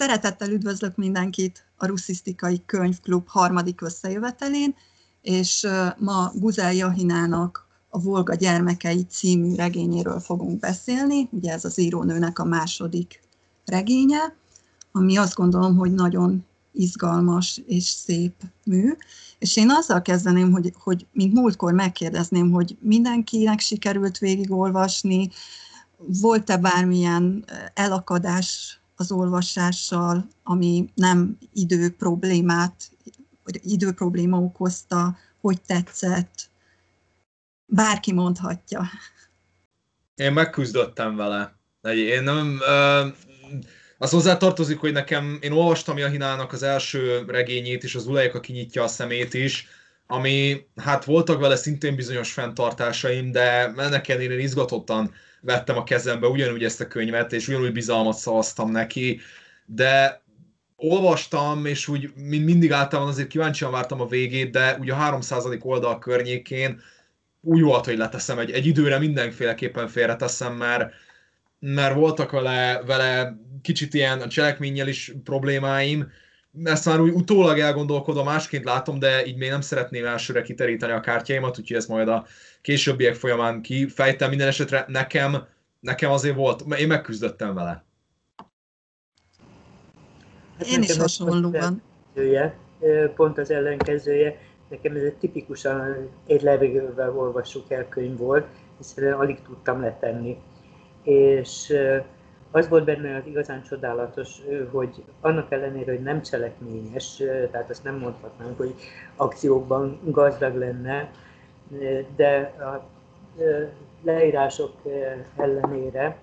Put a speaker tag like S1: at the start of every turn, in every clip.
S1: Szeretettel üdvözlök mindenkit a Russzisztikai Könyvklub harmadik összejövetelén, és ma Guzel Jahinának a Volga gyermekei című regényéről fogunk beszélni. Ugye ez az írónőnek a második regénye, ami azt gondolom, hogy nagyon izgalmas és szép mű. És én azzal kezdeném, hogy mint múltkor megkérdezném, hogy mindenkinek sikerült végigolvasni, volt-e bármilyen elakadás az olvasással, ami nem időprobléma okozta, hogy tetszett? Bárki mondhatja.
S2: Én megküzdöttem vele. Én nem... Az hozzátartozik, hogy én olvastam Jahinának az első regényét is, az Ulajka kinyitja a szemét is, ami, hát voltak vele szintén bizonyos fenntartásaim, de ennek ellenére én izgatottan vettem a kezembe ugyanúgy ezt a könyvet, és ugyanúgy bizalmat szavaztam neki, de olvastam, és úgy mindig általában azért kíváncsian vártam a végét, de ugye a 300. oldal környékén úgy volt, hogy leteszem egy időre mindenféleképpen félreteszem, mert voltak vele kicsit ilyen a cselekménnyel is problémáim. Ezt már úgy utólag elgondolkodva másként látom, de így még nem szeretném elsőre kiteríteni a kártyáimat, úgyhogy ez majd a későbbiek folyamán kifejtem. Minden esetre nekem azért volt, én megküzdöttem vele.
S1: Én is hasonlóan.
S3: Pont az ellenkezője. Nekem ez egy tipikusan egy levegővel olvassuk el könyv volt, hiszen alig tudtam letenni. És az volt benne az igazán csodálatos, hogy annak ellenére, hogy nem cselekményes, tehát azt nem mondhatnánk, hogy akciókban gazdag lenne, de a leírások ellenére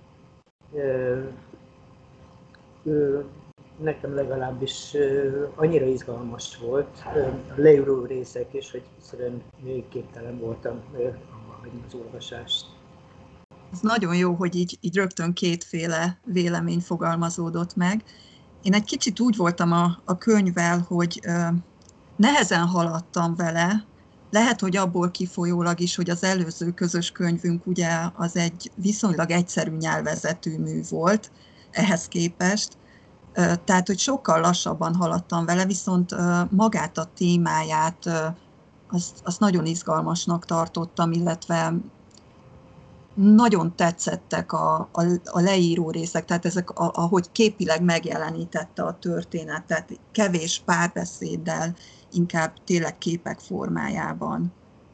S3: nekem legalábbis annyira izgalmas volt a leíró részek is, hogy egyszerűen képtelen voltam abba hagyni az olvasást.
S1: Ez nagyon jó, hogy így rögtön kétféle vélemény fogalmazódott meg. Én egy kicsit úgy voltam a könyvvel, hogy nehezen haladtam vele. Lehet, hogy abból kifolyólag is, hogy az előző közös könyvünk ugye az egy viszonylag egyszerű nyelvezetű mű volt ehhez képest. Tehát, hogy sokkal lassabban haladtam vele, viszont magát a témáját azt nagyon izgalmasnak tartottam, illetve nagyon tetszettek a leíró részek, tehát ezek, ahogy képileg megjelenítette a történetet, kevés párbeszéddel, inkább tényleg képek formájában.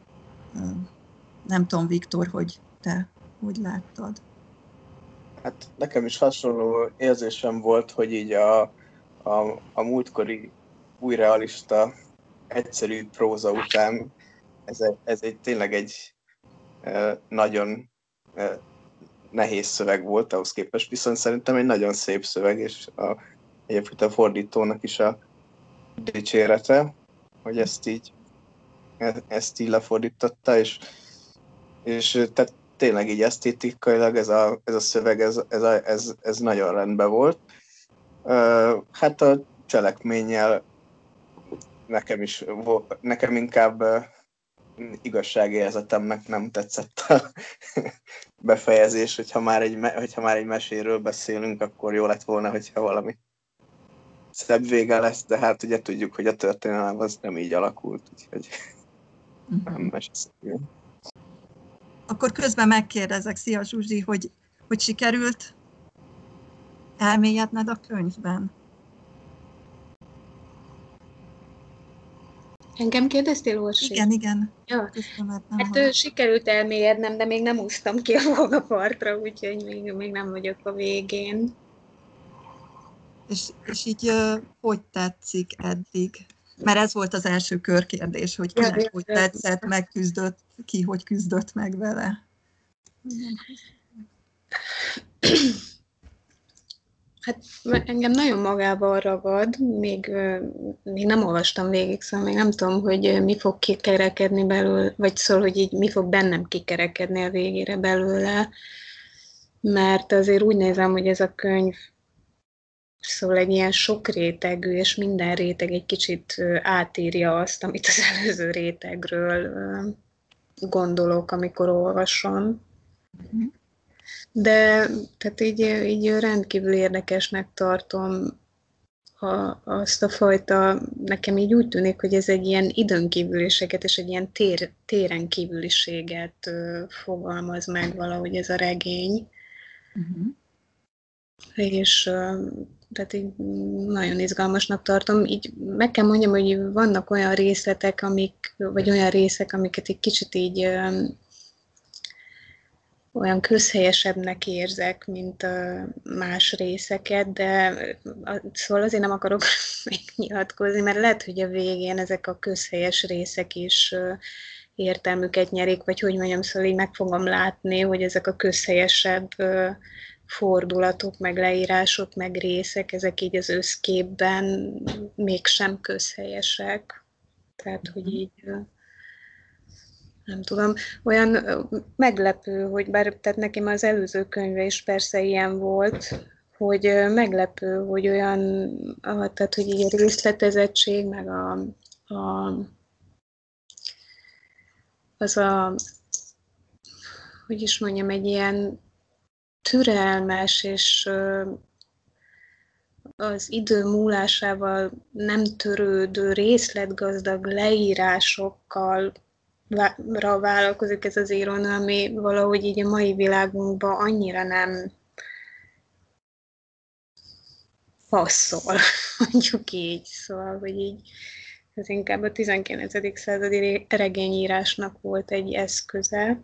S1: Nem tudom, Viktor, hogy te hogy láttad?
S4: Hát nekem is hasonló érzésem volt, hogy így a múltkori új realista, egyszerű próza után ez tényleg egy nagyon nehéz szöveg volt ahhoz képest, viszont szerintem egy nagyon szép szöveg, és egyébként a fordítónak is a dicsérete, hogy ezt így lefordította, és tehát tényleg így esztétikailag ez a szöveg, ez nagyon rendben volt. Hát a cselekménnyel nekem inkább igazságérzetemnek nem tetszett a befejezés, hogyha már egy meséről beszélünk, akkor jó lett volna, hogyha valami szebb vége lesz, de hát ugye tudjuk, hogy a történelem az nem így alakult, úgyhogy nem mesészünk.
S1: Akkor közben megkérdezek, szia Zsuzsi, hogy sikerült elmélyedned a könyvben?
S5: Engem kérdeztél, Orsi?
S1: Igen.
S5: Ja. Hát sikerült elmélyednem, de még nem úsztam ki a Volga partra, úgyhogy még nem vagyok a végén.
S1: És így hogy tetszik eddig? Mert ez volt az első körkérdés, hogy kinek hogy tetszett, megküzdött, ki hogy küzdött meg vele.
S5: Hát engem nagyon magában ragad, még nem olvastam végig, szóval még nem tudom, hogy mi fog kikerekedni belőle, vagy szóval, hogy így mi fog bennem kikerekedni a végére belőle, mert azért úgy nézem, hogy ez a könyv szóval egy ilyen sok rétegű, és minden réteg egy kicsit átírja azt, amit az előző rétegről gondolok, amikor olvasom. De tehát így rendkívül érdekesnek tartom azt a fajta, nekem így úgy tűnik, hogy ez egy ilyen időnkívüliséget és egy ilyen téren kívüliséget fogalmaz meg valahogy ez a regény. És tehát így nagyon izgalmasnak tartom. Így meg kell mondjam, hogy vannak olyan részletek, vagy olyan részek, amiket egy kicsit így olyan közhelyesebbnek érzek, mint más részeket, de szóval azért nem akarok még nyilatkozni, mert lehet, hogy a végén ezek a közhelyes részek is értelmüket nyerik, vagy hogy mondjam, szóval így meg fogom látni, hogy ezek a közhelyesebb fordulatok, meg leírások, meg részek, ezek így az összképben mégsem közhelyesek. Tehát, hogy így nem tudom, olyan meglepő, hogy tehát nekem az előző könyve is persze ilyen volt, hogy meglepő, hogy olyan, tehát, hogy így a részletezettség, meg hogy is mondjam, egy ilyen türelmes és az idő múlásával nem törődő, részletgazdag leírásokkal vállalkozik ez az írónő, ami valahogy így a mai világunkban annyira nem passzol, mondjuk így. Szóval, hogy így ez inkább a 19. századi regényírásnak volt egy eszköze.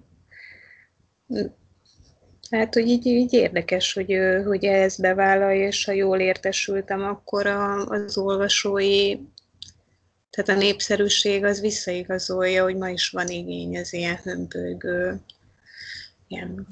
S5: Hát, hogy így érdekes, hogy ezt bevállalja, és ha jól értesültem, akkor az olvasói, tehát a népszerűség az visszaigazolja, hogy ma is van igény az ilyen hömpölygő, ilyen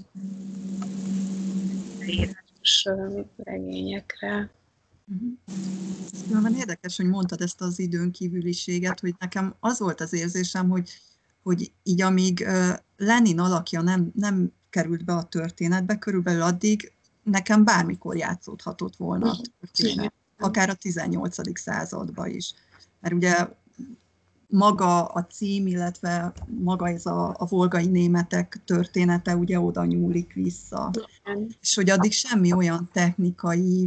S5: írásos regényekre.
S1: Különben érdekes, hogy mondtad ezt az időnkívüliséget, hogy nekem az volt az érzésem, hogy így amíg Lenin alakja nem került be a történetbe, körülbelül addig nekem bármikor játszódhatott volna a történet, akár a 18. században is. Mert ugye maga a cím, illetve maga ez a volgai németek története ugye oda nyúlik vissza. És hogy addig semmi olyan technikai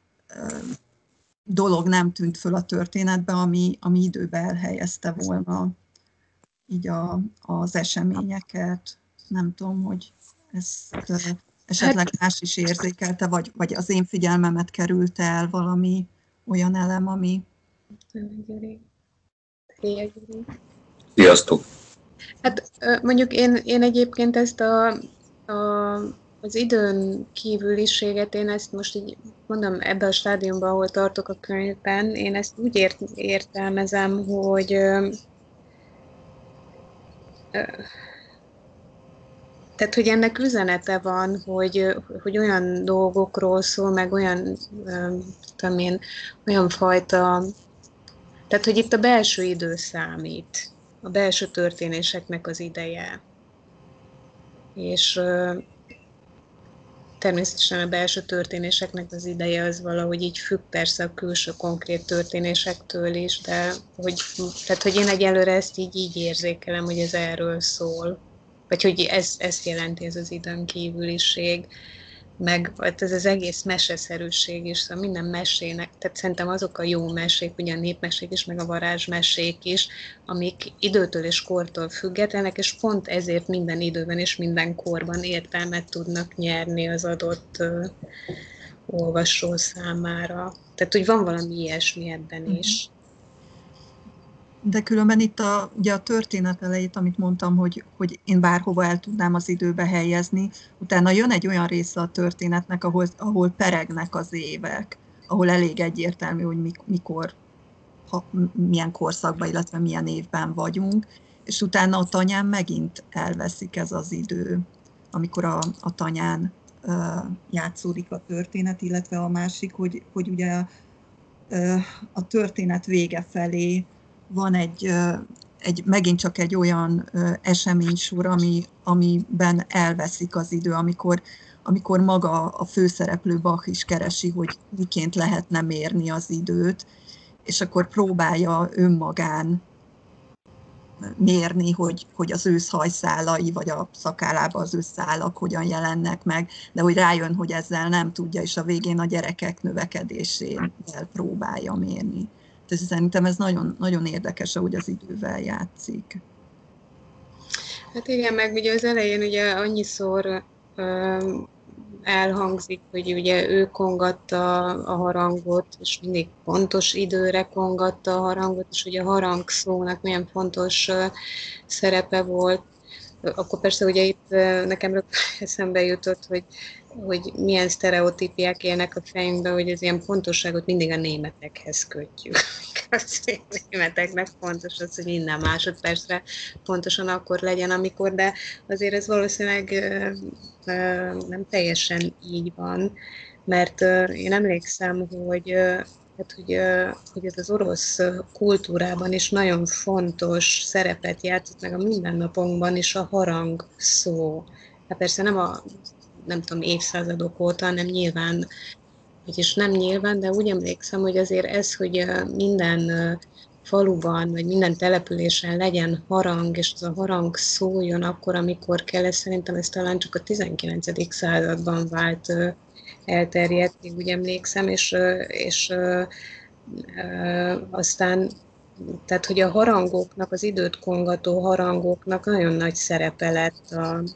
S1: dolog nem tűnt föl a történetbe, ami időbe elhelyezte volna így az eseményeket. Nem tudom, hogy ezt esetleg más is érzékelte, vagy az én figyelmemet került el valami olyan elem, ami...
S6: Sziasztok!
S5: Hát mondjuk én egyébként ezt az időn kívüliséget, én ezt most így mondom, ebben a stádiumban, ahol tartok a könyvben, én ezt úgy értelmezem, hogy tehát, hogy ennek üzenete van, hogy olyan dolgokról szól, meg olyan, tudom én, olyan fajta, tehát, hogy itt a belső idő számít, a belső történéseknek az ideje. És természetesen a belső történéseknek az ideje az valahogy így függ persze a külső konkrét történésektől is, de tehát, hogy én egyelőre ezt így érzékelem, hogy ez erről szól. Vagy hogy ezt jelenti ez az időn kívüliség, meg ez az egész meseszerűség is, szóval minden mesének, tehát szerintem azok a jó mesék, ugye a népmesék is, meg a varázsmesék is, amik időtől és kortól függetlenek, és pont ezért minden időben és minden korban értelmet tudnak nyerni az adott olvasó számára. Tehát, hogy van valami ilyesmi ebben is.
S1: De különben itt ugye a történet elejét, amit mondtam, hogy én bárhova el tudnám az időbe helyezni, utána jön egy olyan része a történetnek, ahol peregnek az évek, ahol elég egyértelmű, hogy mikor, milyen korszakban, illetve milyen évben vagyunk, és utána a tanyán megint elveszik ez az idő, amikor a tanyán játszódik a történet, illetve a másik, hogy ugye a történet vége felé van megint csak egy olyan eseménysor, amiben elveszik az idő, amikor maga a főszereplő Bach is keresi, hogy miként lehetne mérni az időt, és akkor próbálja önmagán mérni, hogy az őszhajszálai, vagy a szakállában az őszszálak hogyan jelennek meg, de hogy rájön, hogy ezzel nem tudja, és a végén a gyerekek növekedésével próbálja mérni. Tehát szerintem ez nagyon, nagyon érdekes, ahogy az idővel játszik.
S5: Hát igen, meg ugye az elején ugye annyiszor elhangzik, hogy ugye ő kongatta a harangot, és mindig pontos időre kongatta a harangot, és ugye a harangszónak milyen fontos szerepe volt. Akkor persze ugye itt nekem eszembe jutott, hogy milyen sztereotípiák élnek a fejünkben, hogy az ilyen pontosságot mindig a németekhez kötjük. A németeknek fontos az, hogy minden másodpercre pontosan akkor legyen, amikor, de azért ez valószínűleg nem teljesen így van, mert én emlékszem, hogy ez az orosz kultúrában is nagyon fontos szerepet játszott, meg a mindennapokban is a harang szó. Hát persze nem tudom, évszázadok óta, hanem nyilván, vagyis nem nyilván, de úgy emlékszem, hogy azért ez, hogy minden faluban, vagy minden településen legyen harang, és az a harang szóljon akkor, amikor kell, ez szerintem ez talán csak a 19. században vált elterjedt, még úgy emlékszem, és aztán, tehát, hogy a harangoknak, az időt kongató harangoknak nagyon nagy szerepe lett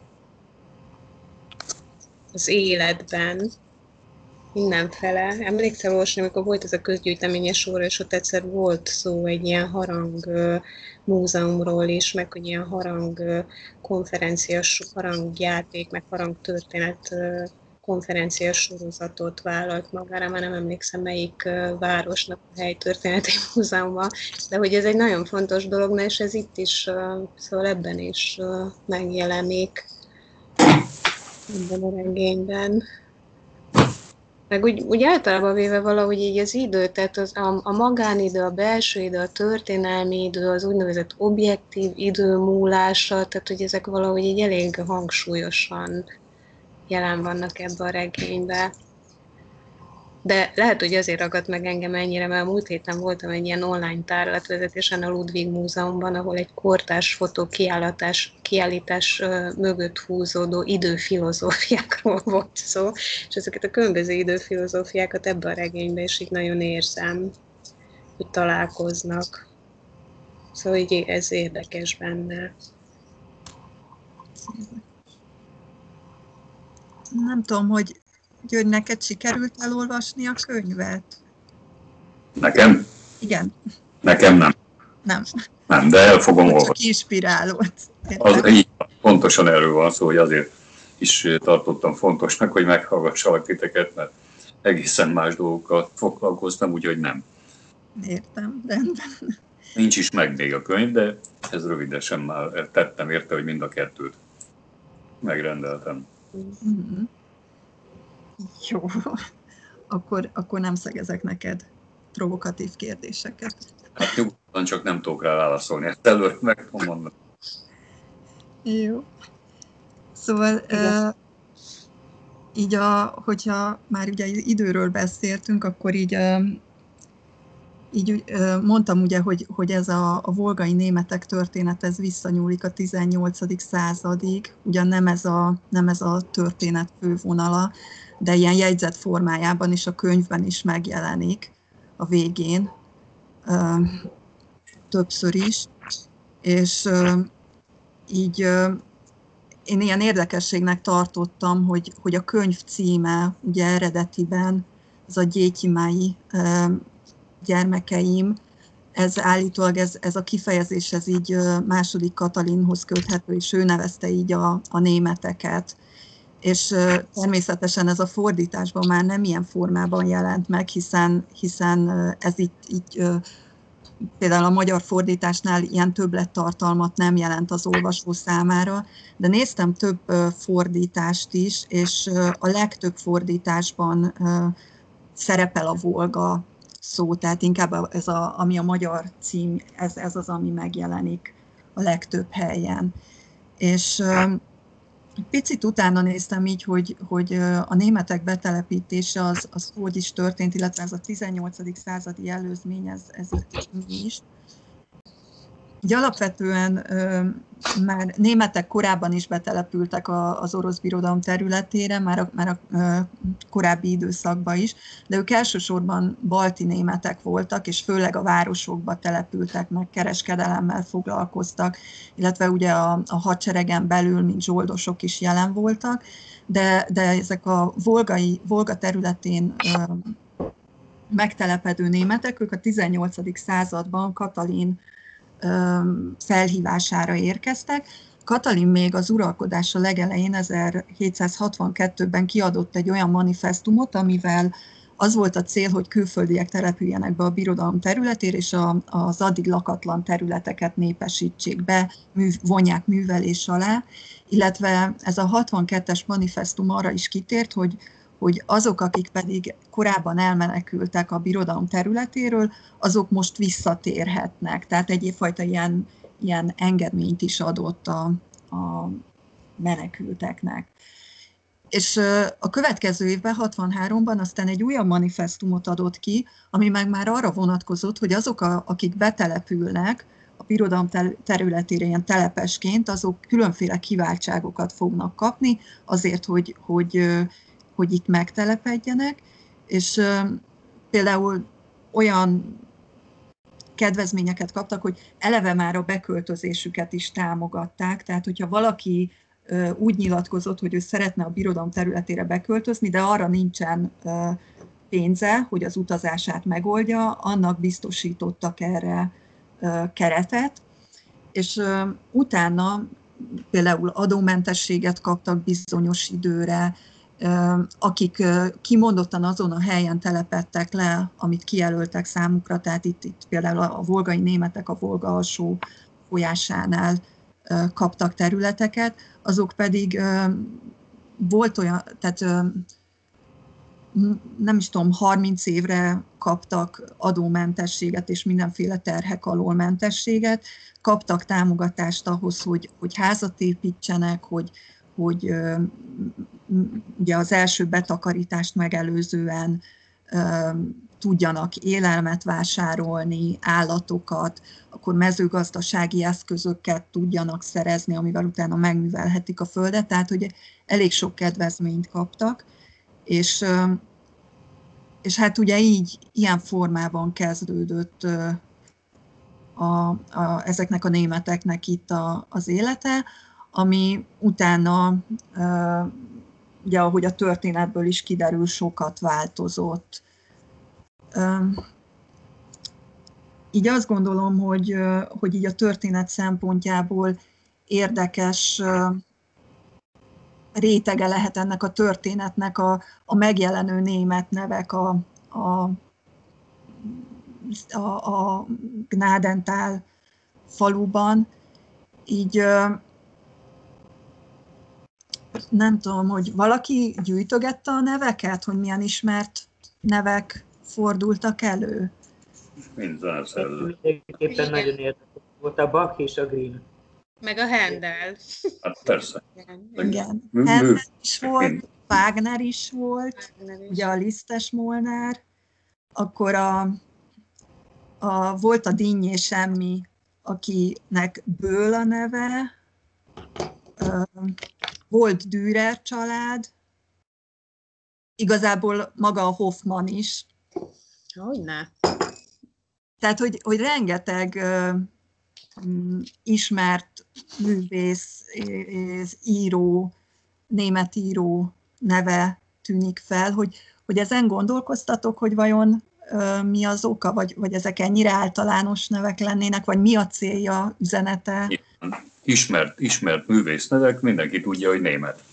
S5: az életben, mindenfele. Emlékszel olvasni, amikor volt ez a közgyűjteményes óra, és ott egyszer volt szó egy ilyen harang múzeumról is, meg hogy ilyen harang konferenciás, harangjáték, meg harangtörténet konferenciás sorozatot vállalt magára, már nem emlékszem melyik városnak a helytörténeti múzeumban, de hogy ez egy nagyon fontos dolog, és ez itt is, szóval ebben is megjelenik, ebben a regényben. Meg úgy általában véve valahogy így az idő, tehát a magánidő, a belső idő, a történelmi idő, az úgynevezett objektív idő múlása, tehát hogy ezek valahogy így elég hangsúlyosan jelen vannak ebben a regényben. De lehet, hogy azért ragadt meg engem ennyire, mert a múlt héten voltam egy ilyen online tárlatvezetésen a Ludwig Múzeumban, ahol egy kortárs fotó kiállítás mögött húzódó időfilozófiákról volt szó, és ezeket a különböző időfilozófiákat ebben a regényben is így nagyon érzem, hogy találkoznak. Szóval így ez érdekes benne.
S1: Nem tudom, hogy György, neked sikerült elolvasni a könyvet?
S6: Nekem?
S1: Igen.
S6: Nekem nem. Nem, de el fogom olvasni.
S1: Csak inspirálódott.
S6: Így pontosan erről van szó, hogy azért is tartottam fontosnak, hogy meghallgassalak titeket, mert egészen más dolgokkal foglalkoztam, úgyhogy nem.
S1: Értem, rendben.
S6: Nincs is meg még a könyv, de ez rövidesen már tettem érte, hogy mind a kettőt megrendeltem.
S1: Mm-hmm. Jó, akkor nem szegezek neked provokatív kérdéseket.
S6: Hát nyugodtan, csak nem tudok rá válaszolni, ezt előre meg tudom mondani.
S1: Jó. Szóval így hogyha már ugye időről beszéltünk, akkor így mondtam ugye, hogy ez a volgai németek történet, ez visszanyúlik a 18. századig, ugyan nem ez a történet fővonala, de ilyen jegyzett formájában is a könyvben is megjelenik a végén, többször is, és így én ilyen érdekességnek tartottam, hogy a könyv címe ugye eredetiben, ez a Gyékimái gyermekeim, ez állítólag ez a kifejezés, ez így II. Katalinhoz köthető, és ő nevezte így a németeket. És természetesen ez a fordításban már nem ilyen formában jelent meg, hiszen ez így például a magyar fordításnál ilyen többlettartalmat nem jelent az olvasó számára, de néztem több fordítást is, és a legtöbb fordításban szerepel a volga szó, tehát inkább ami a magyar cím, ez az, ami megjelenik a legtöbb helyen. És picit utána néztem így, hogy a németek betelepítése az hogy is történt, illetve ez a 18. századi előzmény, ez itt is. így alapvetően már németek korábban is betelepültek az orosz birodalom területére, már a korábbi időszakban is, de ők elsősorban balti németek voltak, és főleg a városokba települtek, meg kereskedelemmel foglalkoztak, illetve ugye a hadseregen belül, mint zsoldosok is jelen voltak, de ezek a Volga területén megtelepedő németek, ők a 18. században Katalin felhívására érkeztek. Katalin még az uralkodása legelején 1762-ben kiadott egy olyan manifestumot, amivel az volt a cél, hogy külföldiek települjenek be a birodalom területére, és az addig lakatlan területeket népesítsék be, vonják művelés alá, illetve ez a 62-es manifestum arra is kitért, hogy azok, akik pedig korábban elmenekültek a birodalom területéről, azok most visszatérhetnek. Tehát egyfajta ilyen engedményt is adott a menekülteknek. És a következő évben, 63-ban aztán egy újabb manifestumot adott ki, ami meg már arra vonatkozott, hogy azok, akik betelepülnek a birodalom területére ilyen telepesként, azok különféle kiváltságokat fognak kapni azért, hogy itt megtelepedjenek, és például olyan kedvezményeket kaptak, hogy eleve már a beköltözésüket is támogatták, tehát hogyha valaki úgy nyilatkozott, hogy ő szeretne a birodalom területére beköltözni, de arra nincsen pénze, hogy az utazását megoldja, annak biztosítottak erre keretet, és utána például adómentességet kaptak bizonyos időre, akik kimondottan azon a helyen telepedtek le, amit kijelöltek számukra, tehát itt például a volgai németek a Volga alsó folyásánál kaptak területeket, azok pedig volt olyan, tehát nem is tudom, 30 évre kaptak adómentességet és mindenféle terhek alól mentességet, kaptak támogatást ahhoz, hogy házat építsenek, hogy ugye az első betakarítást megelőzően tudjanak élelmet vásárolni, állatokat, akkor mezőgazdasági eszközöket tudjanak szerezni, amivel utána megművelhetik a földet, tehát hogy elég sok kedvezményt kaptak, és hát ugye ilyen formában kezdődött ezeknek a németeknek itt az élete, ami utána, ugye ahogy a történetből is kiderül, sokat változott. Így azt gondolom, hogy így a történet szempontjából érdekes rétege lehet ennek a történetnek a megjelenő német nevek a Gnadentál faluban. Így nem tudom, hogy valaki gyűjtögette a neveket, hogy milyen ismert nevek fordultak elő?
S6: Mind zeneszerző.
S3: Mindenképpen nagyon érdekes volt a Bach és a Grimm.
S5: Meg a Handel.
S6: Hát persze.
S1: Igen. Handel is volt, Wagner is volt, ugye a Lisztes Molnár, akkor volt a Dinnye Semmi, akinek Böll a neve, volt Dürer család, igazából maga a Hoffmann is.
S5: Hogyne.
S1: Tehát, hogy rengeteg ismert művész, író, német író neve tűnik fel, hogy ezen gondolkoztatok, hogy vajon mi az oka, vagy ezek ennyire általános nevek lennének, vagy mi a célja, üzenete?
S6: Ismert művész nevek, mindenki tudja, hogy német.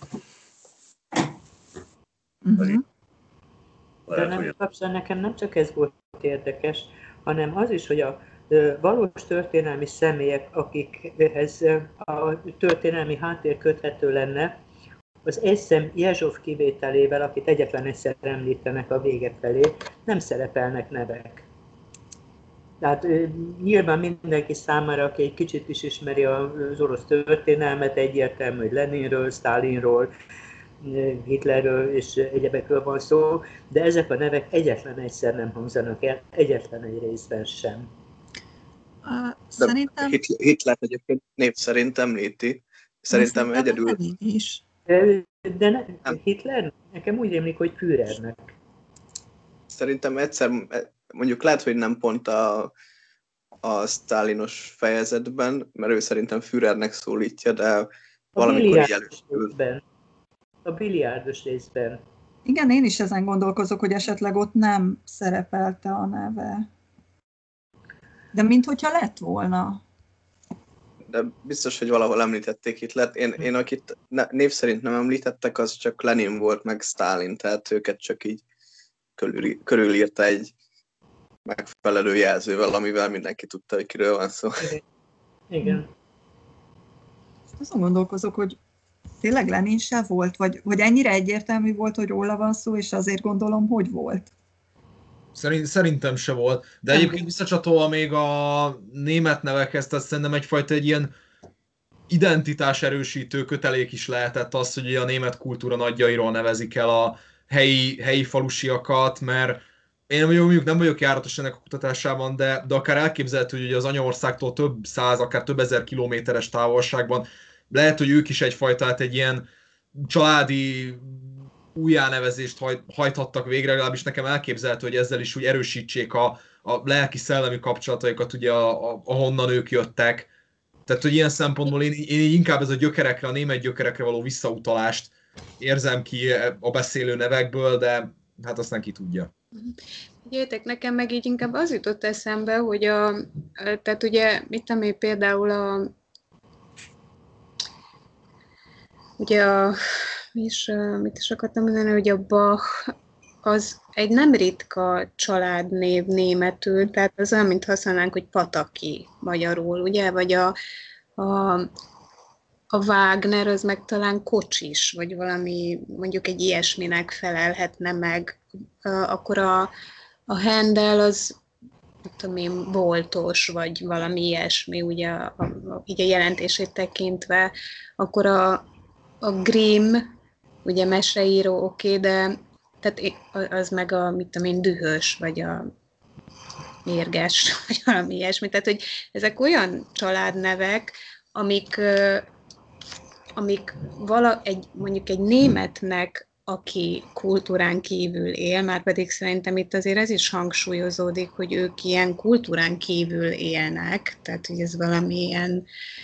S1: Uh-huh.
S3: De nem kapcsán nekem nem csak ez volt érdekes, hanem az is, hogy a valós történelmi személyek, akikhez a történelmi háttér köthető lenne, az egyszem Jezsov kivételével, akit egyetlen egyszer említenek a vége felé, nem szerepelnek nevek. Tehát nyilván mindenki számára, aki egy kicsit is ismeri az orosz történelmet, egyértelmű, hogy Leninről, Sztálinról, Hitlerről és egyebekről van szó, de ezek a nevek egyetlen egyszer nem hangzanak el, egyetlen egy részben sem.
S1: Szerintem...
S4: Hitler egyébként név szerint említi. Szerintem egyedül...
S1: Is.
S3: De Hitler? Nekem úgy emlik, hogy Führernek.
S4: Szerintem egyszer, mondjuk lehet, hogy nem pont a sztálinos fejezetben, mert ő szerintem Führernek szólítja, de valamikor jelösül.
S3: A biliárdos részben.
S1: Igen, én is ezen gondolkozok, hogy esetleg ott nem szerepelte a neve. De minthogyha lett volna.
S4: De biztos, hogy valahol említették Hitlert. Én akit név szerint nem említettek, az csak Lenin volt, meg Sztálin, tehát őket csak így körülírta egy megfelelő jelzővel, amivel mindenki tudta, hogy kiről van szó.
S3: Igen.
S1: Azon gondolkozok, hogy tényleg Lenin se volt, vagy ennyire egyértelmű volt, hogy róla van szó, és azért gondolom, hogy volt.
S2: Szerintem se volt, de egyébként visszacsatolva még a német nevekhez, tehát szerintem egyfajta egy ilyen identitás erősítő kötelék is lehetett az, hogy a német kultúra nagyjairól nevezik el a helyi falusiakat, mert én mondjuk nem vagyok járatos ennek a kutatásában, de akár elképzelhető, hogy az anyaországtól több száz, akár több ezer kilométeres távolságban lehet, hogy ők is egyfajta, hát egy ilyen családi újjánevezést hajthattak végre, legalábbis nekem elképzelhető, hogy ezzel is úgy erősítsék a lelki-szellemi kapcsolataikat, ugye ahonnan ők jöttek. Tehát, hogy ilyen szempontból én inkább ez a gyökerekre, a német gyökerekre való visszautalást érzem ki a beszélő nevekből, de hát azt neki tudja.
S5: Jöjjetek, nekem meg így inkább az jutott eszembe, hogy tehát ugye, mit tudom én, például mit is akartam mondani, hogy a Bach az egy nem ritka családnév németül, tehát az olyan, mint használnánk, hogy Pataki magyarul, ugye, vagy a Wagner az meg talán Kocsis, vagy valami, mondjuk egy ilyesminek felelhetne meg, akkor a Handel az, nem tudom én, boltos, vagy valami ilyesmi, ugye így a jelentését tekintve, akkor a Grimm, ugye meseíró, oké, de tehát az meg mit tudom én, dühös, vagy a mérges, vagy valami ilyesmi. Tehát, hogy ezek olyan családnevek, amik mondjuk egy németnek, aki kultúrán kívül él, már pedig szerintem itt azért ez is hangsúlyozódik, hogy ők ilyen kultúrán kívül élnek, tehát hogy ez valamilyen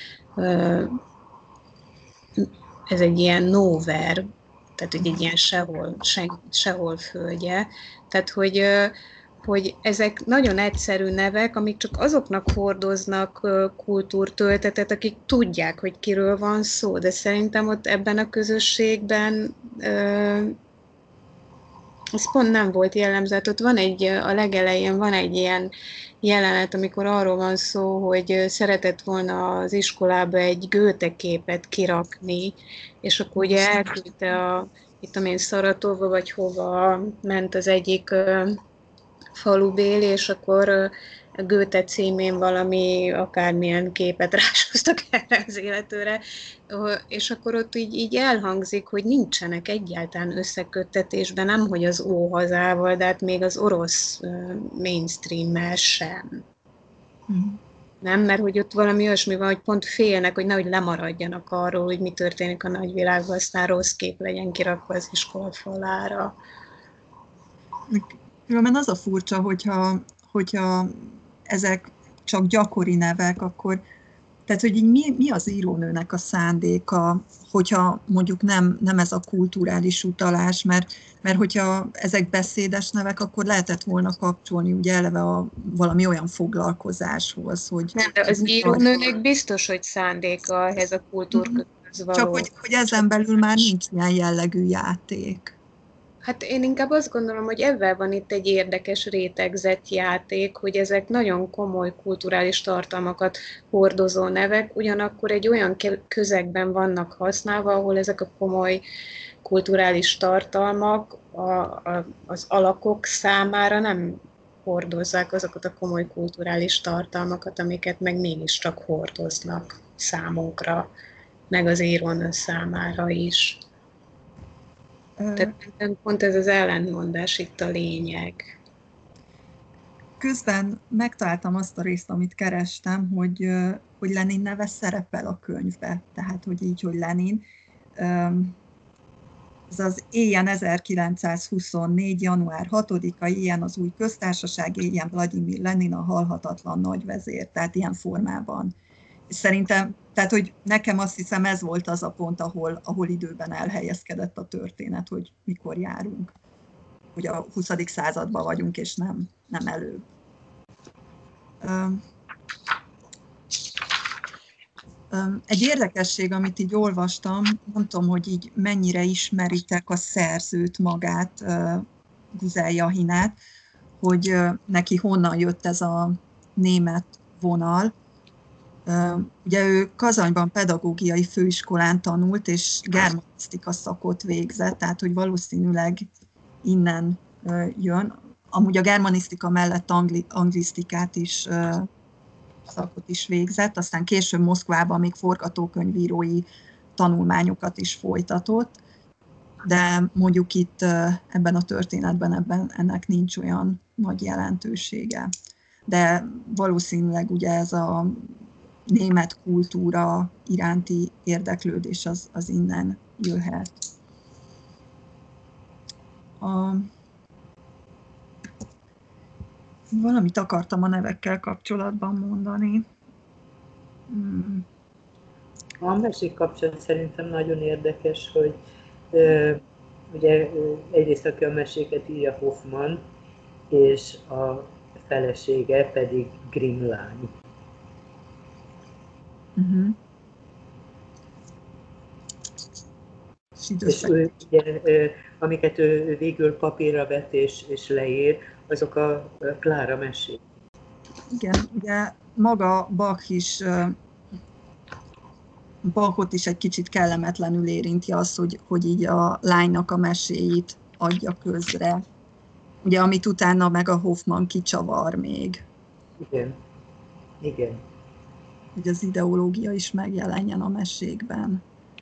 S5: ez egy ilyen nowhere, tehát egy ilyen sehol földje. Tehát, hogy ezek nagyon egyszerű nevek, amik csak azoknak hordoznak kultúrtöltetet, akik tudják, hogy kiről van szó, de szerintem ott ebben a közösségben ez pont nem volt jellemző. Ott van a legelején van egy ilyen jelenet, amikor arról van szó, hogy szeretett volna az iskolába egy Goethe képet kirakni, és akkor ugye elküldte Szaratovba, vagy hova ment az egyik falubéli, és akkor Goethe címén valami akármilyen képet rásoztak erre az életőre, és akkor ott így elhangzik, hogy nincsenek egyáltalán összeköttetésben, nem hogy az óhazával, de hát még az orosz mainstream-mel sem. Nem, mert hogy ott valami olyasmi van, hogy pont félnek, hogy nehogy lemaradjanak arról, hogy mi történik a nagyvilágban, aztán rossz kép legyen kirakva az iskola falára.
S1: Különben az a furcsa, hogyha ezek csak gyakori nevek, akkor tehát, hogy így mi az írónőnek a szándéka, hogyha mondjuk nem ez a kulturális utalás, mert hogyha ezek beszédes nevek, akkor lehetett volna kapcsolni ugye eleve valami olyan foglalkozáshoz, hogy...
S5: Nem, de az írónőnek biztos, hogy szándéka ehhez a kultúrköthöz való.
S1: Csak hogy ezen belül már nincs ilyen jellegű játék.
S5: Hát én inkább azt gondolom, hogy ebben van itt egy érdekes rétegzett játék, hogy ezek nagyon komoly kulturális tartalmakat hordozó nevek, ugyanakkor egy olyan közegben vannak használva, ahol ezek a komoly kulturális tartalmak az alakok számára nem hordozzák azokat a komoly kulturális tartalmakat, amiket meg mégiscsak hordoznak számunkra, meg az írónő számára is. Tehát pont ez az ellentmondás itt a lényeg.
S1: közben megtaláltam azt a részt, amit kerestem, hogy Lenin neve szerepel a könyvbe. Tehát, hogy így, hogy Lenin. Ez az éjjel 1924. január 6-a, ilyen az új köztársaság, ilyen Vladimir Lenin, a halhatatlan nagyvezér, tehát ilyen formában. És szerintem, tehát, hogy nekem azt hiszem ez volt az a pont, ahol időben elhelyezkedett a történet, hogy mikor járunk. Hogy a 20. században vagyunk, és nem előbb. Egy érdekesség, amit így olvastam, nem tudom, hogy így mennyire ismeritek a szerzőt magát, Guzel Jahinát, hogy neki honnan jött ez a német vonal. Ugye ő Kazanyban pedagógiai főiskolán tanult, és germanisztika szakot végzett, tehát hogy valószínűleg innen jön. Amúgy a germanisztika mellett anglisztikát is szakot is végzett, aztán később Moszkvában még forgatókönyvírói tanulmányokat is folytatott, de mondjuk itt ebben a történetben ennek nincs olyan nagy jelentősége. De valószínűleg ugye ez a német kultúra iránti érdeklődés az innen jöhet. Valamit akartam a nevekkel kapcsolatban mondani.
S3: A mesék kapcsolatban szerintem nagyon érdekes, hogy ugye egyrészt aki a meséket írja Hoffmann, és a felesége pedig Grimm lány. És ő, ugye, amiket ő végül papírra vett és leír, azok a Klára mesék.
S1: Igen, ugye maga Bachot is egy kicsit kellemetlenül érinti az, hogy így a lánynak a meséit adja közre. Ugye, amit utána meg a Hoffmann kicsavar még.
S3: Igen.
S1: Hogy az ideológia is megjelenjen a mesékben.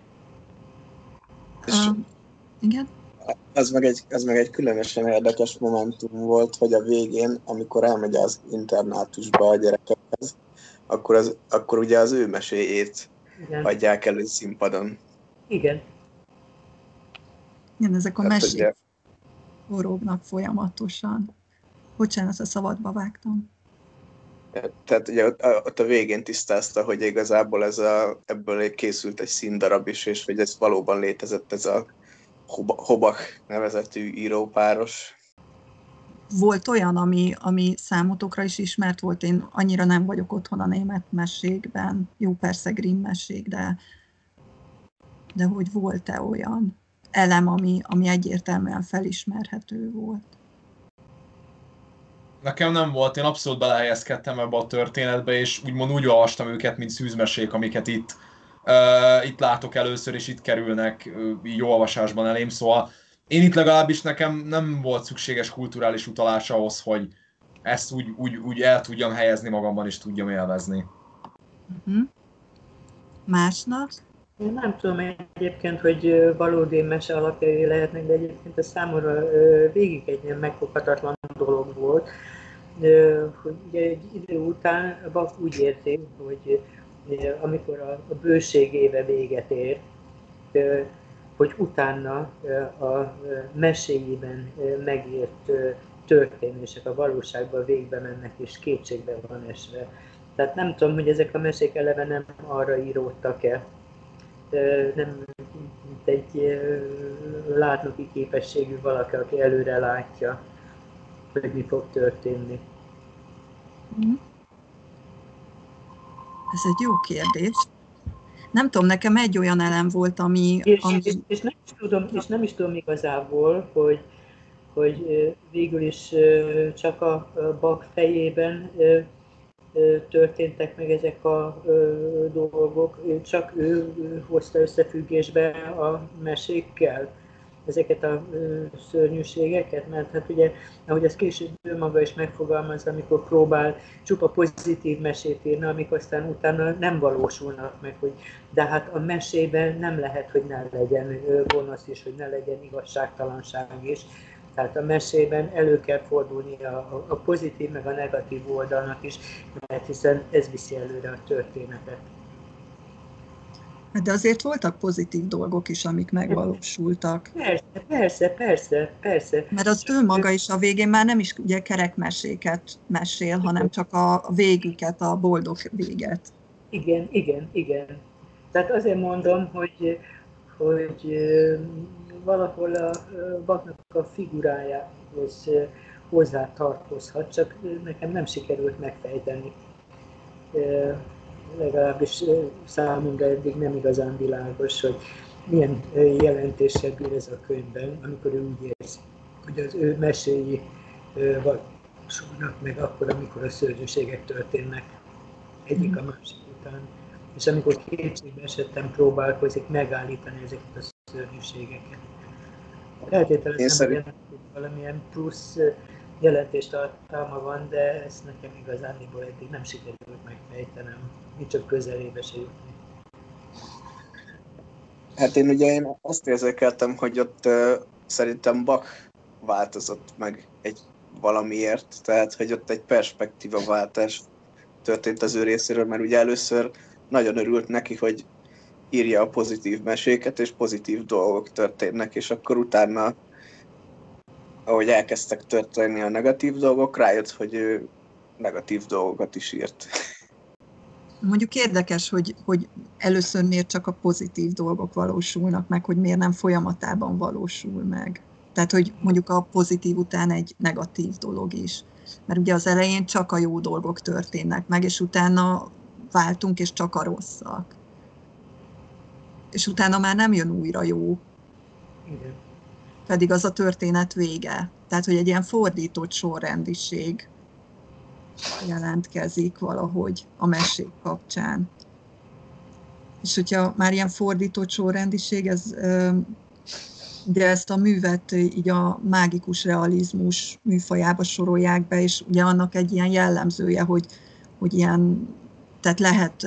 S1: Igen?
S4: Az meg egy különösen érdekes momentum volt, hogy a végén, amikor elmegy az internátusba a gyerekekhez, akkor ugye az ő meséjét adják elő színpadon.
S3: Igen,
S1: ezek a mesék forognak folyamatosan. Bocsánat, a szabadba vágtam.
S4: Tehát ugye ott a végén tisztázta, hogy igazából ebből készült egy színdarab is, és hogy ez valóban létezett, ez a Hobach nevezetű írópáros. Volt
S1: olyan, ami számotokra is ismert volt, én annyira nem vagyok otthon a német mesékben. Jó, persze Grimm mesék, de hogy volt-e olyan elem, ami egyértelműen felismerhető volt?
S2: Nekem nem volt, én abszolút belehelyezkedtem ebbe a történetbe, és úgymond úgy olvastam őket, mint szűzmesék, amiket itt látok először, és itt kerülnek így olvasásban elém, szóval én itt legalábbis nekem nem volt szükséges kulturális utalás ahhoz, hogy ezt úgy el tudjam helyezni magamban, és tudjam élvezni.
S1: Másnak?
S3: Én nem tudom egyébként, hogy valódi mese alapjai lehetnek, de egyébként ez számomra végig egy ilyen megfoghatatlan dolog volt, hogy ugye egy idő után Bach úgy érzi, hogy amikor a bőség éve véget ér, hogy utána a meséiben megírt történések a valóságban végbe mennek és kétségbe van esve. Tehát nem tudom, hogy ezek a mesék eleve nem arra íródtak-e, nem mint egy látnoki képességű valaki, aki előre látja, hogy mi fog történni.
S1: Ez egy jó kérdés. Nem tudom, nekem egy olyan elem volt, ami...
S3: És nem is tudom igazából, hogy végül is csak a Bach fejében történtek meg ezek a dolgok, csak ő hozta összefüggésbe a mesékkel ezeket a szörnyűségeket, mert hát ugye, ahogy ezt később ő maga is megfogalmazza, amikor próbál csupa pozitív mesét írni, amik aztán utána nem valósulnak meg, hogy de hát a mesében nem lehet, hogy ne legyen gonosz is, hogy ne legyen igazságtalanság is. Tehát a mesében elő kell fordulni a pozitív meg a negatív oldalnak is, mert hiszen ez viszi előre a történetet.
S1: De azért voltak pozitív dolgok is, amik megvalósultak.
S3: Persze.
S1: Mert az ő maga is a végén már nem is ugye kerekmeséket mesél, hanem csak a végüket, a boldog véget.
S3: Igen. Tehát azért mondom, hogy valahol a Bachnak a figurájához hozzá tartozhat, csak nekem nem sikerült megfejteni. Legalábbis számomra eddig nem igazán világos, hogy milyen jelentéssel bír ez a könyvben, amikor ő úgy érzi, hogy az ő meséi valósulnak meg akkor, amikor a szörnyűségek történnek egyik a másik után. És amikor kétségbe esettem próbálkozik megállítani ezeket a szörnyűségeket. Feltételezem, hogy ennek valamilyen plusz jelentéstartalma van, de ezt nekem igazániból eddig nem sikerült megfejtenem, mi csak közelébe se jutni.
S4: Hát én azt érzékeltem, hogy ott szerintem Bach változott meg egy valamiért, tehát hogy ott egy perspektívaváltás történt az ő részéről, mert ugye először nagyon örült neki, hogy írja a pozitív meséket, és pozitív dolgok történnek, és akkor utána, ahogy elkezdtek történni a negatív dolgok, rájött, hogy ő negatív dolgokat is írt.
S1: Mondjuk érdekes, hogy először miért csak a pozitív dolgok valósulnak meg, hogy miért nem folyamatában valósul meg. Tehát, hogy mondjuk a pozitív után egy negatív dolog is. Mert ugye az elején csak a jó dolgok történnek meg, és utána váltunk, és csak a rosszak. És utána már nem jön újra jó.
S3: Igen.
S1: Pedig az a történet vége. Tehát, hogy egy ilyen fordított sorrendiség jelentkezik valahogy a mesék kapcsán. És hogyha már ilyen fordított sorrendiség, ugye ezt a művet így a mágikus realizmus műfajába sorolják be, és ugye annak egy ilyen jellemzője, hogy ilyen, tehát lehet,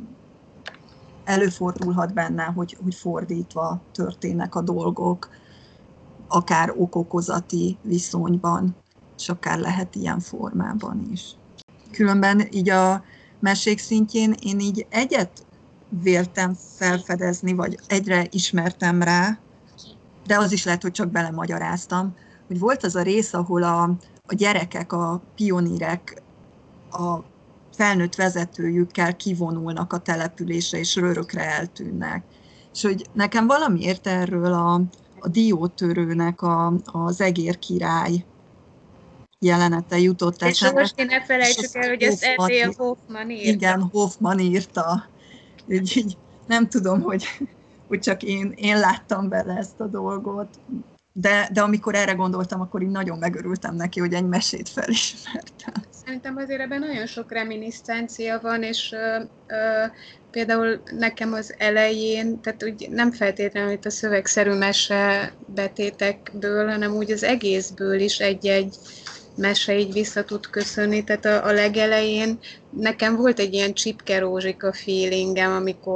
S1: előfordulhat benne, hogy fordítva történnek a dolgok, akár ok-okozati viszonyban, és akár lehet ilyen formában is. Különben így a mesék szintjén én így egyet véltem felfedezni, vagy egyre ismertem rá, de az is lehet, hogy csak belemagyaráztam, hogy volt az a rész, ahol a gyerekek, a pionírek a felnőtt vezetőjükkel kivonulnak a településre, és rőrökre eltűnnek. És hogy nekem valamiért erről a diótörőnek az egér király jelenete jutott eszembe.
S5: És most ne felejtsük el, hogy ezt Erdély Hoffmann írta.
S1: Igen, Hoffmann írta. Így nem tudom, hogy csak én láttam bele ezt a dolgot, de amikor erre gondoltam, akkor így nagyon megörültem neki, hogy egy mesét felismertem.
S5: Szerintem azért ebben nagyon sok reminiszencia van, és például nekem az elején, tehát úgy nem feltétlenül itt a szövegszerű mesebetétekből, hanem úgy az egészből is egy-egy mese így vissza tud köszönni. Tehát a legelején nekem volt egy ilyen Csipke Rózsika feelingem,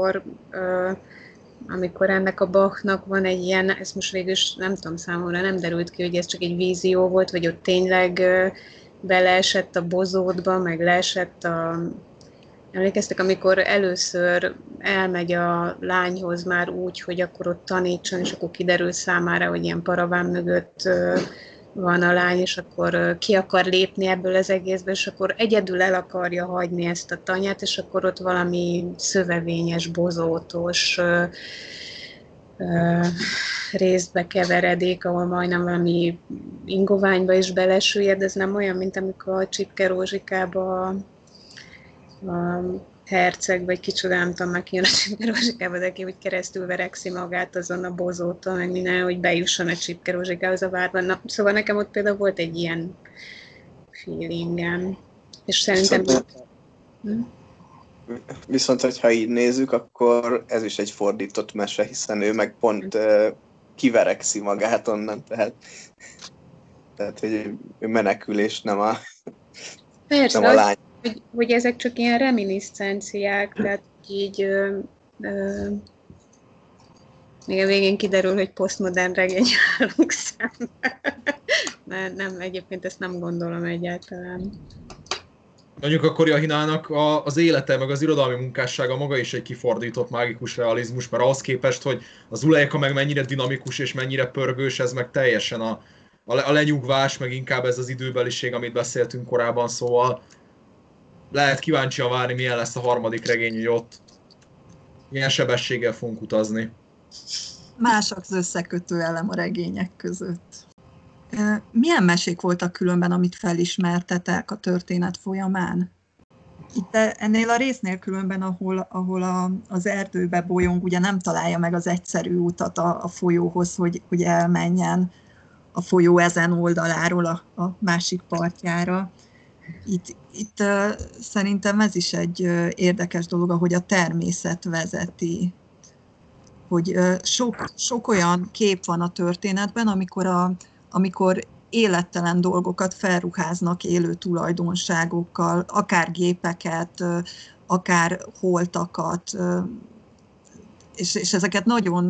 S5: amikor ennek a Bachnak van egy ilyen, ez most végül is nem tudom, számomra nem derült ki, hogy ez csak egy vízió volt, vagy ott tényleg beleesett a bozótba, meg leesett emlékeztek, amikor először elmegy a lányhoz már úgy, hogy akkor ott tanítson, és akkor kiderül számára, hogy ilyen paraván mögött van a lány, és akkor ki akar lépni ebből az egészből, és akkor egyedül el akarja hagyni ezt a tanyát, és akkor ott valami szövevényes, bozótos részbe keveredik, ahol majdnem valami ingoványba is belesüllyed, de ez nem olyan, mint amikor a Csipke Rózsikába a herceg, vagy kicsoda, nem tudom, meg kijön a Csipke Rózsikába, de aki úgy keresztül verekszi magát azon a bozóton, meg minden, hogy bejusson a Csipke Rózsikához a várban. Na, szóval nekem ott például volt egy ilyen feelingem. És szerintem...
S4: Viszont, hogyha így nézzük, akkor ez is egy fordított mese, hiszen ő meg pont kiverekszi magát onnan, tehát hogy ő menekül, és nem a,
S5: persze,
S4: nem a lány.
S5: Hogy ezek csak ilyen reminiszenciák, tehát így még a végén kiderül, hogy posztmodern regény állunk szemben. nem, egyébként ezt nem gondolom egyáltalán.
S2: Mondjuk a Cory Ahinának az élete, meg az irodalmi munkássága maga is egy kifordított mágikus realizmus, mert ahhoz képest, hogy az Zulejka meg mennyire dinamikus és mennyire pörgős, ez meg teljesen a lenyugvás, meg inkább ez az időbeliség, amit beszéltünk korábban, szóval lehet kíváncsian várni, milyen lesz a harmadik regény, hogy ott milyen sebességgel fogunk utazni.
S1: Más az összekötő elem a regények között. Milyen mesék voltak különben, amit felismertetek a történet folyamán? Itt ennél a résznél különben, ahol az erdőbe bolyong, ugye nem találja meg az egyszerű utat a folyóhoz, hogy elmenjen a folyó ezen oldaláról a másik partjára. Itt szerintem ez is egy érdekes dolog, ahogy a természet vezeti. Hogy sok olyan kép van a történetben, amikor élettelen dolgokat felruháznak élő tulajdonságokkal, akár gépeket, akár holtakat, és ezeket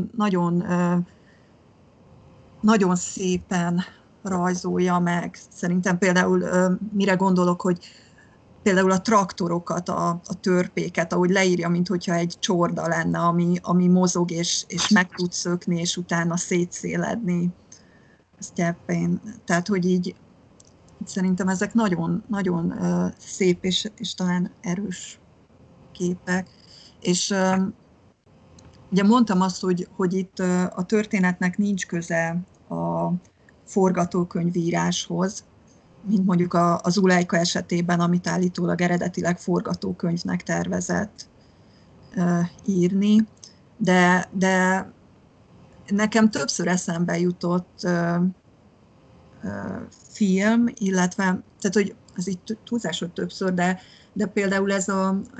S1: nagyon szépen rajzolja meg. Szerintem például, mire gondolok, hogy például a traktorokat, a törpéket, ahogy leírja, minthogyha egy csorda lenne, ami mozog, és meg tud szökni, és utána szétszéledni. Sztyeppén. Tehát, hogy így szerintem ezek nagyon, nagyon szép és talán erős képek. És ugye mondtam azt, hogy itt a történetnek nincs köze a forgatókönyvíráshoz, mint mondjuk a Zulejka esetében, amit állítólag eredetileg forgatókönyvnek tervezett írni, de nekem többször eszembe jutott film, illetve, tehát hogy ez így túlzás, hogy többször, de például ez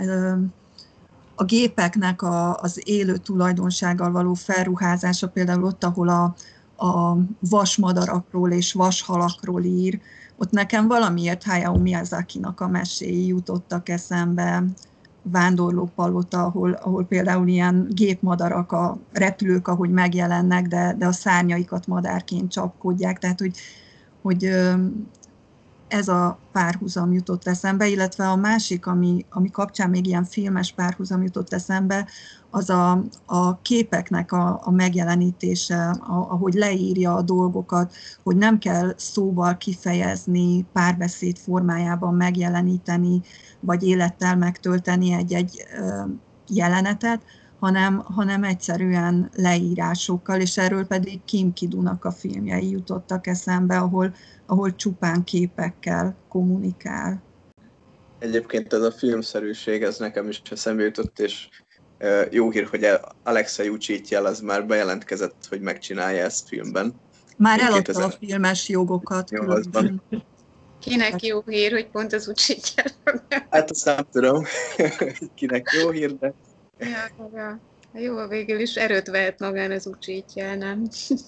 S1: a gépeknek az élő tulajdonsággal való felruházása, például ott, ahol a vasmadarakról és vashalakról ír, ott nekem valamiért Hayao Miyazakinak a meséi jutottak eszembe, Vándorlópalota, ahol például ilyen gépmadarak, a repülők, ahogy megjelennek, de a szárnyaikat madárként csapkodják, tehát hogy ez a párhuzam jutott eszembe, illetve a másik, ami kapcsán még ilyen filmes párhuzam jutott eszembe, az a képeknek a megjelenítése, ahogy leírja a dolgokat, hogy nem kell szóval kifejezni, párbeszéd formájában megjeleníteni, vagy élettel megtölteni egy jelenetet, hanem egyszerűen leírásokkal, és erről pedig Kim Ki-dunak a filmjei jutottak eszembe, ahol csupán képekkel kommunikál.
S4: Egyébként ez a filmszerűség, ez nekem is eszembe jutott, és jó hír, hogy Alexei Ucsitjel az már bejelentkezett, hogy megcsinálja ezt filmben.
S1: Már eladta a filmes jogokat.
S5: Kinek jó hír, hogy pont az Ucsitjel?
S4: Hát azt nem tudom, kinek jó hír, de...
S5: Ja. Jó, végül is erőt vehet magán az Ucsitjel, nem?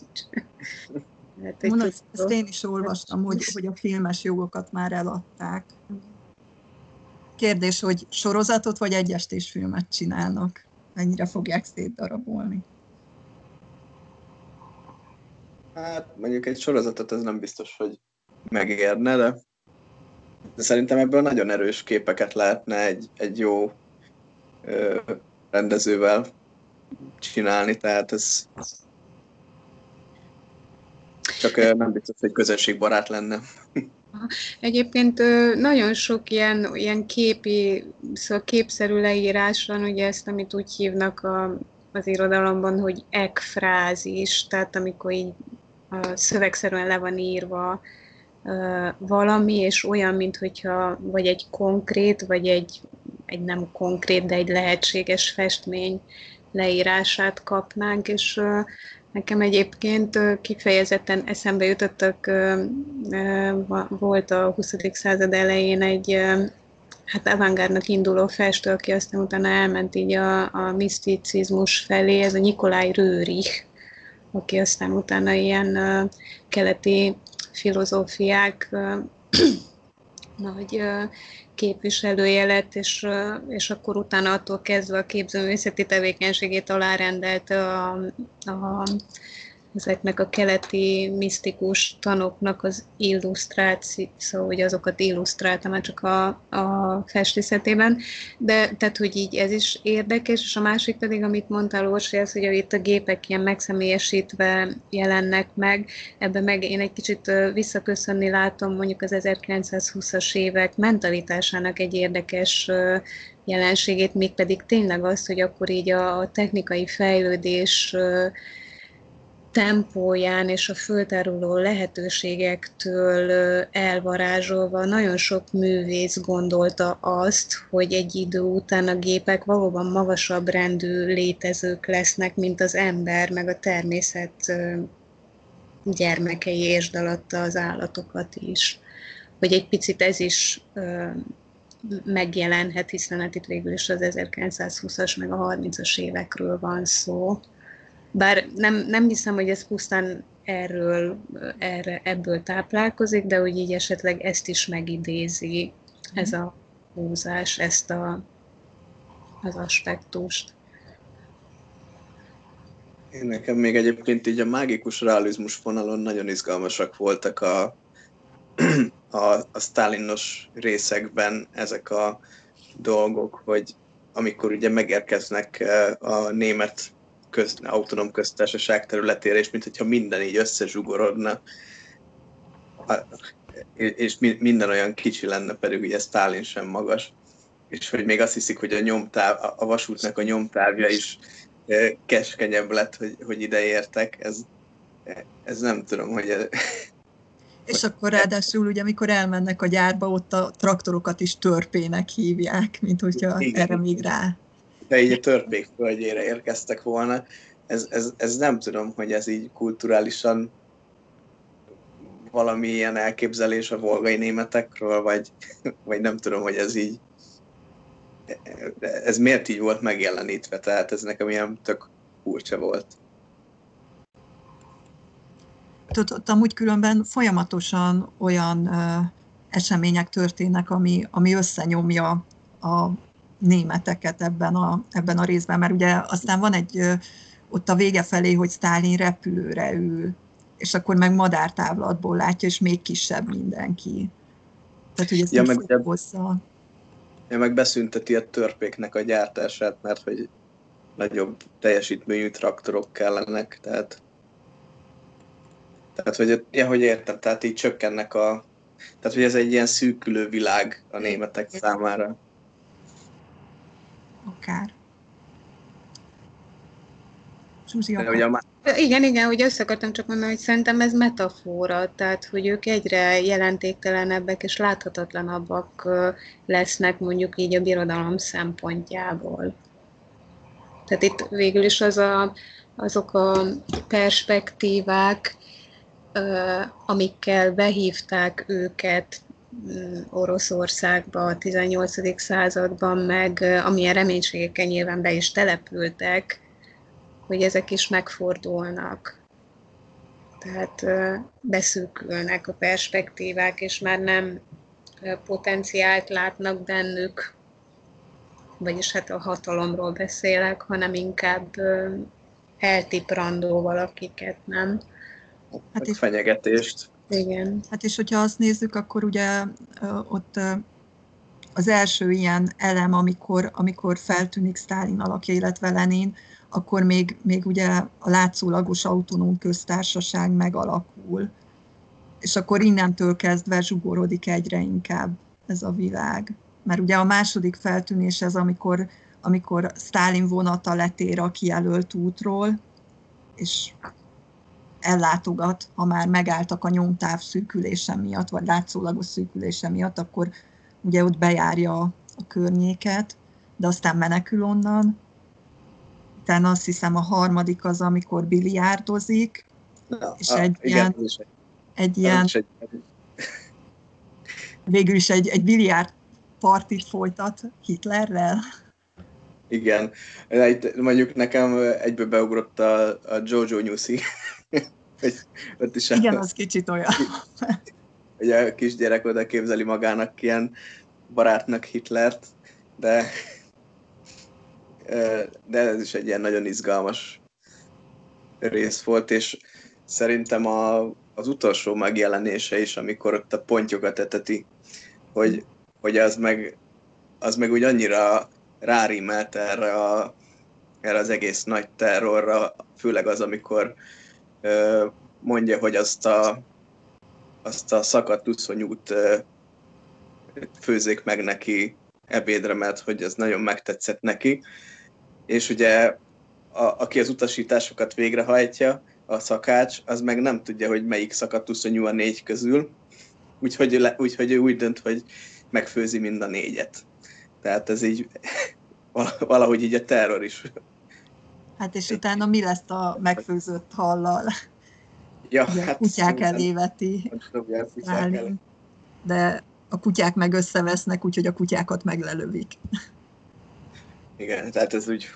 S1: Hát ezt én is olvastam, hogy a filmes jogokat már eladták. Kérdés, hogy sorozatot vagy egyestés filmet csinálnak? Mennyire fogják szétdarabolni?
S4: Hát mondjuk egy sorozatot ez nem biztos, hogy megérne, de szerintem ebből nagyon erős képeket lehetne egy jó rendezővel csinálni, tehát ez csak nem biztos, hogy közönségbarát lenne.
S5: Egyébként nagyon sok ilyen szóval képszerű leírás van, ugye ezt, amit úgy hívnak az irodalomban, hogy ekfrázis, tehát amikor így szövegszerűen le van írva valami, és olyan, minthogyha vagy egy konkrét, vagy egy nem konkrét, de egy lehetséges festmény leírását kapnánk, és nekem egyébként kifejezetten eszembe jutottak, volt a 20. század elején egy avantgárdnak induló festő, aki aztán utána elment így a miszticizmus felé, ez a Nikolaj Röhrig, aki aztán utána ilyen keleti filozófiák nagy képviselője lett, és akkor utána attól kezdve a képzőművészeti tevékenységét alárendelte ezeknek a keleti misztikus tanoknak az illusztráció, szóval hogy azokat illusztráltam már csak a festészetében, de tehát, hogy így ez is érdekes, és a másik pedig, amit mondtál, Orsi, az, hogy itt a gépek ilyen megszemélyesítve jelennek meg, ebben meg én egy kicsit visszaköszönni látom mondjuk az 1920-as évek mentalitásának egy érdekes jelenségét, mégpedig tényleg az, hogy akkor így a technikai fejlődés tempóján és a föltáruló lehetőségektől elvarázsolva nagyon sok művész gondolta azt, hogy egy idő után a gépek valóban magasabb rendű létezők lesznek, mint az ember, meg a természet gyermekei, értsd alatta az állatokat is. Hogy egy picit ez is megjelenhet, hiszen hát itt végül is az 1920-as meg a 30-as évekről van szó. Bár nem hiszem, hogy ez pusztán ebből táplálkozik, de hogy így esetleg ezt is megidézi ez a húzás, ezt az aspektust.
S4: Nekem még egyébként így a mágikus realizmus vonalon nagyon izgalmasak voltak a sztálinos részekben ezek a dolgok, hogy amikor ugye megérkeznek a német autonóm köztársaság területére, és mintha minden így összezsugorodna, és minden olyan kicsi lenne, pedig ugye Sztálin sem magas. És hogy még azt hiszik, hogy a vasútnak a nyomtávja is keskenyebb lett, hogy ide értek. Ez nem tudom, hogy...
S1: És akkor ráadásul, ugye, amikor elmennek a gyárba, ott a traktorokat is törpének hívják, mint hogyha igen, erre még rá.
S4: De így a törpék földjére érkeztek volna. Ez nem tudom, hogy ez így kulturálisan valami ilyen elképzelés a volgai németekről, vagy nem tudom, hogy ez így... Ez miért így volt megjelenítve, tehát ez nekem ilyen tök furcsa volt.
S1: Ott amúgy különben folyamatosan olyan események történnek, ami összenyomja a németeket ebben a részben, mert ugye aztán van ott a vége felé, hogy Sztálin repülőre ül, és akkor meg madártávlatból látja, és még kisebb mindenki. Tehát, hogy ezt fokozza.
S4: Meg beszünteti a törpéknek a gyártását, mert hogy nagyobb teljesítményű traktorok kellenek, tehát hogy értem, tehát így csökkennek tehát hogy ez egy ilyen szűkülő világ a németek számára.
S1: Akár.
S5: Igen, hogy össze akartam csak mondani, hogy szerintem ez metafora, tehát hogy ők egyre jelentéktelenebbek és láthatatlanabbak lesznek mondjuk így a birodalom szempontjából. Tehát itt végül is azok a perspektívák, amikkel behívták őket Oroszországba a 18. században, meg amilyen reménységekkel nyilván be is települtek, hogy ezek is megfordulnak. Tehát beszűkülnek a perspektívák, és már nem potenciált látnak bennük, vagyis hát a hatalomról beszélek, hanem inkább eltiprandó valakiket, nem?
S4: Hát itt fenyegetést.
S5: Igen.
S1: Hát és hogyha azt nézzük, akkor ugye ott az első ilyen elem, amikor feltűnik Sztálin alakja, illetve Lenin, akkor még ugye a látszólagos autonóm köztársaság megalakul. És akkor innentől kezdve zsugorodik egyre inkább ez a világ. Mert ugye a második feltűnés ez, amikor Sztálin vonata letér a kijelölt útról, és ellátogat, ha már megálltak a nyomtáv szűkülése miatt, vagy látszólagos szűkülése miatt, akkor ugye ott bejárja a környéket, de aztán menekül onnan. Utána azt hiszem a harmadik az, amikor biliárdozik, és végül is egy biliárd partit folytat Hitlerrel.
S4: Igen, mondjuk nekem egyből beugrott a Jojo Newsy.
S1: Igen, az kicsit olyan.
S4: Hogy a kisgyerek oda képzeli magának ilyen barátnak Hitlert, de ez is egy ilyen nagyon izgalmas rész volt, és szerintem az utolsó megjelenése is, amikor ott a pontyokat eteti, hogy az meg úgy annyira rárímelt erre az egész nagy terrorra, főleg az, amikor mondja, hogy azt a szakadt uszonyút főzzék meg neki ebédre, mert hogy ez nagyon megtetszett neki. És ugye aki az utasításokat végrehajtja, a szakács, az meg nem tudja, hogy melyik szakadt uszonyú a 4 közül, úgyhogy ő úgy dönt, hogy megfőzi mind a 4-et. Tehát ez így valahogy így a terror is.
S1: Hát és utána mi lesz a megfőzött hallal?
S4: Ja,
S1: hát kutyák elé veti. De a kutyák meg összevesznek, úgyhogy a kutyákat meg lelövik.
S4: Igen, tehát ez úgy...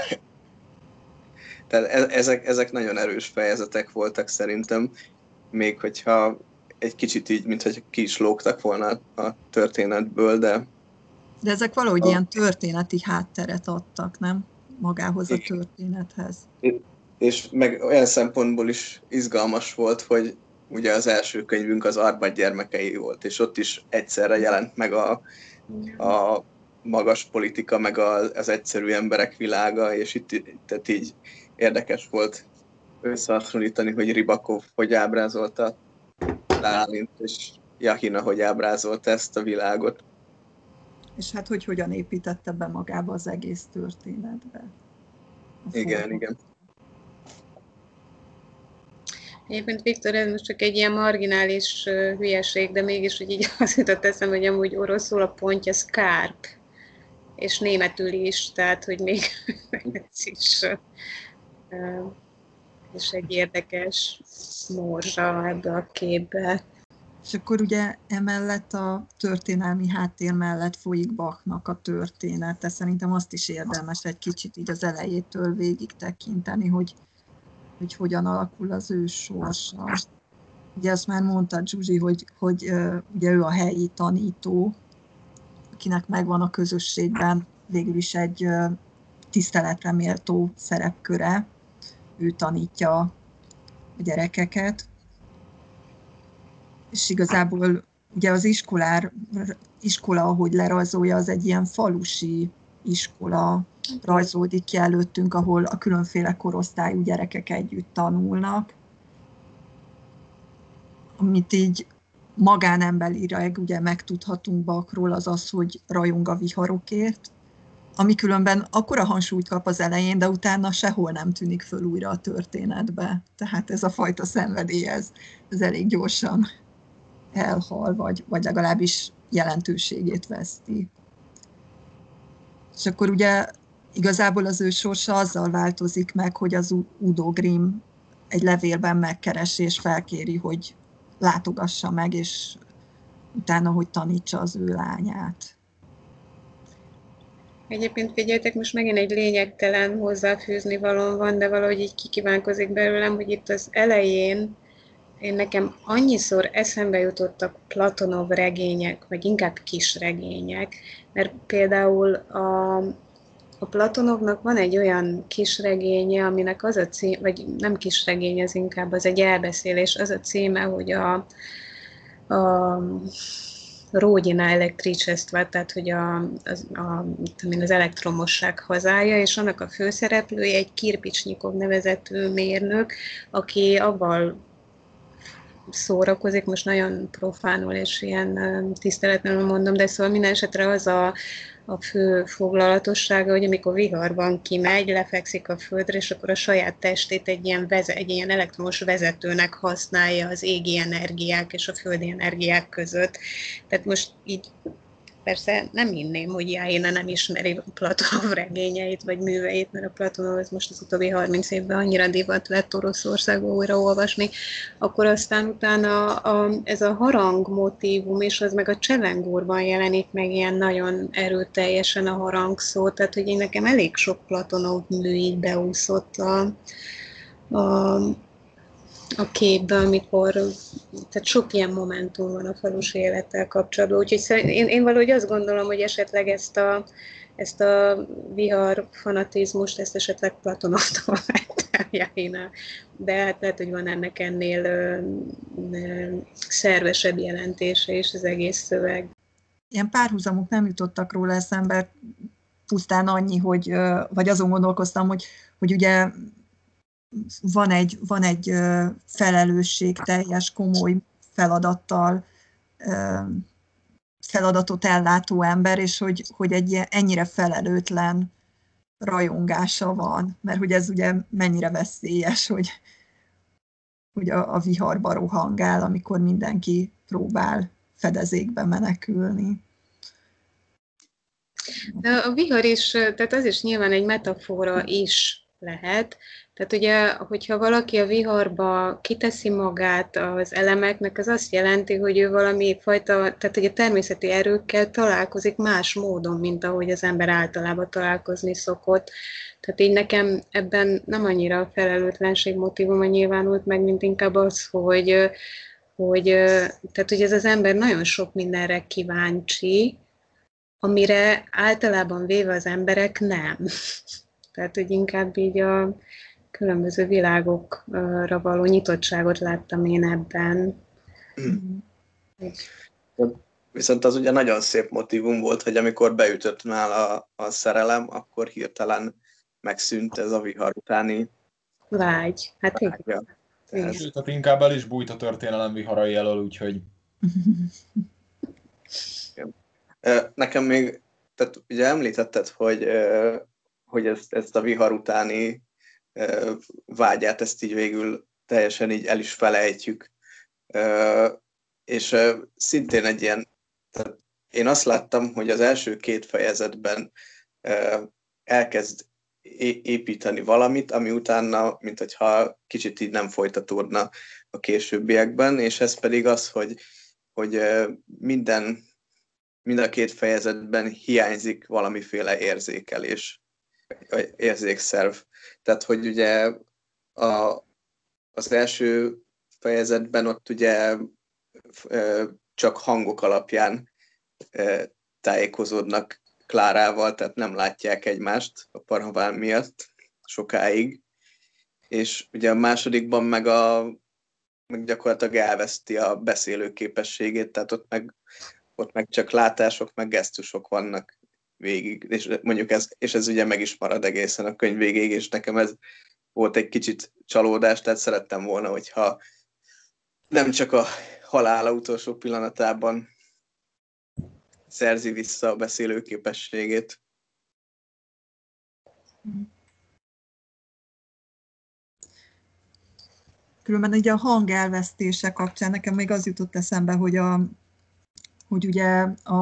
S4: Tehát ezek nagyon erős fejezetek voltak szerintem, még hogyha egy kicsit így, mintha ki is lógtak volna a történetből, de...
S1: De ezek valahogy ilyen történeti hátteret adtak, nem? Magához a történethez.
S4: És meg olyan szempontból is izgalmas volt, hogy ugye az első könyvünk az Armad gyermekei volt, és ott is egyszerre jelent meg a magas politika, meg az egyszerű emberek világa, és itt így érdekes volt összehasonlítani, hogy Ribakov hogy ábrázolta Lálint, és Jahina hogy ábrázolta ezt a világot.
S1: És hát hogy hogyan építette be magába az egész történetbe.
S4: Igen.
S5: Egyébként, Viktor, ez most csak egy ilyen marginális hülyeség, de mégis hogy így az jutott eszem, hogy amúgy oroszul a pontja szkárp, és németül is, tehát hogy még ez is egy érdekes morzsa ebbe a képbe.
S1: És akkor ugye emellett a történelmi háttér mellett folyik Bachnak a története. Szerintem azt is érdemes egy kicsit így az elejétől végig tekinteni, hogy hogyan alakul az ő sorsa. Ugye azt már mondta Zsuzsi, hogy ugye ő a helyi tanító, akinek megvan a közösségben végül is egy tiszteletre méltó szerepköre. Ő tanítja a gyerekeket. És igazából ugye az iskola, ahogy lerajzolja, az egy ilyen falusi iskola rajzolódik ki előttünk, ahol a különféle korosztályú gyerekek együtt tanulnak. Amit így magánemberileg ugye megtudhatunk Bachról, az az, hogy rajong a viharokért, ami különben akkora hangsúlyt kap az elején, de utána sehol nem tűnik föl újra a történetbe. Tehát ez a fajta szenvedély, ez elég gyorsan elhal, vagy legalábbis jelentőségét veszti. És akkor ugye igazából az ő sorsa azzal változik meg, hogy az Udo Grimm egy levélben megkeresi és felkéri, hogy látogassa meg, és utána, hogy tanítsa az ő lányát.
S5: Egyébként figyeljetek, most megint egy lényegtelen hozzáfűzni valóm van, de valahogy így kikívánkozik belőlem, hogy itt az elején nekem annyiszor eszembe jutottak Platonov regények, vagy inkább kisregények, mert például a Platonovnak van egy olyan kisregénye, aminek az a cím, vagy nem kisregény, ez inkább az egy elbeszélés, az a címe, hogy a Rodina Electricestva, tehát hogy az elektromosság hazája, és annak a főszereplője egy Kirpicsnyikov nevezetű mérnök, aki abban szórakozik, most nagyon profánul és ilyen tiszteletlenül mondom, de szóval minden esetre az a fő foglalatossága, hogy amikor viharban kimegy, lefekszik a földre, és akkor a saját testét egy ilyen elektromos vezetőnek használja az égi energiák és a földi energiák között. Tehát most így persze nem hinném, hogy Jahina nem ismeri Platonov regényeit vagy műveit, mert a Platonov ez most az utóbbi 30 évben annyira divat lett Oroszországban újra olvasni, akkor aztán utána ez a harang motívum, és az meg a Cselengórban jelenik meg ilyen nagyon erőteljesen a harangszó, tehát hogy én nekem elég sok Platonov mű így beúszott a képbe, amikor, tehát sok ilyen momentum van a falusi élettel kapcsolatban, úgyhogy én valahogy azt gondolom, hogy esetleg ezt a vihar fanatizmust, ezt esetleg Platonovtól vettem Jainál, de hát lehet, hogy van ennek ennél szervesebb jelentése is az egész szöveg.
S1: Ilyen párhuzamok nem jutottak róla eszembe, pusztán annyi, hogy, vagy azon gondolkoztam, hogy ugye van egy felelősségteljes, komoly feladatot ellátó ember, és hogy egy ennyire felelőtlen rajongása van, mert hogy ez ugye mennyire veszélyes, hogy a viharba rohangál, amikor mindenki próbál fedezékbe menekülni.
S5: De a vihar is, tehát az is nyilván egy metafora is lehet. Tehát ugye, hogyha valaki a viharba kiteszi magát az elemeknek, az azt jelenti, hogy ő valami fajta, tehát hogy a természeti erőkkel találkozik más módon, mint ahogy az ember általában találkozni szokott. Tehát így nekem ebben nem annyira a felelőtlenség motívuma nyilvánult meg, mint inkább az, hogy ez az ember nagyon sok mindenre kíváncsi, amire általában véve az emberek nem. Tehát, hogy inkább így a különböző világokra való nyitottságot láttam én ebben.
S4: Viszont az ugye nagyon szép motívum volt, hogy amikor beütött nála a szerelem, akkor hirtelen megszűnt ez a vihar utáni
S5: vágy. Hát igen.
S2: Sőt, tehát inkább el is bújt a történelem viharai elől, úgyhogy...
S4: Nekem még, tehát ugye említetted, hogy ezt a vihar utáni vágyát, ezt így végül teljesen így el is felejtjük. És szintén egy ilyen, tehát én azt láttam, hogy az első 2 fejezetben elkezd építeni valamit, ami utána, mint hogyha kicsit így nem folytatódna a későbbiekben, és ez pedig az, hogy mind a 2 fejezetben hiányzik valamiféle érzékelés, vagy érzékszerv. Tehát, hogy ugye az első fejezetben ott ugye csak hangok alapján tájékozódnak Klárával, tehát nem látják egymást a paraván miatt sokáig. És ugye a másodikban meg gyakorlatilag elveszti a beszélő képességét, tehát ott meg csak látások, meg gesztusok vannak végig, és mondjuk ez ugye meg is marad egészen a könyv végéig, és nekem ez volt egy kicsit csalódás, tehát szerettem volna, hogyha nem csak a halála utolsó pillanatában szerzi vissza a beszélő képességét.
S1: Különben ugye a hang elvesztése kapcsán nekem még az jutott eszembe, hogy ugye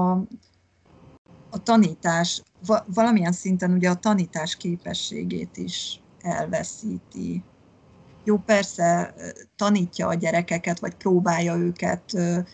S1: a tanítás, valamilyen szinten ugye a tanítás képességét is elveszíti. Jó, persze tanítja a gyerekeket, vagy próbálja őket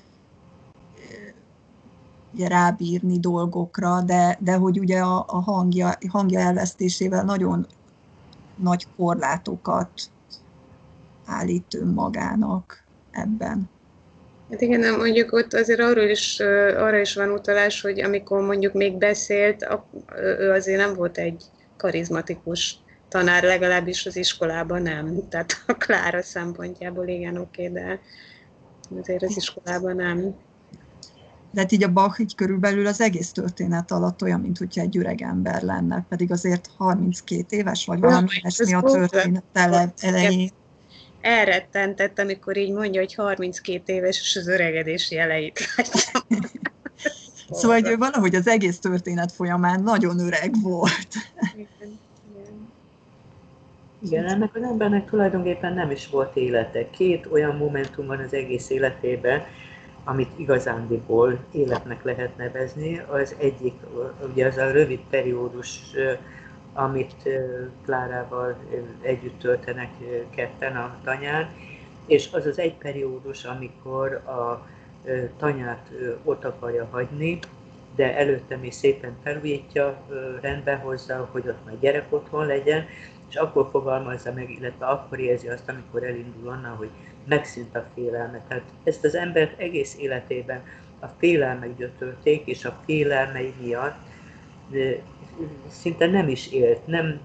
S1: ugye rábírni dolgokra, de hogy ugye a hangja elvesztésével nagyon nagy korlátokat állít önmagának ebben.
S5: Hát igen, mondjuk ott azért arra is van utalás, hogy amikor mondjuk még beszélt, ő azért nem volt egy karizmatikus tanár, legalábbis az iskolában nem. Tehát a Klára szempontjából igen, oké, de azért az iskolában nem.
S1: De hát így a Bach így körülbelül az egész történet alatt olyan, mint hogyha egy öreg ember lenne, pedig azért 32 éves, vagy valami ilyesmi a történet elején.
S5: Elrettentett, amikor így mondja, hogy 32 éves, és az öregedés jeleit látja.
S1: Szóval hogy valahogy az egész történet folyamán nagyon öreg volt.
S3: Igen, ennek az embernek tulajdonképpen nem is volt élete. 2 olyan momentum van az egész életében, amit igazándiból életnek lehet nevezni. Az egyik, ugye az a rövid periódus, amit Klárával együtt töltenek ketten a tanyán, és az az egy periódus, amikor a tanyát ott akarja hagyni, de előtte még szépen felújítja, rendbe hozza, hogy ott majd gyerek otthon legyen, és akkor fogalmazza meg, illetve akkor érzi azt, amikor elindul onnan, hogy megszűnt a félelme. Tehát ezt az embert egész életében a félelmek gyötörték, és a félelmei miatt szinte nem is élt,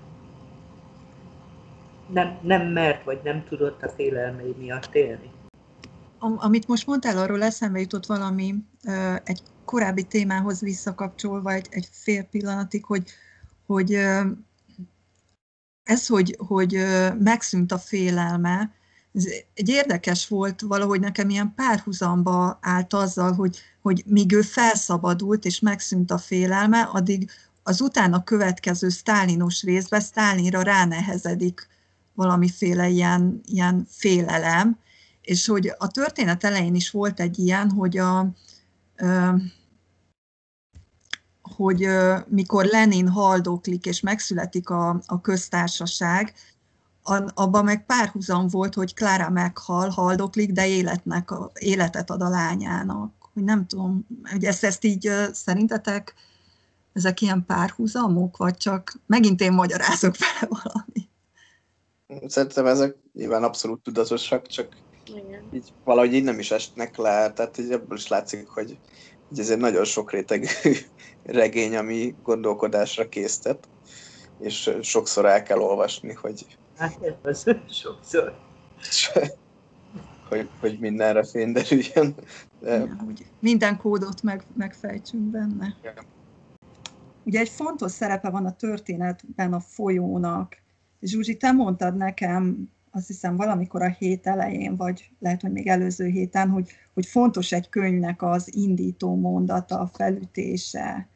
S3: nem mert, vagy nem tudott a félelmei miatt élni.
S1: Amit most mondtál, arról eszembe jutott valami, egy korábbi témához visszakapcsolva egy fél pillanatig, hogy ez, hogy megszűnt a félelme, ez egy érdekes volt, valahogy nekem ilyen párhuzamba állt azzal, hogy míg ő felszabadult és megszűnt a félelme, addig az utána következő sztálinos részben Sztálinra ránehezedik valamiféle ilyen félelem, és hogy a történet elején is volt egy ilyen, hogy mikor Lenin haldoklik és megszületik a köztársaság, abban meg párhuzam volt, hogy Klára meghal, haldoklik, de életet ad a lányának. Hogy nem tudom, hogy ezt így szerintetek ezek ilyen párhuzamok, vagy csak megint én magyarázok vele valami?
S4: Szerintem ezek nyilván abszolút tudatosak, csak így valahogy így nem is esnek le, tehát így ebből is látszik, hogy ez egy nagyon sokrétegű regény, ami gondolkodásra késztet, és sokszor el kell olvasni, hogy
S3: Hát ez sokszor.
S4: hogy mindenre fény derüljön.
S1: Ja, minden kódot megfejtsünk benne.
S4: Ja.
S1: Ugye egy fontos szerepe van a történetben a folyónak. Zsuzsi, te mondtad nekem, azt hiszem valamikor a hét elején, vagy lehet, hogy még előző héten, hogy fontos egy könyvnek az indító mondata, a felütése.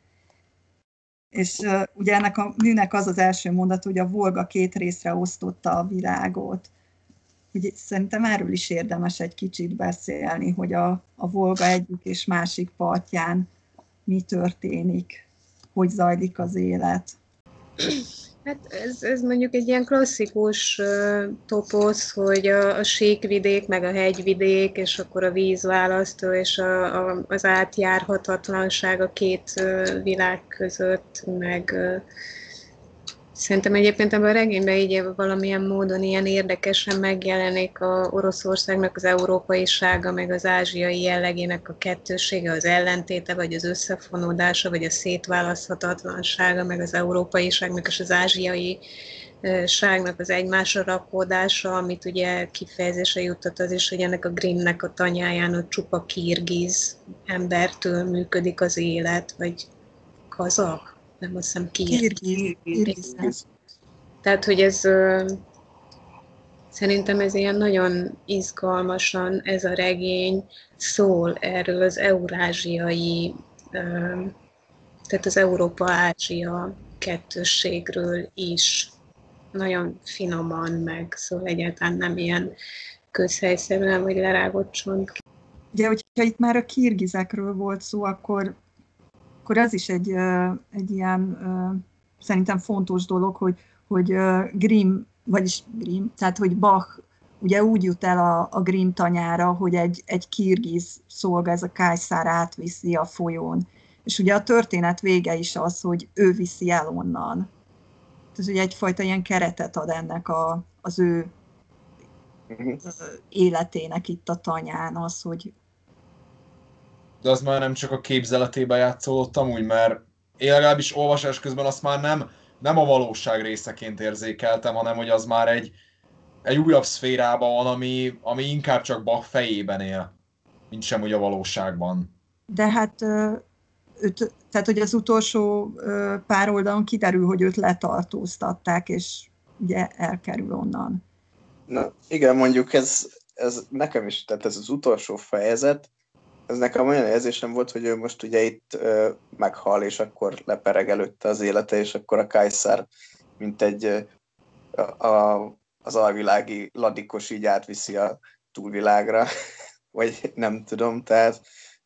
S1: És ugye ennek a műnek az első mondat, hogy a Volga 2 részre osztotta a világot. Ugye, szerintem erről is érdemes egy kicsit beszélni, hogy a Volga egyik és másik partján mi történik, hogy zajlik az élet.
S5: Hát ez mondjuk egy ilyen klasszikus toposz, hogy a síkvidék, meg a hegyvidék, és akkor a vízválasztó, és az átjárhatatlanság a két világ között, meg szerintem egyébként ebben a regényben így valamilyen módon ilyen érdekesen megjelenik a Oroszországnak az európaisága, meg az ázsiai jellegének a kettősége, az ellentéte, vagy az összefonódása, vagy a szétválaszthatatlansága, meg az európaiságnak és az ázsiai ságnak az egymásra rakódása, amit ugye kifejezésre juttat az is, hogy ennek a Grimmnek a tanyáján a csupa kirgiz embertől működik az élet, vagy kazak. Nem azt hiszem
S1: Kirgiz.
S5: Tehát, hogy ez szerintem ez ilyen nagyon izgalmasan, ez a regény szól erről az eurázsiai, tehát az Európa-Ázsia kettősségről is. Nagyon finoman, meg szóval egyáltalán nem ilyen közhelyszerűen, vagy lerágott csont.
S1: Ugye, hogyha itt már a kirgizekről volt szó, akkor az is egy ilyen szerintem fontos dolog, hogy Grimm, tehát hogy Bach ugye úgy jut el a Grimm tanyára, hogy egy kirgiz szolga, ez a Kajszár átviszi a folyón. És ugye a történet vége is az, hogy ő viszi el onnan. Ez ugye egyfajta ilyen keretet ad ennek az ő életének itt a tanyán, az, hogy
S2: de az már nem csak a képzeletében játszódott amúgy, mert én legalábbis olvasás közben azt már nem a valóság részeként érzékeltem, hanem hogy az már egy újabb szférában van, ami inkább csak Bach fejében él, mint sem úgy a valóságban.
S1: De hát, tehát hogy az utolsó pár oldalon kiderül, hogy őt letartóztatták, és ugye elkerül onnan.
S4: Na, igen, mondjuk ez nekem is, tehát ez az utolsó fejezet, ez nekem olyan érzésem volt, hogy ő most ugye itt meghal, és akkor lepereg előtte az élete, és akkor a Kajszár, mint egy az alvilági ladikos így átviszi a túlvilágra, vagy nem tudom, tehát...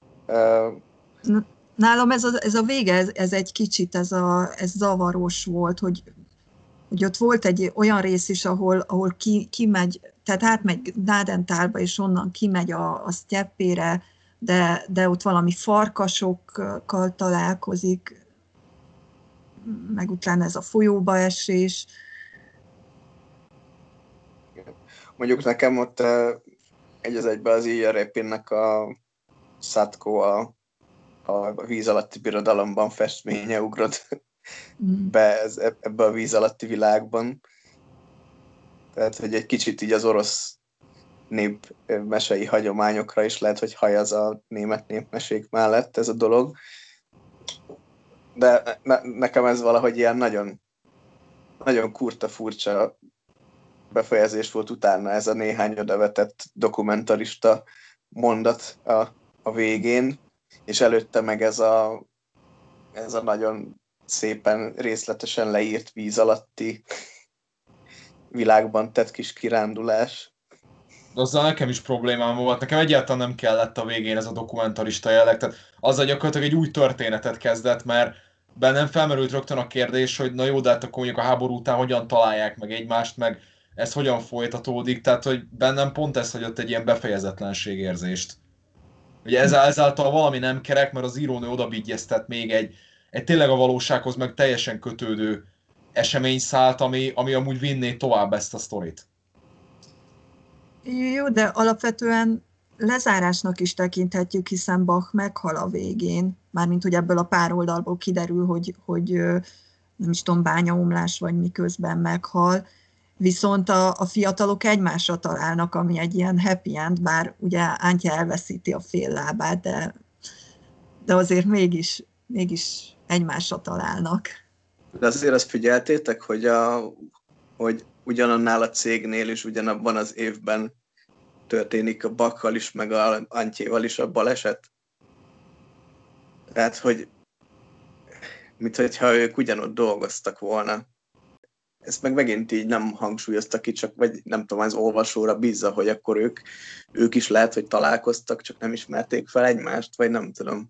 S1: Nálam ez a vége, ez egy kicsit, ez zavaros volt, hogy ott volt egy olyan rész is, ahol kimegy, tehát átmegy Nádentálba, és onnan kimegy a sztyeppére, de ott valami farkasokkal találkozik, meg utána ez a folyóba esés.
S4: Mondjuk nekem ott egy az egyben az Ilya Repinnek a Szatko a víz alatti birodalomban festménye ugrott be ebbe a víz alatti világban. Tehát, hogy egy kicsit így az orosz nép mesei hagyományokra is lehet, hogy hajaz a német népmesék mellett ez a dolog. De nekem ez valahogy ilyen nagyon, nagyon kurta, furcsa befejezés volt utána ez a néhány odavetett dokumentarista mondat a végén, és előtte meg ez a nagyon szépen, részletesen leírt víz alatti világban tett kis kirándulás.
S2: De azzal nekem is problémám volt. Nekem egyáltalán nem kellett a végén ez a dokumentarista jelleg. Tehát azzal gyakorlatilag egy új történetet kezdett, mert bennem felmerült rögtön a kérdés, hogy na jó, de hát akkor mondjuk a háború után hogyan találják meg egymást, meg ez hogyan folytatódik. Tehát, hogy bennem pont ez hagyott egy ilyen befejezetlenség érzést. Ugye ezáltal valami nem kerek, mert az írónő odabigyeztet még egy tényleg a valósághoz meg teljesen kötődő eseményszált, ami amúgy vinné tovább ezt a sztorit.
S1: Jó, de alapvetően lezárásnak is tekinthetjük, hiszen Bach meghal a végén. Mármint, hogy ebből a pár oldalból kiderül, hogy nem is tudom, bányaomlás vagy miközben meghal. Viszont a fiatalok egymásra találnak, ami egy ilyen happy end, bár ugye Antje elveszíti a fél lábát, de azért mégis egymásra találnak.
S4: De azért azt figyeltétek, hogy ugyanannál a cégnél is ugyanabban az évben történik a Bachal is, meg a Antjéval is a baleset? Tehát, hogy minthogyha ők ugyanott dolgoztak volna. Ezt meg megint így nem hangsúlyozta ki, csak vagy nem tudom, az olvasóra bízza, hogy akkor ők is lehet, hogy találkoztak, csak nem ismerték fel egymást, vagy nem tudom.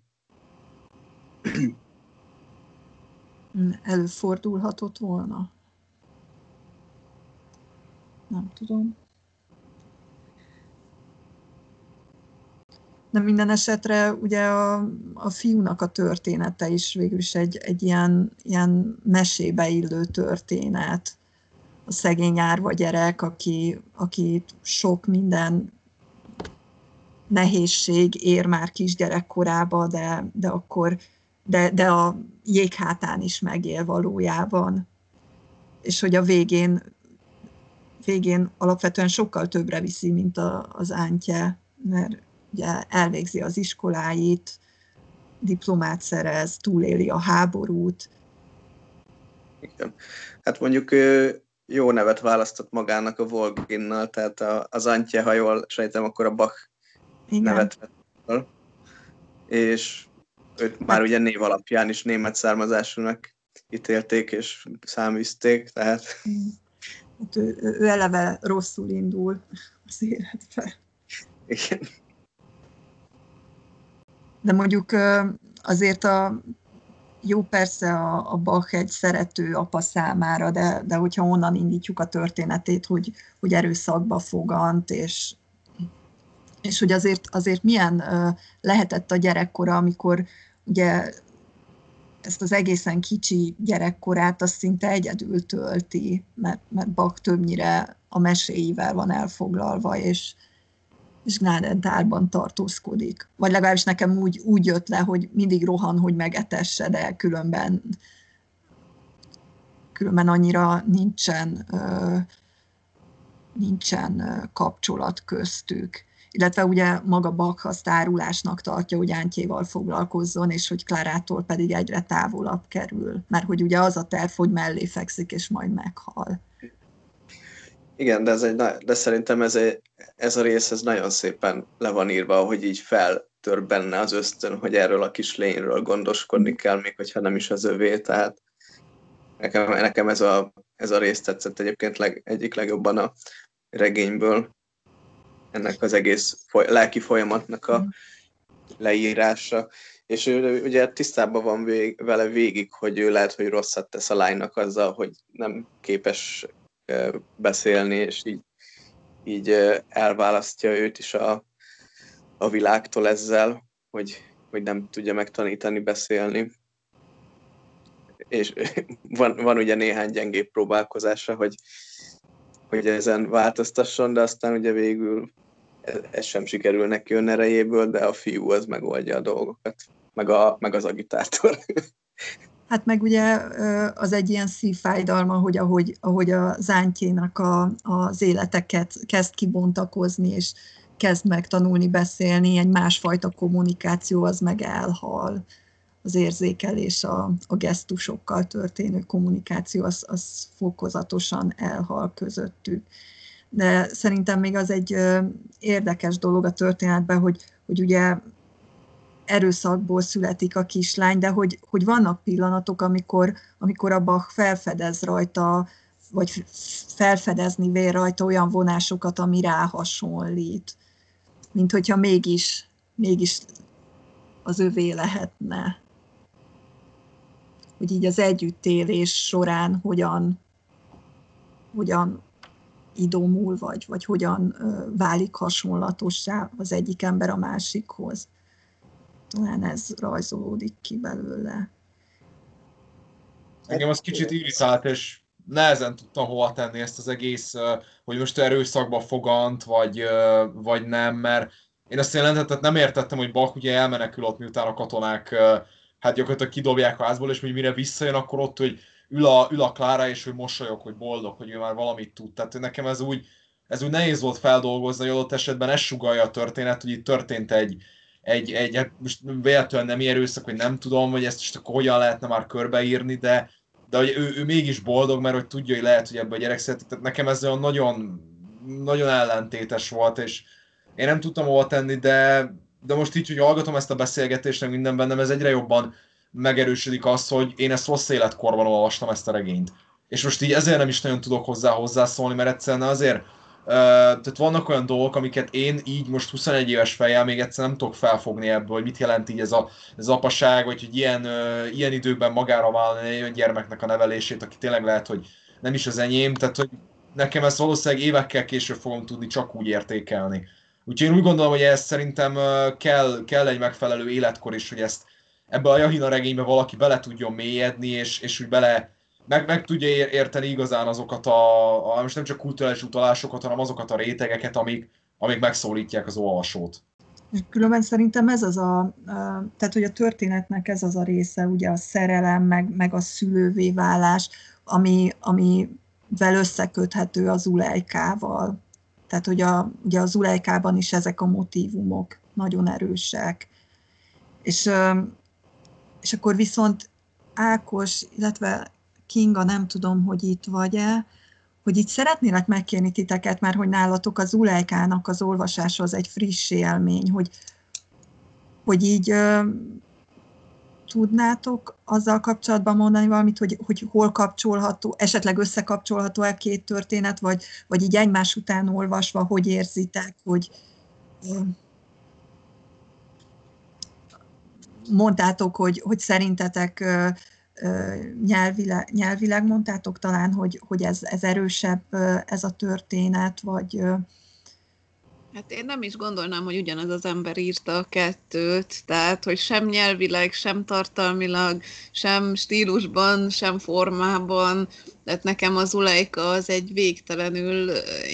S1: Előfordulhatott volna. Nem tudom. De minden esetre ugye a fiúnak a története is végül is egy ilyen mesébe illő történet. A szegény árva gyerek, aki sok minden nehézség ér már kisgyerekkorába, de a jéghátán is megél valójában. És hogy a végén alapvetően sokkal többre viszi, mint az Antje, mert ugye elvégzi az iskoláit, diplomát szerez, túléli a háborút.
S4: Igen. Hát mondjuk jó nevet választott magának a Volginnal, tehát az Antje, ha jól sejtem, akkor a Bach nevet vett fel. És őt már ugye név alapján is német származásúnak ítélték és száműzték, tehát...
S1: Hát ő eleve rosszul indul az életbe.
S4: Igen.
S1: De mondjuk azért jó persze a Bach egy szerető apa számára, de hogyha onnan indítjuk a történetét, hogy erőszakba fogant, és hogy azért milyen lehetett a gyerekkora, amikor ugye ezt az egészen kicsi gyerekkorát azt szinte egyedül tölti, mert Bach többnyire a meséivel van elfoglalva, és Gnadentárban tartózkodik. Vagy legalábbis nekem úgy jött le, hogy mindig rohan, hogy megetesse, de különben annyira nincsen kapcsolat köztük. Illetve ugye maga Bach azt árulásnak tartja, hogy Antjéval foglalkozzon, és hogy Klárától pedig egyre távolabb kerül. Mert hogy ugye az a terv, hogy mellé fekszik, és majd meghal.
S4: Igen, de szerintem ez a rész ez nagyon szépen le van írva, hogy így feltör benne az ösztön, hogy erről a kis lényről gondoskodni kell, még hogyha nem is az övé. Tehát nekem ez a rész tetszett egyébként egyik legjobban a regényből. Ennek az egész lelki folyamatnak a leírása. És ő ugye tisztában van vele végig, hogy ő lehet, hogy rosszat tesz a lánynak azzal, hogy nem képes beszélni, és így elválasztja őt is a világtól ezzel, hogy nem tudja megtanítani beszélni. És van ugye néhány gyengébb próbálkozása, hogy ezen változtasson, de aztán ugye végül ez sem sikerül neki önerejéből, de a fiú az megoldja a dolgokat, meg az agitátor.
S1: Hát meg ugye az egy ilyen szívfájdalma, hogy ahogy a Zántjénak az életeket kezd kibontakozni, és kezd meg tanulni beszélni, egy másfajta kommunikáció az meg elhal. Az érzékelés, a gesztusokkal történő kommunikáció az fokozatosan elhal közöttük. De szerintem még az egy érdekes dolog a történetben, hogy ugye erőszakból születik a kislány, de hogy vannak pillanatok, amikor a Bach felfedez rajta, vagy felfedezni vél rajta olyan vonásokat, ami rá hasonlít, mint hogyha mégis az övé lehetne. Hogy így az együttélés során hogyan idomul, vagy hogyan válik hasonlatossá az egyik ember a másikhoz. Talán ez rajzolódik ki belőle.
S2: Engem az kicsit irritált, és nehezen tudtam hova tenni ezt az egész, hogy most erőszakba fogant, vagy nem, mert én azt jelentetett nem értettem, hogy Bach ugye elmenekül ott, miután a katonák hát gyakorlatilag kidobják a házból, és hogy mire visszajön, akkor ott, hogy ül a Klára, és hogy mosolyog, hogy boldog, hogy ő már valamit tud. Tehát nekem ez úgy nehéz volt feldolgozni, hogy adott esetben ez sugallja a történet, hogy itt történt egy hát most véletlenül nem erőszak, hogy nem tudom, hogy ezt most akkor hogyan lehetne már körbeírni, de hogy ő mégis boldog, mert hogy tudja, hogy lehet, hogy ebben a gyerek szeretik. Tehát nekem ez olyan nagyon, nagyon ellentétes volt, és én nem tudtam hova tenni, de most így, hogy hallgatom ezt a beszélgetést, meg minden bennem, ez egyre jobban megerősödik az, hogy én ezt rossz életkorban olvastam ezt a regényt. És most így ezért nem is nagyon tudok hozzászólni, mert egyszerűen azért, tehát vannak olyan dolgok, amiket én így most 21 éves fejjel még egyszer nem tudok felfogni ebből, hogy mit jelent így ez az apaság, vagy hogy ilyen időben magára vállalni egy olyan gyermeknek a nevelését, aki tényleg lehet, hogy nem is az enyém, tehát hogy nekem ezt valószínűleg évekkel később fogom tudni csak úgy értékelni. Úgyhogy én úgy gondolom, hogy ez szerintem kell egy megfelelő életkor is, hogy ezt ebbe a Jahina regénybe valaki bele tudjon mélyedni, és úgy meg tudja érteni igazán azokat most nem csak kulturális utalásokat, hanem azokat a rétegeket, amik megszólítják az olvasót.
S1: Különben szerintem ez az tehát hogy a történetnek ez az a része, ugye a szerelem, meg a szülővé válás, amivel összeköthető az Zulejkával. Tehát, hogy ugye a Zulejkában is ezek a motívumok nagyon erősek. És akkor viszont Ákos, illetve Kinga, nem tudom, hogy itt vagy-e, hogy itt szeretnélek megkérni titeket, mert hogy nálatok az Zulejkának az olvasása az egy friss élmény, hogy így tudnátok azzal kapcsolatban mondani valamit, hogy hol kapcsolható, esetleg összekapcsolható el két történet, vagy így egymás után olvasva, hogy érzitek, hogy mondtátok, hogy szerintetek nyelvileg mondtátok talán, hogy ez erősebb ez a történet, vagy...
S5: Hát én nem is gondolnám, hogy ugyanaz az ember írta a kettőt, tehát, hogy sem nyelvileg, sem tartalmilag, sem stílusban, sem formában, tehát nekem az Zulejka az egy végtelenül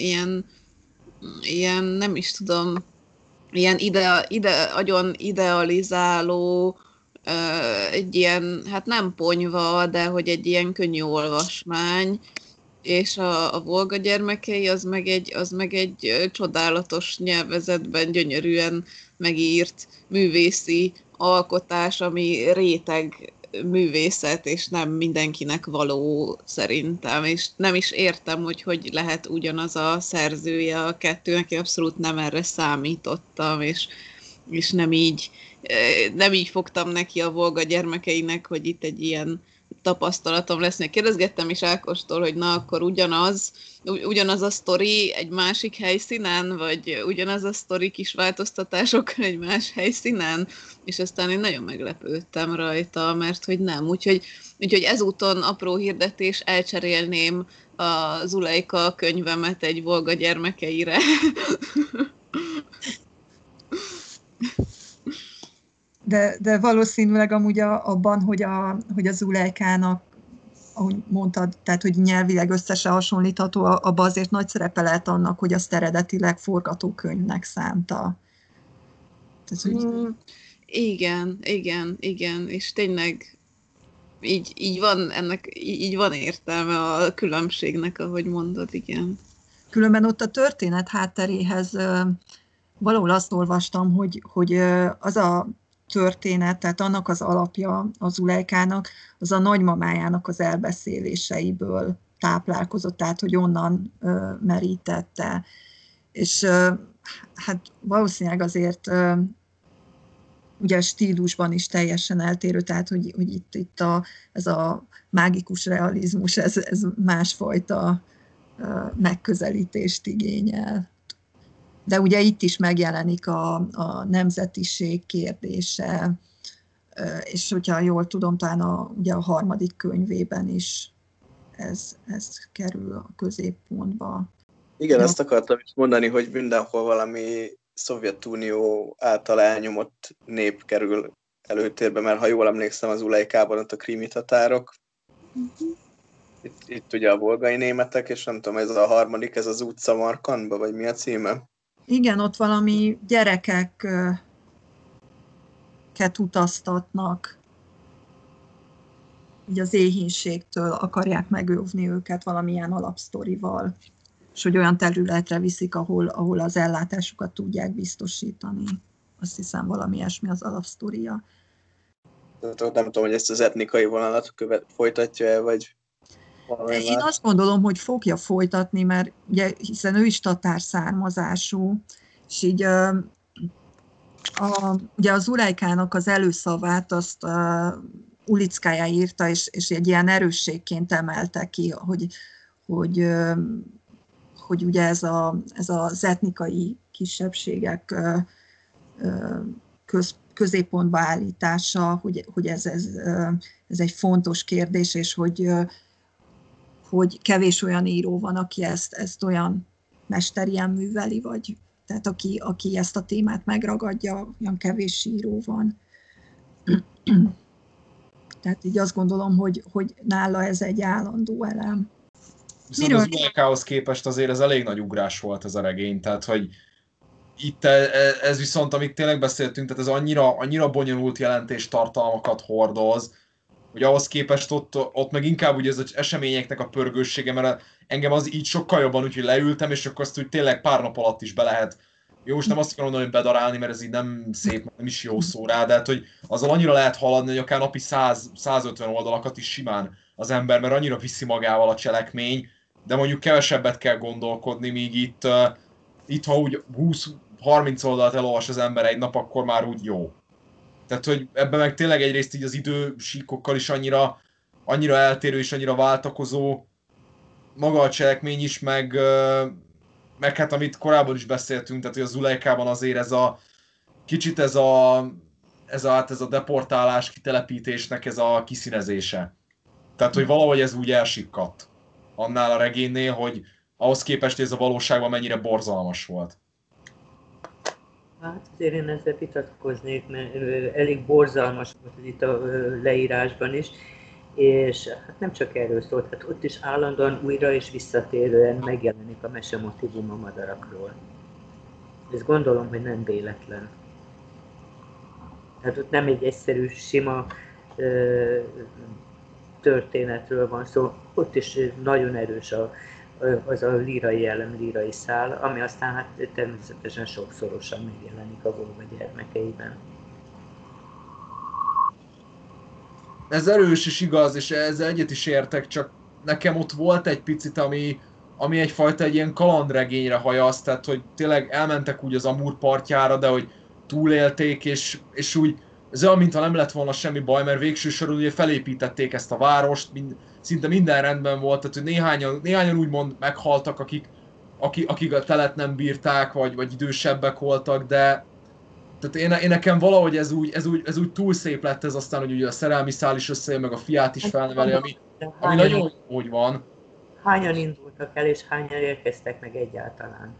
S5: ilyen nem is tudom, ilyen agyon idealizáló, egy ilyen, hát nem ponyva, de hogy egy ilyen könnyű olvasmány, és a Volga gyermekei az meg egy csodálatos nyelvezetben gyönyörűen megírt művészi alkotás, ami réteg művészet, és nem mindenkinek való szerintem, és nem is értem, hogy lehet ugyanaz a szerzője a kettőnek, én abszolút nem erre számítottam, és nem így fogtam neki a Volga gyermekeinek, hogy itt egy ilyen tapasztalatom lesz. Kérdezgettem is Ákostól, hogy na akkor ugyanaz a sztori egy másik helyszínen, vagy ugyanaz a sztori kis változtatásokkal egy más helyszínen, és aztán én nagyon meglepődtem rajta, mert hogy nem. Úgyhogy ezúton apró hirdetés, elcserélném a Zulejka könyvemet egy Volga gyermekeire.
S1: De valószínűleg amúgy abban, hogy a Zulejkának, ahogy mondtad, tehát hogy nyelvileg összesen hasonlítható, abban azért nagy szerepe lehet annak, hogy azt eredetileg forgatókönyvnek szánta.
S5: Tehát, hogy... Igen, és tényleg így van értelme a különbségnek, ahogy mondod, igen.
S1: Különben ott a történet hátteréhez valahol azt olvastam, hogy az a történet, tehát annak az alapja az Zulejkának, az a nagymamájának az elbeszéléseiből táplálkozott, tehát hogy onnan merítette. És hát valószínűleg azért ugye stílusban is teljesen eltérő, tehát hogy itt ez a mágikus realizmus, ez másfajta megközelítést igényel. De ugye itt is megjelenik a nemzetiség kérdése, és hogyha jól tudom, talán ugye a 3. könyvében is ez kerül a középpontba.
S4: Igen, ezt akartam is mondani, hogy mindenhol valami Szovjetunió által elnyomott nép kerül előtérbe, mert ha jól emlékszem, az Zulejkában ott a krími tatárok, itt ugye a volgai németek, és nem tudom, ez a 3., ez az út Szamarkandba, vagy mi a címe?
S1: Igen, ott valami gyerekeket utaztatnak, így az éhínségtől akarják megóvni őket valamilyen alapsztorival, és hogy olyan területre viszik, ahol az ellátásukat tudják biztosítani. Azt hiszem, valami ilyesmi az alapsztoria.
S4: Nem tudom, hogy ezt az etnikai vonalat folytatja-e, vagy valami
S1: Én azt gondolom, hogy fogja folytatni, mert ugye, hiszen ő is tatár származású, és így ugye az Zulejkának az előszavát azt Ulickája írta, és egy ilyen erősségként emelte ki, hogy ugye ez az etnikai kisebbségek középpontba állítása, hogy ez egy fontos kérdés, és hogy kevés olyan író van, aki ezt olyan mesterien műveli, vagy tehát aki ezt a témát megragadja, olyan kevés író van. Tehát így azt gondolom, hogy nála ez egy állandó elem.
S2: Viszont az Zulejkához képest azért ez elég nagy ugrás volt ez a regény, tehát hogy itt ez viszont, amit tényleg beszéltünk, tehát ez annyira bonyolult jelentéstartalmakat hordoz, hogy ahhoz képest ott meg inkább ugye ez az eseményeknek a pörgőssége, mert engem az így sokkal jobban, úgyhogy leültem, és akkor azt úgy tényleg pár nap alatt is be lehet. Jó, most nem azt akarom mondani, hogy bedarálni, mert ez így nem szép, nem is jó szó rá, de hát, hogy azzal annyira lehet haladni, hogy akár napi 100-150 oldalakat is simán az ember, mert annyira viszi magával a cselekmény, de mondjuk kevesebbet kell gondolkodni, míg itt ha úgy 20-30 oldalt elolvas az ember egy nap, akkor már úgy jó. Tehát, hogy ebben meg tényleg egyrészt így az idősíkokkal is annyira eltérő és annyira váltakozó maga a cselekmény is, meg hát amit korábban is beszéltünk, tehát hogy a Zulejkában azért ez a deportálás, kitelepítésnek ez a kiszínezése. Tehát, hogy valahogy ez úgy elsikkadt annál a regénynél, hogy ahhoz képest, hogy ez a valóságban mennyire borzalmas volt.
S3: Hát azért én ezzel vitatkoznék, mert elég borzalmas volt ez itt a leírásban is, és hát nem csak erről szólt, hát ott is állandóan újra és visszatérően megjelenik a mesemotívum a madarakról. Ezt gondolom, hogy nem véletlen. Hát ott nem egy egyszerű, sima történetről van szó, ott is nagyon erős az a lírai jellem, lírai szál, ami aztán hát természetesen sokszorosan megjelenik a Volga gyermekeiben.
S2: Ez erős és igaz, és ezzel egyet is értek, csak nekem ott volt egy picit, ami egyfajta egy ilyen kalandregényre hajaszt, tehát hogy tényleg elmentek úgy az Amur partjára, de hogy túlélték, és úgy ez olyan, mintha nem lett volna semmi baj, mert végső soron ugye felépítették ezt a várost, szinte minden rendben volt, tehát hogy néhányan úgymond meghaltak, akik a telet nem bírták, vagy idősebbek voltak, de tehát én nekem valahogy ez úgy túl szép lett ez aztán, hogy ugye a szerelmi szál is összejön, meg a fiát is felneveli, ami nagyon úgy van.
S3: Hányan indultak el, és hányan érkeztek meg egyáltalán?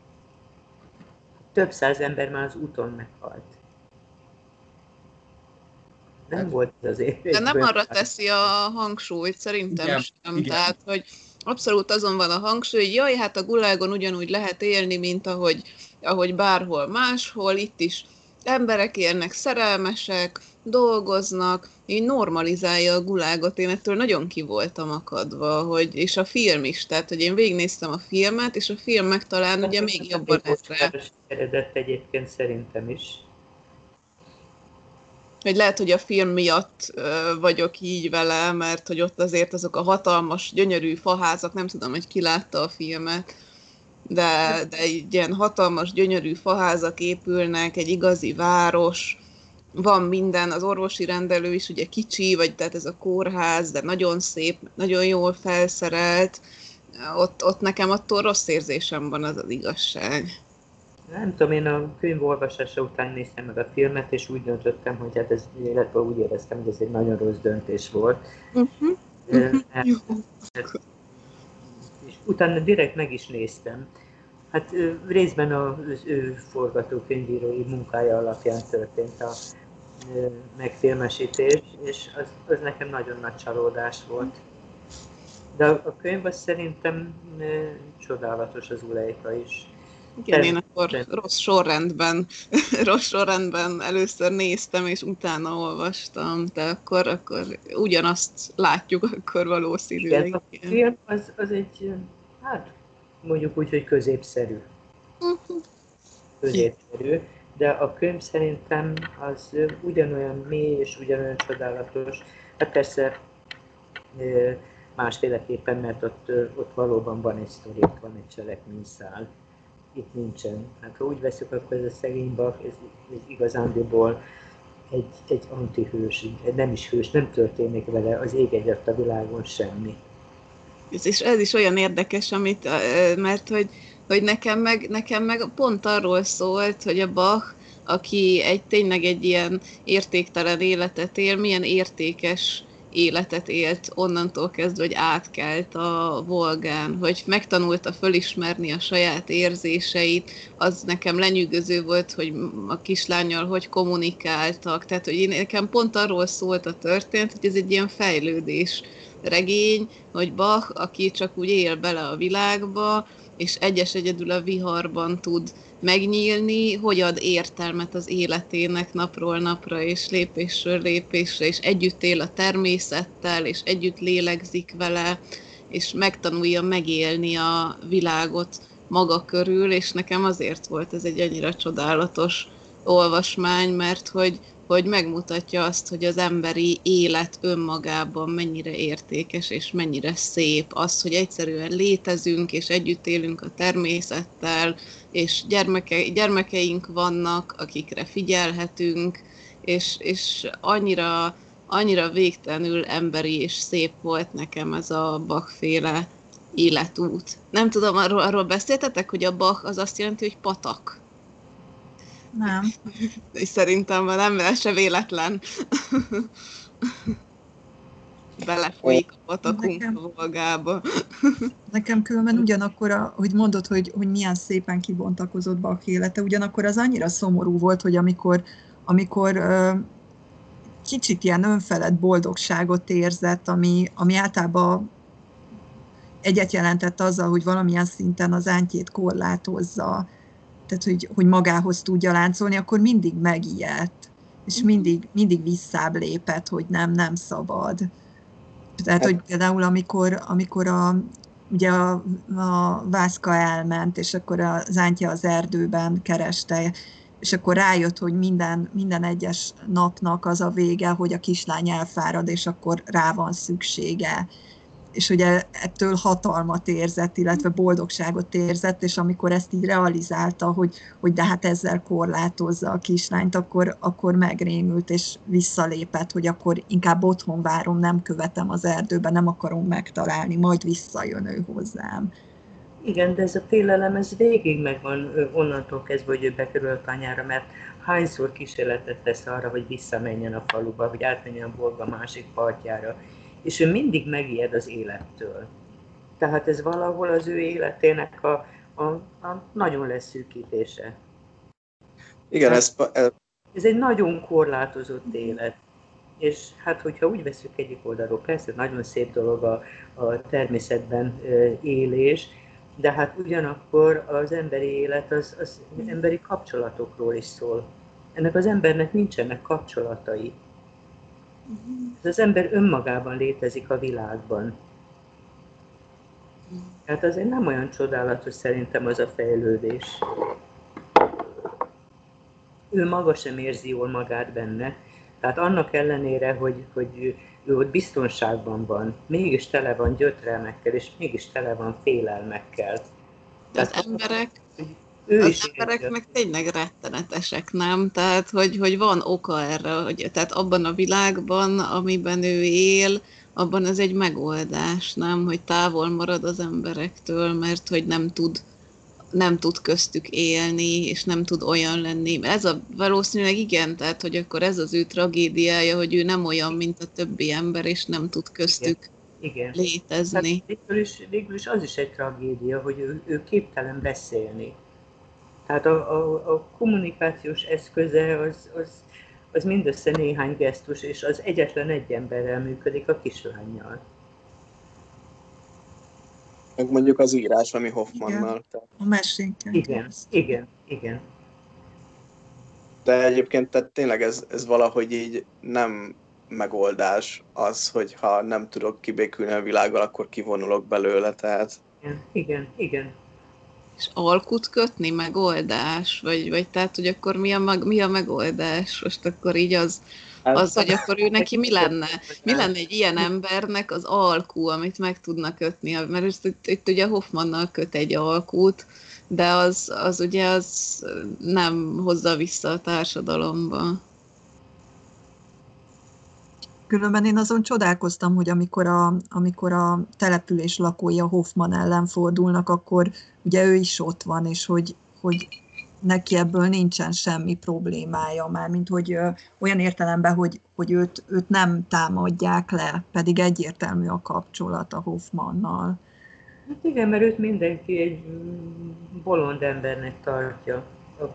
S3: Több száz ember már az úton meghalt. Nem volt az évekből.
S5: De nem arra teszi a hangsúlyt, szerintem
S2: igen,
S5: sem.
S2: igen.
S5: Tehát, hogy abszolút azon van a hangsúly, hogy jaj, hát a gulágon ugyanúgy lehet élni, mint ahogy bárhol máshol, itt is emberek élnek, szerelmesek, dolgoznak, így normalizálja a gulágot. Én ettől nagyon ki voltam akadva, és a film is, tehát hogy én végignéztem a filmet, és a film meg talán ugye még jobban ezre.
S3: Eredett egyébként szerintem is.
S5: Hogy lehet, hogy a film miatt vagyok így vele, mert hogy ott azért azok a hatalmas, gyönyörű faházak, nem tudom, hogy ki látta a filmet, de egy ilyen hatalmas, gyönyörű faházak épülnek, egy igazi város, van minden, az orvosi rendelő is ugye kicsi, vagy tehát ez a kórház, de nagyon szép, nagyon jól felszerelt, ott nekem attól rossz érzésem van, az igazság.
S3: Nem tudom, én a könyv olvasása után néztem meg a filmet, és úgy döntöttem, hogy hát ez, illetve úgy éreztem, hogy ez egy nagyon rossz döntés volt. És utána direkt meg is néztem. Hát részben az ő forgatókönyvírói munkája alapján történt a megfilmesítés, és az nekem nagyon nagy csalódás volt. De a könyv az szerintem csodálatos, az Ulejka is.
S5: Igen, én akkor rossz sorrendben először néztem, és utána olvastam, de akkor ugyanazt látjuk, akkor valószínűleg.
S3: Igen, a film az egy, hát mondjuk úgy, hogy középszerű. De a könyv szerintem az ugyanolyan mély és ugyanolyan csodálatos. Hát persze másféleképpen, mert ott valóban van egy sztori, van egy cselekményszál. Itt nincsen. Hát ha úgy veszük, akkor ez a szegény Bach, ez igazándiból egy antihős, nem is hős, nem történik vele az ég egyet a világon semmi.
S5: És ez is olyan érdekes, mert hogy nekem meg pont arról szólt, hogy a Bach, aki tényleg egy ilyen értéktelen életet él, milyen értékes életet élt onnantól kezdve, hogy átkelt a Volgán, hogy megtanulta fölismerni a saját érzéseit, az nekem lenyűgöző volt, hogy a kislánnyal hogy kommunikáltak, tehát hogy nekem pont arról szólt a történet, hogy ez egy ilyen fejlődés regény, hogy Bach, aki csak úgy él bele a világba, és egyedül a viharban tud megnyílni, hogy ad értelmet az életének napról napra, és lépésről lépésre, és együtt él a természettel, és együtt lélegzik vele, és megtanulja megélni a világot maga körül, és nekem azért volt ez egy annyira csodálatos olvasmány, mert hogy megmutatja azt, hogy az emberi élet önmagában mennyire értékes, és mennyire szép. Az, hogy egyszerűen létezünk, és együtt élünk a természettel, és gyermekeink vannak, akikre figyelhetünk, és annyira végtelenül emberi és szép volt nekem ez a Bach-féle életút. Nem tudom, arról beszéltetek, hogy a Bach az azt jelenti, hogy patak.
S1: Nem.
S5: És szerintem nem, ez se véletlen. Belefolyik a patakunk a Volgába.
S1: Nekem különben ugyanakkor, hogy mondod, hogy milyen szépen kibontakozott Bach élete, ugyanakkor az annyira szomorú volt, hogy amikor kicsit ilyen önfelett boldogságot érzett, ami általában egyet jelentett azzal, hogy valamilyen szinten az ántjét korlátozza, tehát hogy magához tudja láncolni, akkor mindig megijedt, és mindig visszább lépett, hogy nem szabad. Tehát, hogy például amikor ugye a Vászka elment, és akkor az ántja az erdőben kereste, és akkor rájött, hogy minden egyes napnak az a vége, hogy a kislány elfárad, és akkor rá van szüksége. És ugye ettől hatalmat érzett, illetve boldogságot érzett, és amikor ezt így realizálta, hogy de hát ezzel korlátozza a kislányt, akkor megrémült, és visszalépett, hogy akkor inkább otthon várom, nem követem az erdőbe, nem akarom megtalálni, majd visszajön ő hozzám.
S3: Igen, de ez a félelem, ez végig megvan onnantól kezdve, hogy ő bekerül a tanyára, mert hányszor kísérletet tesz arra, hogy visszamenjen a faluba, hogy átmenjen a Volga másik partjára. És ő mindig megijed az élettől. Tehát ez valahol az ő életének a nagyon leszűkítése.
S4: Igen, ez
S3: egy nagyon korlátozott élet. És hát, hogyha úgy veszük egyik oldalról, persze nagyon szép dolog a természetben élés, de hát ugyanakkor az emberi élet az emberi kapcsolatokról is szól. ennek az embernek nincsenek kapcsolatai. Ez az ember önmagában létezik a világban. Tehát azért nem olyan csodálatos szerintem az a fejlődés. Ő maga sem érzi jól magát benne. Tehát annak ellenére, hogy ő ott biztonságban van, mégis tele van gyötrelmekkel, és mégis tele van félelmekkel.
S5: De az emberek meg tényleg rettenetesek, nem? Tehát, hogy van oka erre, tehát abban a világban, amiben ő él, abban ez egy megoldás, nem? Hogy távol marad az emberektől, mert hogy nem tud köztük élni, és nem tud olyan lenni. Ez a valószínűleg igen, tehát, hogy akkor ez az ő tragédiája, hogy ő nem olyan, mint a többi ember, és nem tud köztük létezni.
S3: Hát végül is az is egy tragédia, hogy ő képtelen beszélni. Tehát a kommunikációs eszköze az mindössze néhány gesztus, és az egyetlen egy emberrel működik, a kislánnyal.
S4: Meg mondjuk az írás, ami Hoffmannnal.
S1: A mesénkkel.
S3: Igen.
S4: De egyébként tehát tényleg ez valahogy így nem megoldás az, hogy ha nem tudok kibékülni a világgal, akkor kivonulok belőle, tehát...
S3: Igen.
S5: És alkut kötni megoldás? Vagy tehát, hogy akkor mi a megoldás? Most akkor így az, hogy akkor ő neki mi lenne? Mi lenne egy ilyen embernek az alkú, amit meg tudna kötni? Mert itt ugye Hoffmannnal köt egy alkút, de az ugye az nem hozza vissza a társadalomba.
S1: Különben én azon csodálkoztam, hogy amikor a település lakói a Hoffmann ellen fordulnak, akkor ugye ő is ott van, és hogy neki ebből nincsen semmi problémája, mármint hogy olyan értelemben, hogy őt nem támadják le, pedig egyértelmű a kapcsolat a Hoffmannnal.
S3: Hát igen, mert őt mindenki egy bolond embernek tartja,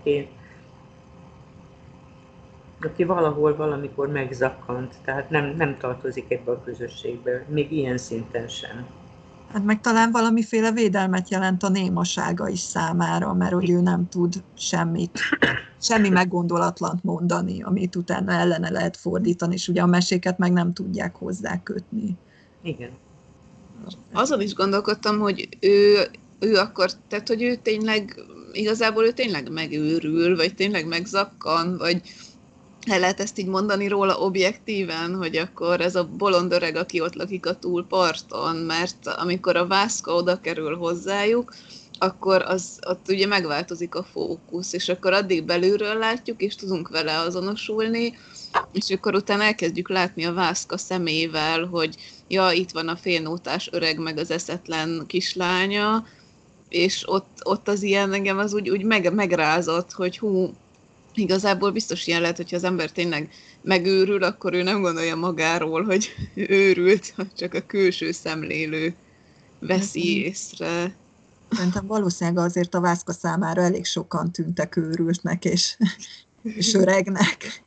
S3: aki valahol valamikor megzakkant, tehát nem tartozik ebbe a közösségbe, még ilyen szinten sem.
S1: Hát meg talán valamiféle védelmet jelent a némasága is számára, mert hogy ő nem tud semmi meggondolatlant mondani, amit utána ellene lehet fordítani, és ugye a meséket meg nem tudják hozzá kötni.
S3: Igen.
S5: Azon is gondolkodtam, hogy ő akkor, tehát hogy ő tényleg megőrül, vagy tényleg megzakkan, vagy el lehet ezt így mondani róla objektíven, hogy akkor ez a bolond öreg, aki ott lakik a túlparton, mert amikor a Vászka oda kerül hozzájuk, akkor ott ugye megváltozik a fókusz, és akkor addig belülről látjuk, és tudunk vele azonosulni, és akkor utána elkezdjük látni a Vászka szemével, hogy ja, itt van a félnótás öreg, meg az eszetlen kislánya, és ott az ilyen engem az úgy megrázott, hogy igazából biztos ilyen lehet, hogyha az ember tényleg megőrül, akkor ő nem gondolja magáról, hogy őrült, csak a külső szemlélő veszi észre.
S1: Szerintem valószínűleg azért a Vászka számára elég sokan tűntek őrültnek és öregnek.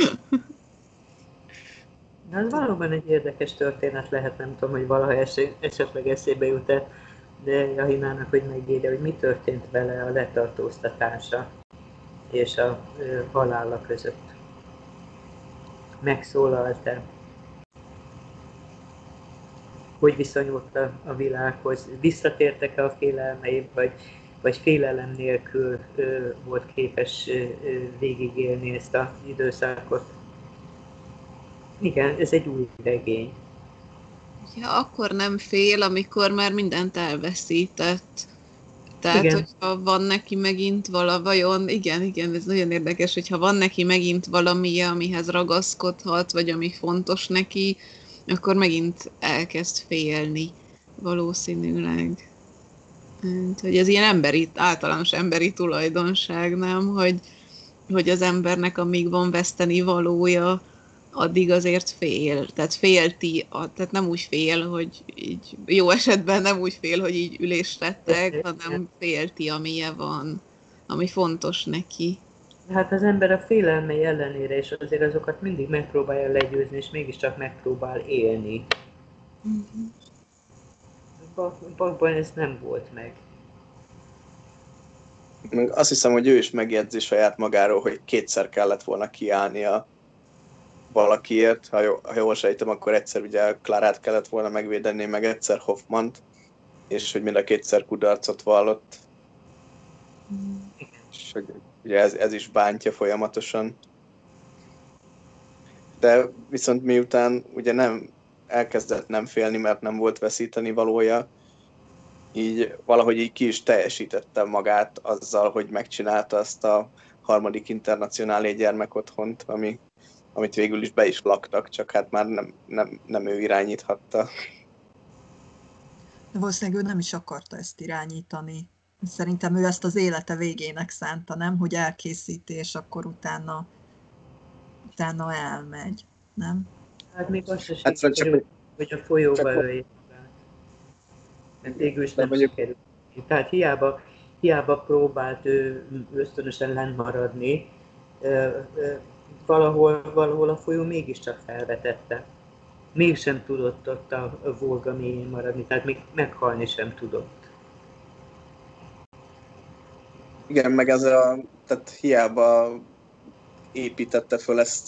S3: Ez valóban egy érdekes történet lehet, nem tudom, hogy valaha esetleg eszébe jut-e, de Jahinának, hogy megírja, hogy mi történt vele a letartóztatása és a halála között. Megszólalt-e? Hogy viszonyult a világhoz? Visszatértek-e a félelmei, vagy félelem nélkül volt képes végigélni ezt az időszakot? Igen, ez egy új regény.
S5: Ja, akkor nem fél, amikor már mindent elveszített. Tehát,
S3: igen.
S5: Hogyha van neki megint vajon, igen, ez nagyon érdekes, hogyha van neki megint valami, amihez ragaszkodhat, vagy ami fontos neki, akkor megint elkezd félni, valószínűleg. Hogy ez ilyen általános emberi tulajdonság, nem? Hogy az embernek, amíg van veszteni valója, addig azért fél. Tehát tehát nem úgy fél, hogy így jó esetben nem úgy fél, hogy így ülésretteg, hanem félti, amilyen van, ami fontos neki.
S3: Hát az ember a félelmei ellenére is azért azokat mindig megpróbálja legyőzni, és mégiscsak megpróbál élni. Bakban ez nem volt meg.
S4: Azt hiszem, hogy ő is megjegyzi saját magáról, hogy kétszer kellett volna kiállnia valakiért. Ha jól sejtem, akkor egyszer ugye Klárát kellett volna megvédeni, meg egyszer Hoffmant, és hogy mind a kétszer kudarcot vallott. És hogy ugye ez is bántja folyamatosan. De viszont miután ugye elkezdett nem félni, mert nem volt veszíteni valója, így valahogy így ki is teljesítette magát azzal, hogy megcsinálta azt a 3. internacionálé gyermekotthont, amit végül is be is laktak, csak hát már nem ő irányíthatta.
S1: De valószínűleg ő nem is akarta ezt irányítani. Szerintem ő ezt az élete végének szánta, nem? Hogy elkészíti, és akkor utána elmegy, nem?
S3: Hát még azt sem sikerült, hogy a folyóba öljék magát. Mert végül is nem sikerült. Tehát hiába próbált ő ösztönösen lent maradni, valahol a folyó mégiscsak felvetette. Mégsem tudott ott a Volga mélyén maradni, tehát még meghalni sem tudott.
S4: Igen, meg tehát hiába építette föl ezt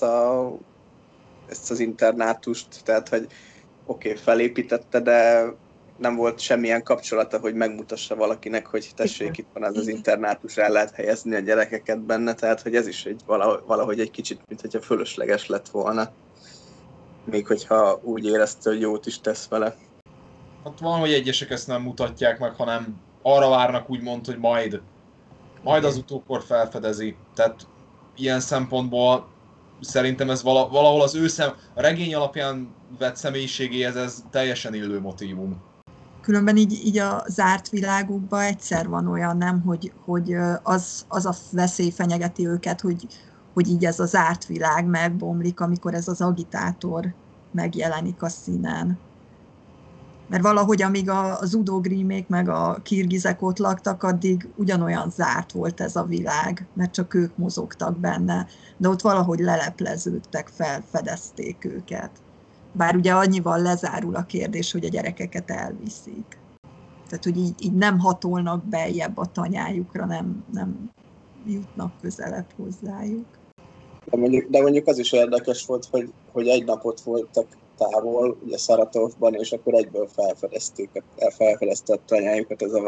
S4: az internátust, tehát hogy oké, felépítette, de nem volt semmilyen kapcsolata, hogy megmutassa valakinek, hogy tessék, itt van ez az internátus, el lehet helyezni a gyerekeket benne, tehát hogy ez is valahogy egy kicsit, mint hogyha fölösleges lett volna. Még hogyha úgy érezte, hogy jót is tesz vele.
S2: Hát van, hogy egyesek ezt nem mutatják meg, hanem arra várnak úgymond, hogy majd az utókor felfedezi. Tehát ilyen szempontból szerintem ez valahol az a regény alapján vett személyiségéhez ez teljesen illő motívum.
S1: Különben így a zárt világukban egyszer van olyan, nem, hogy az a veszély fenyegeti őket, hogy így ez a zárt világ megbomlik, amikor ez az agitátor megjelenik a színen. Mert valahogy amíg az udogrímék meg a kirgizek ott laktak, addig ugyanolyan zárt volt ez a világ, mert csak ők mozogtak benne, de ott valahogy lelepleződtek, felfedezték őket. Bár ugye annyival lezárul a kérdés, hogy a gyerekeket elviszik. Tehát, hogy így nem hatolnak beljebb a tanyájukra, nem jutnak közelebb hozzájuk.
S4: De mondjuk az is érdekes volt, hogy egy napot voltak távol, ugye Szaratovban, és akkor egyből felfedezte a tanyájukat ez a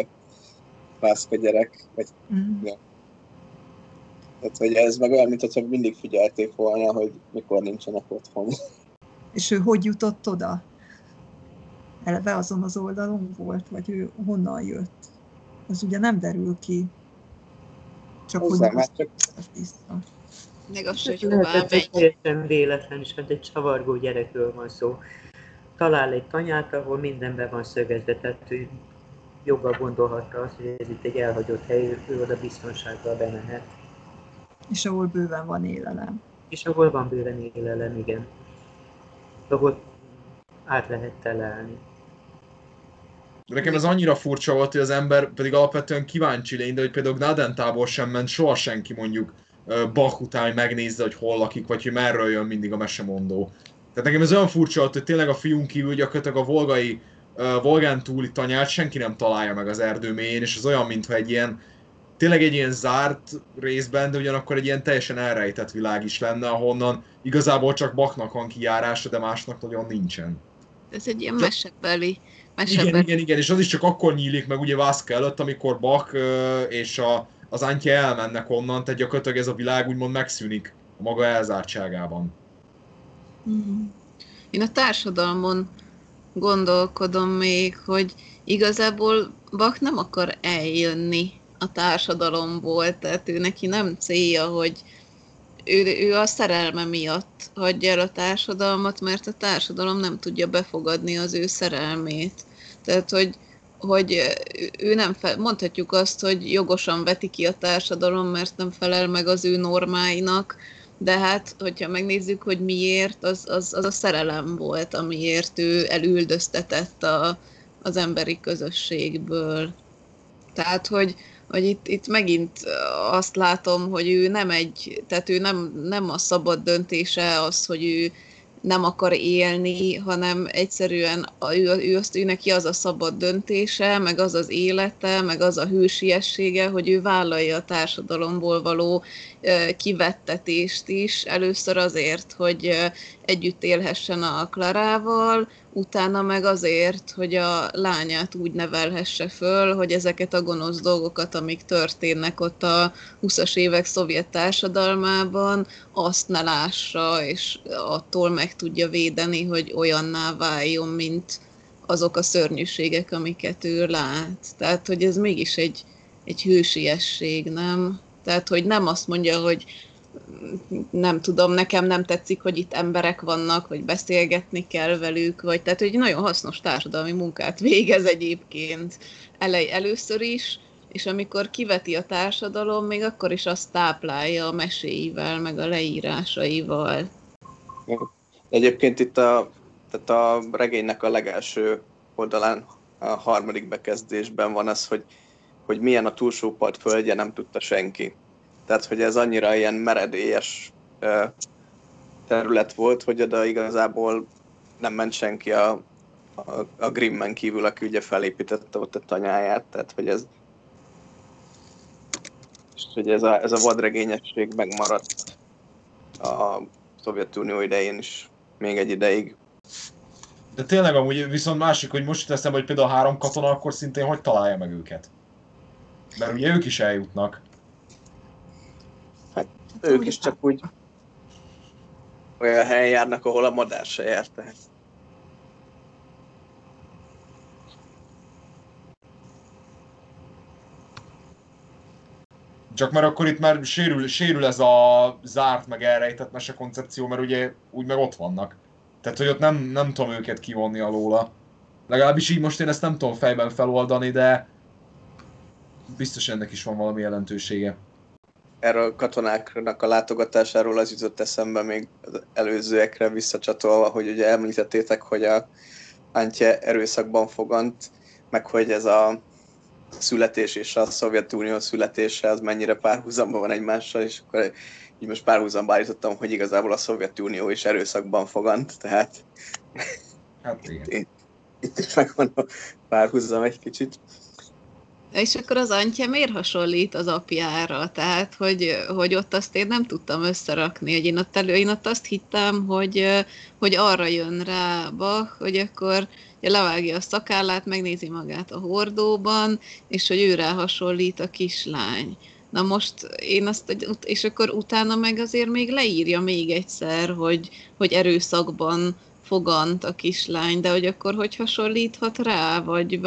S4: Vászka gyerek. Ja. Tehát, hogy ez meg olyan, mintha mindig figyelték volna, hogy mikor nincsenek otthon.
S1: És ő hogy jutott oda? Eleve azon az oldalon volt, vagy ő honnan jött? Az ugye nem derül ki. Csak
S4: hozzá,
S1: hogy
S4: csak
S5: vissza. Meg az, hogy hová
S3: megy. Teljesen véletlen is, mert egy csavargó gyerekről van szó. Talál egy tanyát, ahol mindenben van szögezve, tehát ő joggal gondolhatta azt, hogy ez itt egy elhagyott hely, ő oda biztonsággal bemehet.
S1: És ahol bőven van élelem.
S3: És ahol van bőven élelem, igen. Ahol át lehet telelni.
S2: Nekem ez annyira furcsa volt, hogy az ember pedig alapvetően kíváncsi lény, de hogy például Gnadentából sem ment soha senki mondjuk Bach után, hogy megnézze, hogy hol lakik, vagy hogy merről jön mindig a mesemondó. Tehát nekem ez olyan furcsa volt, hogy tényleg a fiún kívül gyakorlatilag a Volgán túli tanyát senki nem találja meg az erdő mélyén, és az olyan, mintha tényleg egy ilyen zárt részben, de ugyanakkor egy ilyen teljesen elrejtett világ is lenne, ahonnan igazából csak Bachnak van kijárása, de másnak nagyon nincsen.
S5: Ez egy ilyen mesebeli.
S2: Igen, és az is csak akkor nyílik meg ugye Vászka előtt, amikor Bach és az Antje elmennek onnan, tehát gyakorlatilag ez a világ úgymond megszűnik a maga elzártságában.
S5: Én a társadalmon gondolkodom még, hogy igazából Bach nem akar eljönni a társadalomból, tehát ő neki nem célja, hogy ő a szerelme miatt hagyja el a társadalmat, mert a társadalom nem tudja befogadni az ő szerelmét. Tehát, hogy ő nem mondhatjuk azt, hogy jogosan veti ki a társadalom, mert nem felel meg az ő normáinak, de hát, hogyha megnézzük, hogy miért, az a szerelem volt, amiért ő elüldöztetett az emberi közösségből. Tehát, hogy itt megint azt látom, hogy ő nem tehát ő nem a szabad döntése az, hogy ő nem akar élni, hanem egyszerűen ő neki az a szabad döntése, meg az az élete, meg az a hősiessége, hogy ő vállalja a társadalomból való kivettetést is. Először azért, hogy együtt élhessen a Clarával, utána meg azért, hogy a lányát úgy nevelhesse föl, hogy ezeket a gonosz dolgokat, amik történnek ott a 20-as évek szovjet társadalmában, azt ne lássa, és attól meg tudja védeni, hogy olyanná váljon, mint azok a szörnyűségek, amiket ő lát. Tehát, hogy ez mégis egy hősiesség, nem? Tehát, hogy nem azt mondja, hogy nem tudom, nekem nem tetszik, hogy itt emberek vannak, vagy beszélgetni kell velük, vagy tehát, hogy nagyon hasznos társadalmi munkát végez egyébként először is, és amikor kiveti a társadalom, még akkor is azt táplálja a meséivel, meg a leírásaival.
S4: Egyébként itt tehát a regénynek a legelső oldalán, a 3. bekezdésben van az, hogy milyen a túlsó part földje, nem tudta senki. Tehát, hogy ez annyira ilyen meredélyes terület volt, hogy oda igazából nem ment senki a Grimmen kívül, aki ugye felépítette ott a tanyáját. Tehát, hogy ez a vadregényesség megmaradt a Szovjetunió idején is még egy ideig.
S2: De tényleg amúgy viszont másik, hogy most teszem, hogy például a 3 katona akkor szintén hogy találja meg őket? Mert ugye ők is eljutnak.
S4: Hát ők is csak úgy olyan helyen járnak, ahol a madár se járt. Tehát.
S2: Csak mert akkor itt már sérül ez a zárt, meg elrejtett mesekoncepció, mert ugye úgy meg ott vannak. Tehát, hogy ott nem tudom őket kivonni alóla. Legalábbis így most én ezt nem tudom fejben feloldani, de biztos ennek is van valami jelentősége.
S4: Erről a katonáknak a látogatásáról az jutott eszembe még az előzőekre visszacsatolva, hogy ugye említettétek, hogy a Antje erőszakban fogant, meg hogy ez a születés és a Szovjetunió születése az mennyire párhuzamban van egymással, és akkor így most párhuzamba állítottam, hogy igazából a Szovjetunió is erőszakban fogant, tehát
S2: Hát igen.
S4: Itt is megvan a párhuzam egy kicsit.
S5: És akkor az Antje miért hasonlít az apjára? Tehát, hogy ott azt én nem tudtam összerakni, hogy én ott azt hittem, hogy arra jön rá Bach, hogy akkor levágja a szakállát, megnézi magát a hordóban, és hogy őrá hasonlít a kislány. Na most én azt, és akkor utána meg azért még leírja még egyszer, hogy erőszakban fogant a kislány, de hogy akkor hogy hasonlíthat rá, vagy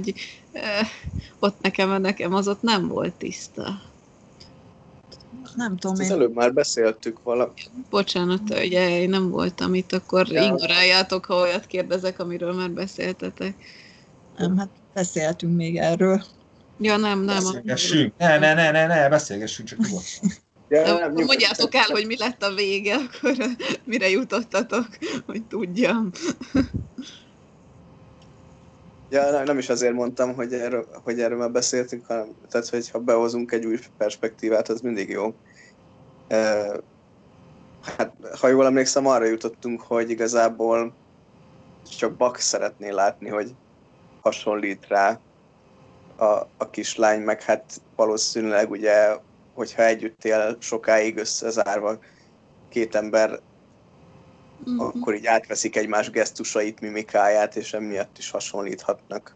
S5: ott nekem az ott nem volt tiszta.
S1: Nem tudom
S4: én. Előbb már beszéltük valami.
S5: Bocsánat, ugye én nem voltam itt, akkor ignoráljátok, ha olyat kérdezek, amiről már beszéltetek.
S1: Nem, hát beszéltünk még erről.
S5: Ja, nem.
S2: Beszélgessünk. Ne, beszélgessünk csak nyugodtan.
S5: Mondjátok el, hogy mi lett a vége, akkor mire jutottatok, hogy tudjam.
S4: Ja, nem is azért mondtam, hogy erről már beszéltünk, hanem tehát, hogy ha behozunk egy új perspektívát, az mindig jó. Hát, ha jól emlékszem, arra jutottunk, hogy igazából csak Bach szeretné látni, hogy hasonlít rá a kislány, meg hát valószínűleg ugye, hogyha együtt él sokáig összezárva 2 ember, akkor így átveszik egymás gesztusait, mimikáját, és emiatt is hasonlíthatnak.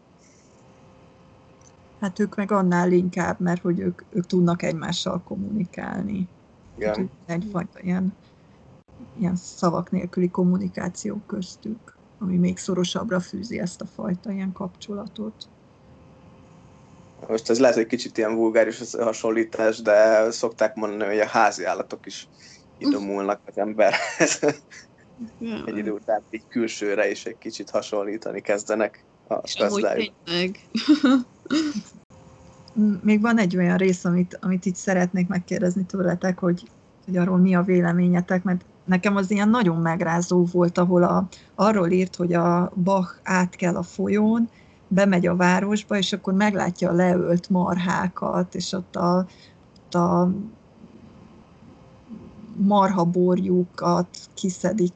S1: Hát ők meg annál inkább, mert hogy ők tudnak egymással kommunikálni.
S4: Igen.
S1: Egyfajta ilyen szavak nélküli kommunikáció köztük, ami még szorosabbra fűzi ezt a fajta ilyen kapcsolatot.
S4: Most ez lehet, hogy kicsit ilyen vulgáris hasonlítás, de szokták mondani, hogy a házi állatok is idomulnak az emberhez. Egy idő után így külsőre is egy kicsit hasonlítani kezdenek a gazdájuk.
S1: Még van egy olyan rész, amit itt szeretnék megkérdezni tőletek, hogy arról mi a véleményetek, mert nekem az ilyen nagyon megrázó volt, ahol arról írt, hogy a Bach átkel a folyón, bemegy a városba, és akkor meglátja a leölt marhákat, és ott a marhaborjukat kiszedik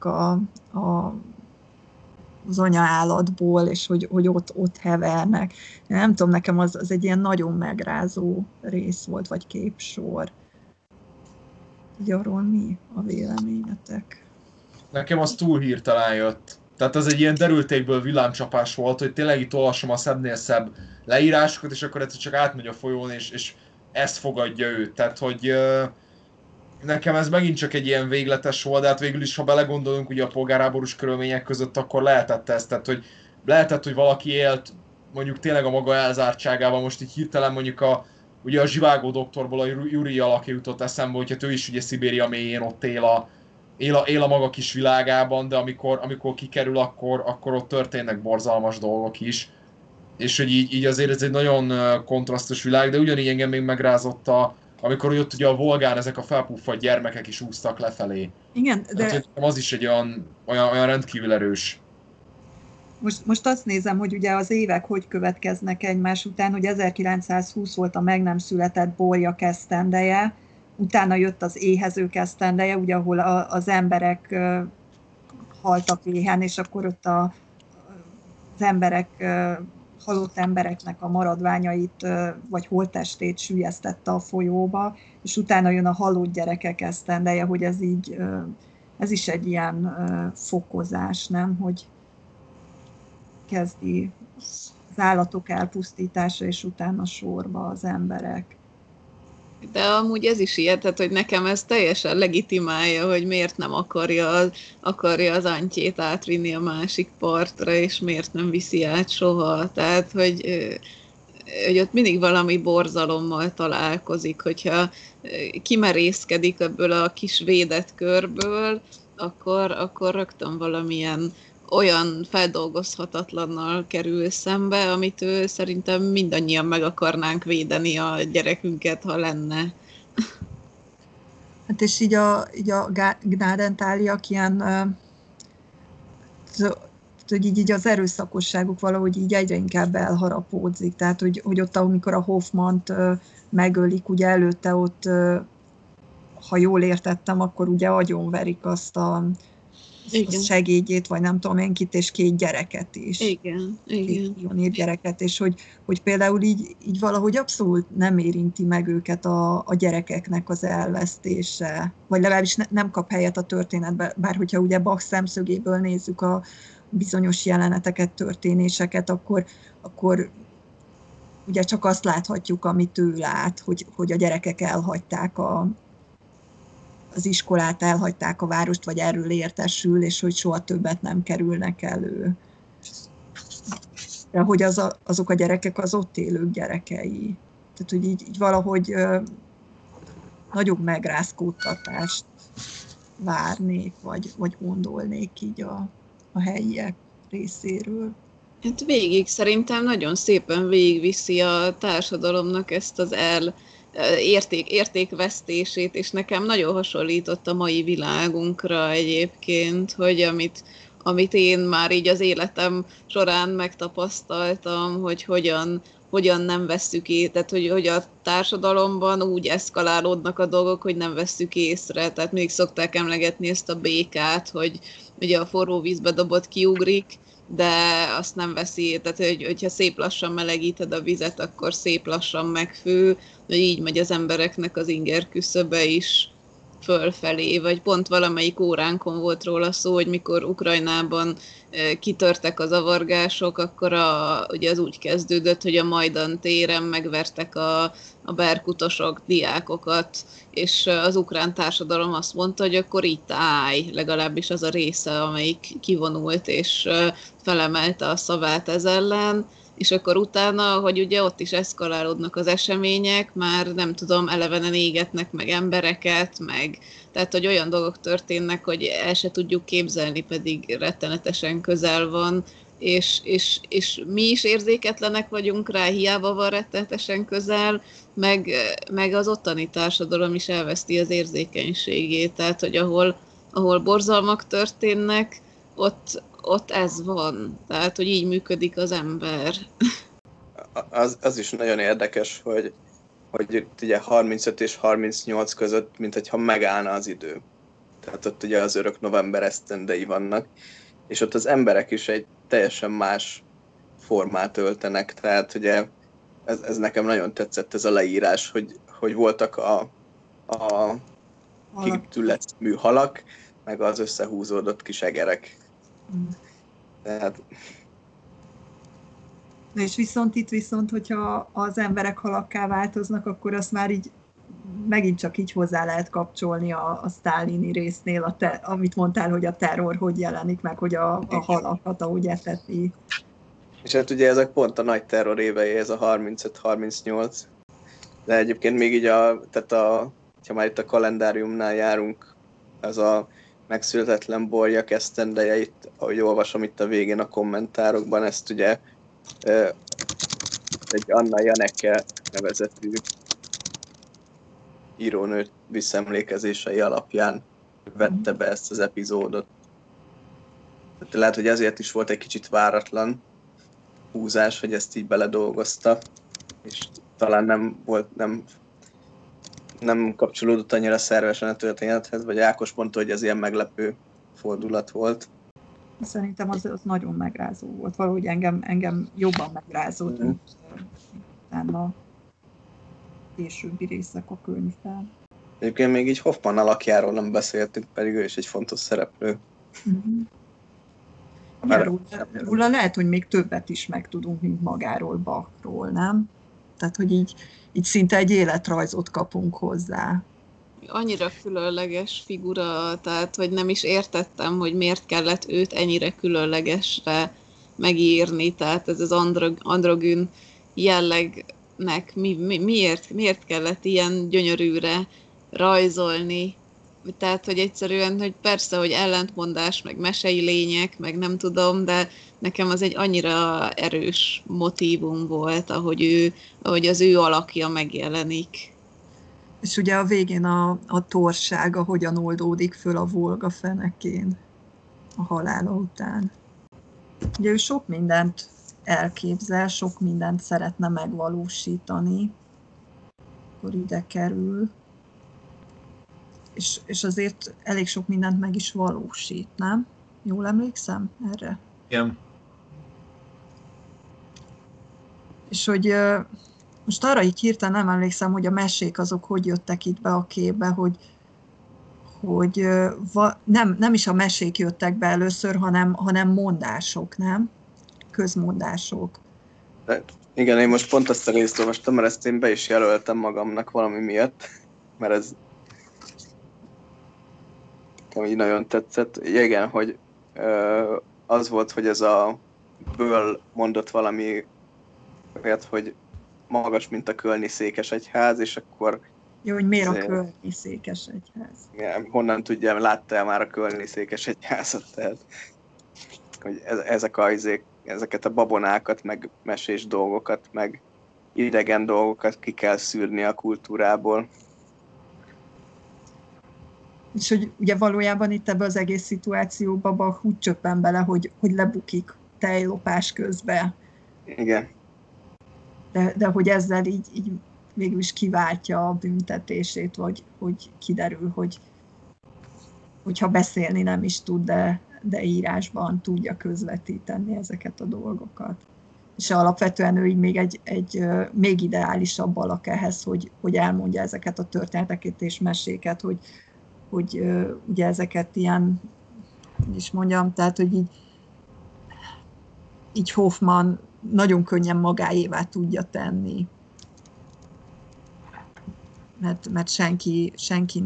S1: az anyaállatból, és hogy ott hevernek. Nem tudom, nekem az egy ilyen nagyon megrázó rész volt, vagy képsor. Így arról mi a véleményetek?
S2: Nekem az túl hirtelen jött. Tehát az egy ilyen derültékből villámcsapás volt, hogy tényleg itt olvasom a szebbnél szebb leírásokat, és akkor egyszer csak átmegy a folyón, és ezt fogadja őt. Tehát, hogy nekem ez megint csak egy ilyen végletes volt, de hát végül is, ha belegondolunk ugye a polgárháborús körülmények között, akkor lehetett ez. Tehát, hogy lehetett, hogy valaki élt mondjuk tényleg a maga elzártságában, most így hirtelen mondjuk ugye a Zsivágó doktorból a Juri alakja jutott eszembe, hogy hát ő is ugye Szibéria mélyén ott él a maga kis világában, de amikor kikerül, akkor ott történnek borzalmas dolgok is. És hogy így azért ez egy nagyon kontrasztos világ, de ugyanígy engem még megrázott amikor ott ugye a Volgán ezek a felpuffadt gyermekek is úsztak lefelé.
S1: Igen, de...
S2: Hát, az is egy olyan rendkívül erős.
S1: Most azt nézem, hogy ugye az évek hogy következnek egymás után, hogy 1920 volt a meg nem született borja esztendeje, utána jött az éhezők esztendeje, ugye, ahol az emberek haltak éhen, és akkor ott az emberek, halott embereknek a maradványait, vagy holttestét süllyesztette a folyóba, és utána jön a halott gyerekek esztendeje, hogy ez is egy ilyen fokozás, nem? Hogy kezdi az állatok elpusztítása, és utána sorba az emberek.
S5: De amúgy ez is ilyen, tehát hogy nekem ez teljesen legitimálja, hogy miért nem akarja az Antjét átvinni a másik partra, és miért nem viszi át soha. Tehát, hogy ott mindig valami borzalommal találkozik, hogyha kimerészkedik ebből a kis védett körből, akkor rögtön valamilyen olyan feldolgozhatatlannal kerül szembe, amit szerintem mindannyian meg akarnánk védeni a gyerekünket, ha lenne.
S1: Hát és így a Gnadentáliak ilyen, hogy így az erőszakosságuk valahogy így egyre inkább elharapódzik. Tehát, hogy ott, amikor a Hoffmant megölik, ugye előtte ott, ha jól értettem, akkor ugye agyonverik azt a segédjét, vagy nem tudom én kit, és 2 gyereket is.
S5: Igen.
S1: 2 pionír gyereket, és hogy például így valahogy abszolút nem érinti meg őket a gyerekeknek az elvesztése, vagy legalábbis nem kap helyet a történetben, bár hogyha ugye Bach szemszögéből nézzük a bizonyos jeleneteket, történéseket, akkor ugye csak azt láthatjuk, amit ő lát, hogy a gyerekek elhagyták az iskolát, elhagyták a várost, vagy erről értesül, és hogy soha többet nem kerülnek elő. De hogy azok a gyerekek az ott élők gyerekei. Tehát, hogy így valahogy nagyobb megrázkódtatást várnék, vagy gondolnék így a helyiek részéről.
S5: Hát végig szerintem nagyon szépen végigviszi a társadalomnak ezt az értékvesztését, és nekem nagyon hasonlított a mai világunkra egyébként, hogy amit én már így az életem során megtapasztaltam, hogy hogyan nem vesszük tehát hogy a társadalomban úgy eszkalálódnak a dolgok, hogy nem vesszük észre. Tehát még szokták emlegetni ezt a békát, hogy ugye a forró vízbe dobott kiugrik, de azt nem veszi, tehát hogyha szép lassan melegíted a vizet, akkor szép lassan megfő, hogy így megy az embereknek az inger küszöbe is fölfelé, vagy pont valamelyik óránkon volt róla szó, hogy mikor Ukrajnában kitörtek a zavargások, akkor ugye az úgy kezdődött, hogy a Majdan téren megvertek a berkutosok, diákokat, és az ukrán társadalom azt mondta, hogy akkor itt állj, legalábbis az a része, amelyik kivonult és felemelte a szavát ez ellen, és akkor utána, hogy ugye ott is eszkalálódnak az események, már nem tudom, elevenen égetnek meg embereket, tehát, hogy olyan dolgok történnek, hogy el se tudjuk képzelni, pedig rettenetesen közel van, és mi is érzéketlenek vagyunk rá, hiába van rettenetesen közel, meg az ottani társadalom is elveszti az érzékenységét, tehát, hogy ahol borzalmak történnek, ott ez van. Tehát, hogy így működik az ember.
S4: Az is nagyon érdekes, hogy ugye 35 és 38 között, mintha megállna az idő. tehát ott ugye az örök november esztendei vannak, és ott az emberek is egy teljesen más formát öltenek, tehát ugye ez nekem nagyon tetszett ez a leírás, hogy voltak a kitüleszmű halak, meg az összehúzódott kis egerek. Tehát...
S1: És viszont, hogyha az emberek halakká változnak, akkor azt már így megint csak így hozzá lehet kapcsolni a sztálini résznél, amit mondtál, hogy a terror hogy jelenik meg, hogy a halakat, ahogy eteti.
S4: És hát ugye ezek pont a nagy terror évei, ez a 35-38. De egyébként még így ha már itt a kalendáriumnál járunk, az a megszületetlen borjak esztendeje, itt, ahogy olvasom itt a végén a kommentárokban, ezt ugye egy Anna Janeke nevezetű írónő visszaemlékezései alapján vette be ezt az epizódot. Tehát lehet, hogy ezért is volt egy kicsit váratlan húzás, hogy ezt így beledolgozta, és talán nem kapcsolódott annyira szervesen a történethez, vagy Ákos mondta, hogy ez ilyen meglepő fordulat volt.
S1: Szerintem az nagyon megrázó volt. Valahogy engem jobban megrázott, mint a későbbi részek a könyvben.
S4: Egyébként még így Hoffmann alakjáról nem beszéltünk, pedig ő is egy fontos szereplő.
S1: Róla lehet, hogy még többet is megtudunk, mint magáról, Bachról, nem? Tehát, hogy így szinte egy életrajzot kapunk hozzá.
S5: Annyira különleges figura, tehát, hogy nem is értettem, hogy miért kellett őt ennyire különlegesre megírni, tehát ez az androgyn jellegnek miért kellett ilyen gyönyörűre rajzolni, tehát, hogy egyszerűen, hogy persze, hogy ellentmondás, meg mesei lények, meg nem tudom, de nekem az egy annyira erős motívum volt, ahogy az ő alakja megjelenik.
S1: És ugye a végén a torsága hogyan oldódik föl a Volga fenekén a halála után. Ugye ő sok mindent elképzel, sok mindent szeretne megvalósítani, akkor ide kerül. És azért elég sok mindent meg is valósít, nem? Jól emlékszem erre?
S2: Igen. És
S1: hogy most arra így hirtelen nem emlékszem, hogy a mesék azok hogy jöttek itt be a képbe, hogy nem is a mesék jöttek be először, hanem mondások, nem? Közmondások.
S4: De igen, én most pont azt a részt olvastam, mert ezt én be is jelöltem magamnak valami miatt, mert ez így nagyon tetszett. Igen, hogy az volt, hogy ez a Böll mondott valami olyat, hogy magas, mint a kölni székesegyház, és akkor...
S1: Jó, hogy miért a kölni székesegyház?
S4: Igen, honnan tudja, látta-e már a kölni székesegyházat, tehát hogy ezeket a babonákat, meg mesés dolgokat, meg idegen dolgokat ki kell szűrni a kultúrából.
S1: És hogy ugye valójában itt ebbe az egész szituációba Bach úgy csöppen bele, hogy lebukik tejlopás közben.
S4: Igen.
S1: De hogy ezzel így végül is kiváltja a büntetését, vagy hogy kiderül, hogyha beszélni nem is tud, de írásban tudja közvetíteni ezeket a dolgokat. És alapvetően ő így még ideálisabb alak ehhez, hogy elmondja ezeket a történeteket és meséket, hogy ugye ezeket ilyen, hogy is mondjam, tehát, hogy így Hoffmann nagyon könnyen magáévá tudja tenni. Mert senki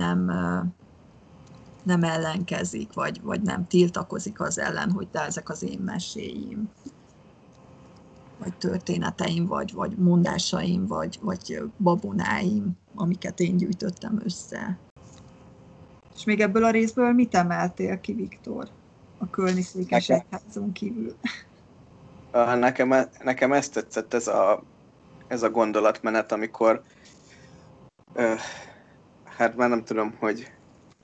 S1: nem ellenkezik, vagy nem tiltakozik az ellen, hogy de ezek az én meséim, vagy történeteim, vagy mondásaim, vagy babonáim, amiket én gyűjtöttem össze. És még ebből a részből mit emeltél ki, Viktor? A kölni székesegyházon kívül.
S4: Nekem ezt tetszett, ez a gondolatmenet, amikor hát már nem tudom, hogy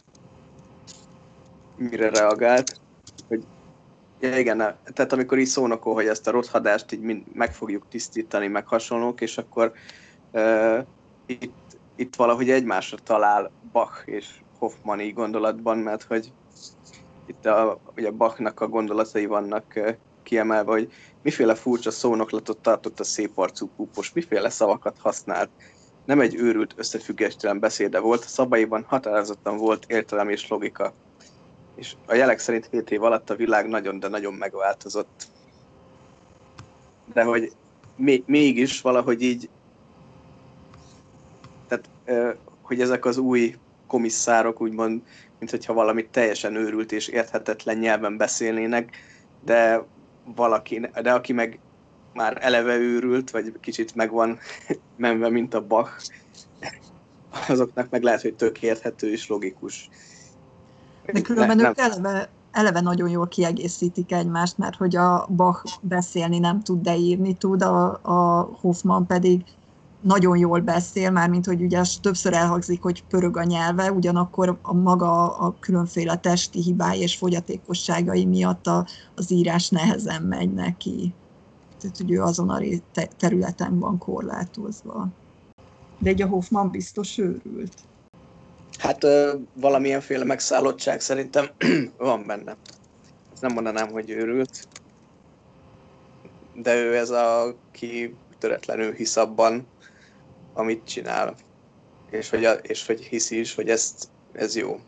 S4: mire reagált, hogy ja, igen, tehát amikor így szónokol, hogy ezt a rothadást így meg fogjuk tisztítani, meg hasonlók, és akkor itt valahogy egymásra talál Bach és Hoffmanni gondolatban, mert hogy itt ugye Bachnak a gondolatai vannak kiemelve, hogy miféle furcsa szónoklatot tartott a szép arcú púpos, miféle szavakat használt. Nem egy őrült, összefüggéstelen beszéde volt, a szavaiban határozottan volt értelem és logika. És a jelek szerint 7 év alatt a világ nagyon, de nagyon megváltozott. De hogy mégis valahogy így, tehát hogy ezek az új komisszárok úgymond, mint hogyha valami teljesen őrült és érthetetlen nyelven beszélnének, de aki meg már eleve őrült, vagy kicsit meg van menve, mint a Bach, azoknak meg lehet, hogy tök érthető és logikus.
S1: De különben ők eleve nagyon jól kiegészítik egymást, mert hogy a Bach beszélni nem tud, de írni tud, a Hoffmann pedig nagyon jól beszél, mármint hogy ugye többször elhangzik, hogy pörög a nyelve, ugyanakkor a maga a különféle testi hibái és fogyatékosságai miatt az írás nehezen megy neki. Tehát, hogy ő azon a területen van korlátozva. De egy a Hoffmann biztos őrült.
S4: Hát valamilyenféle megszállottság szerintem van benne. Nem mondanám, hogy őrült, de ő ez aki töretlenül hisz abban, amit csinál, és hogy hiszi is, hogy ez jó.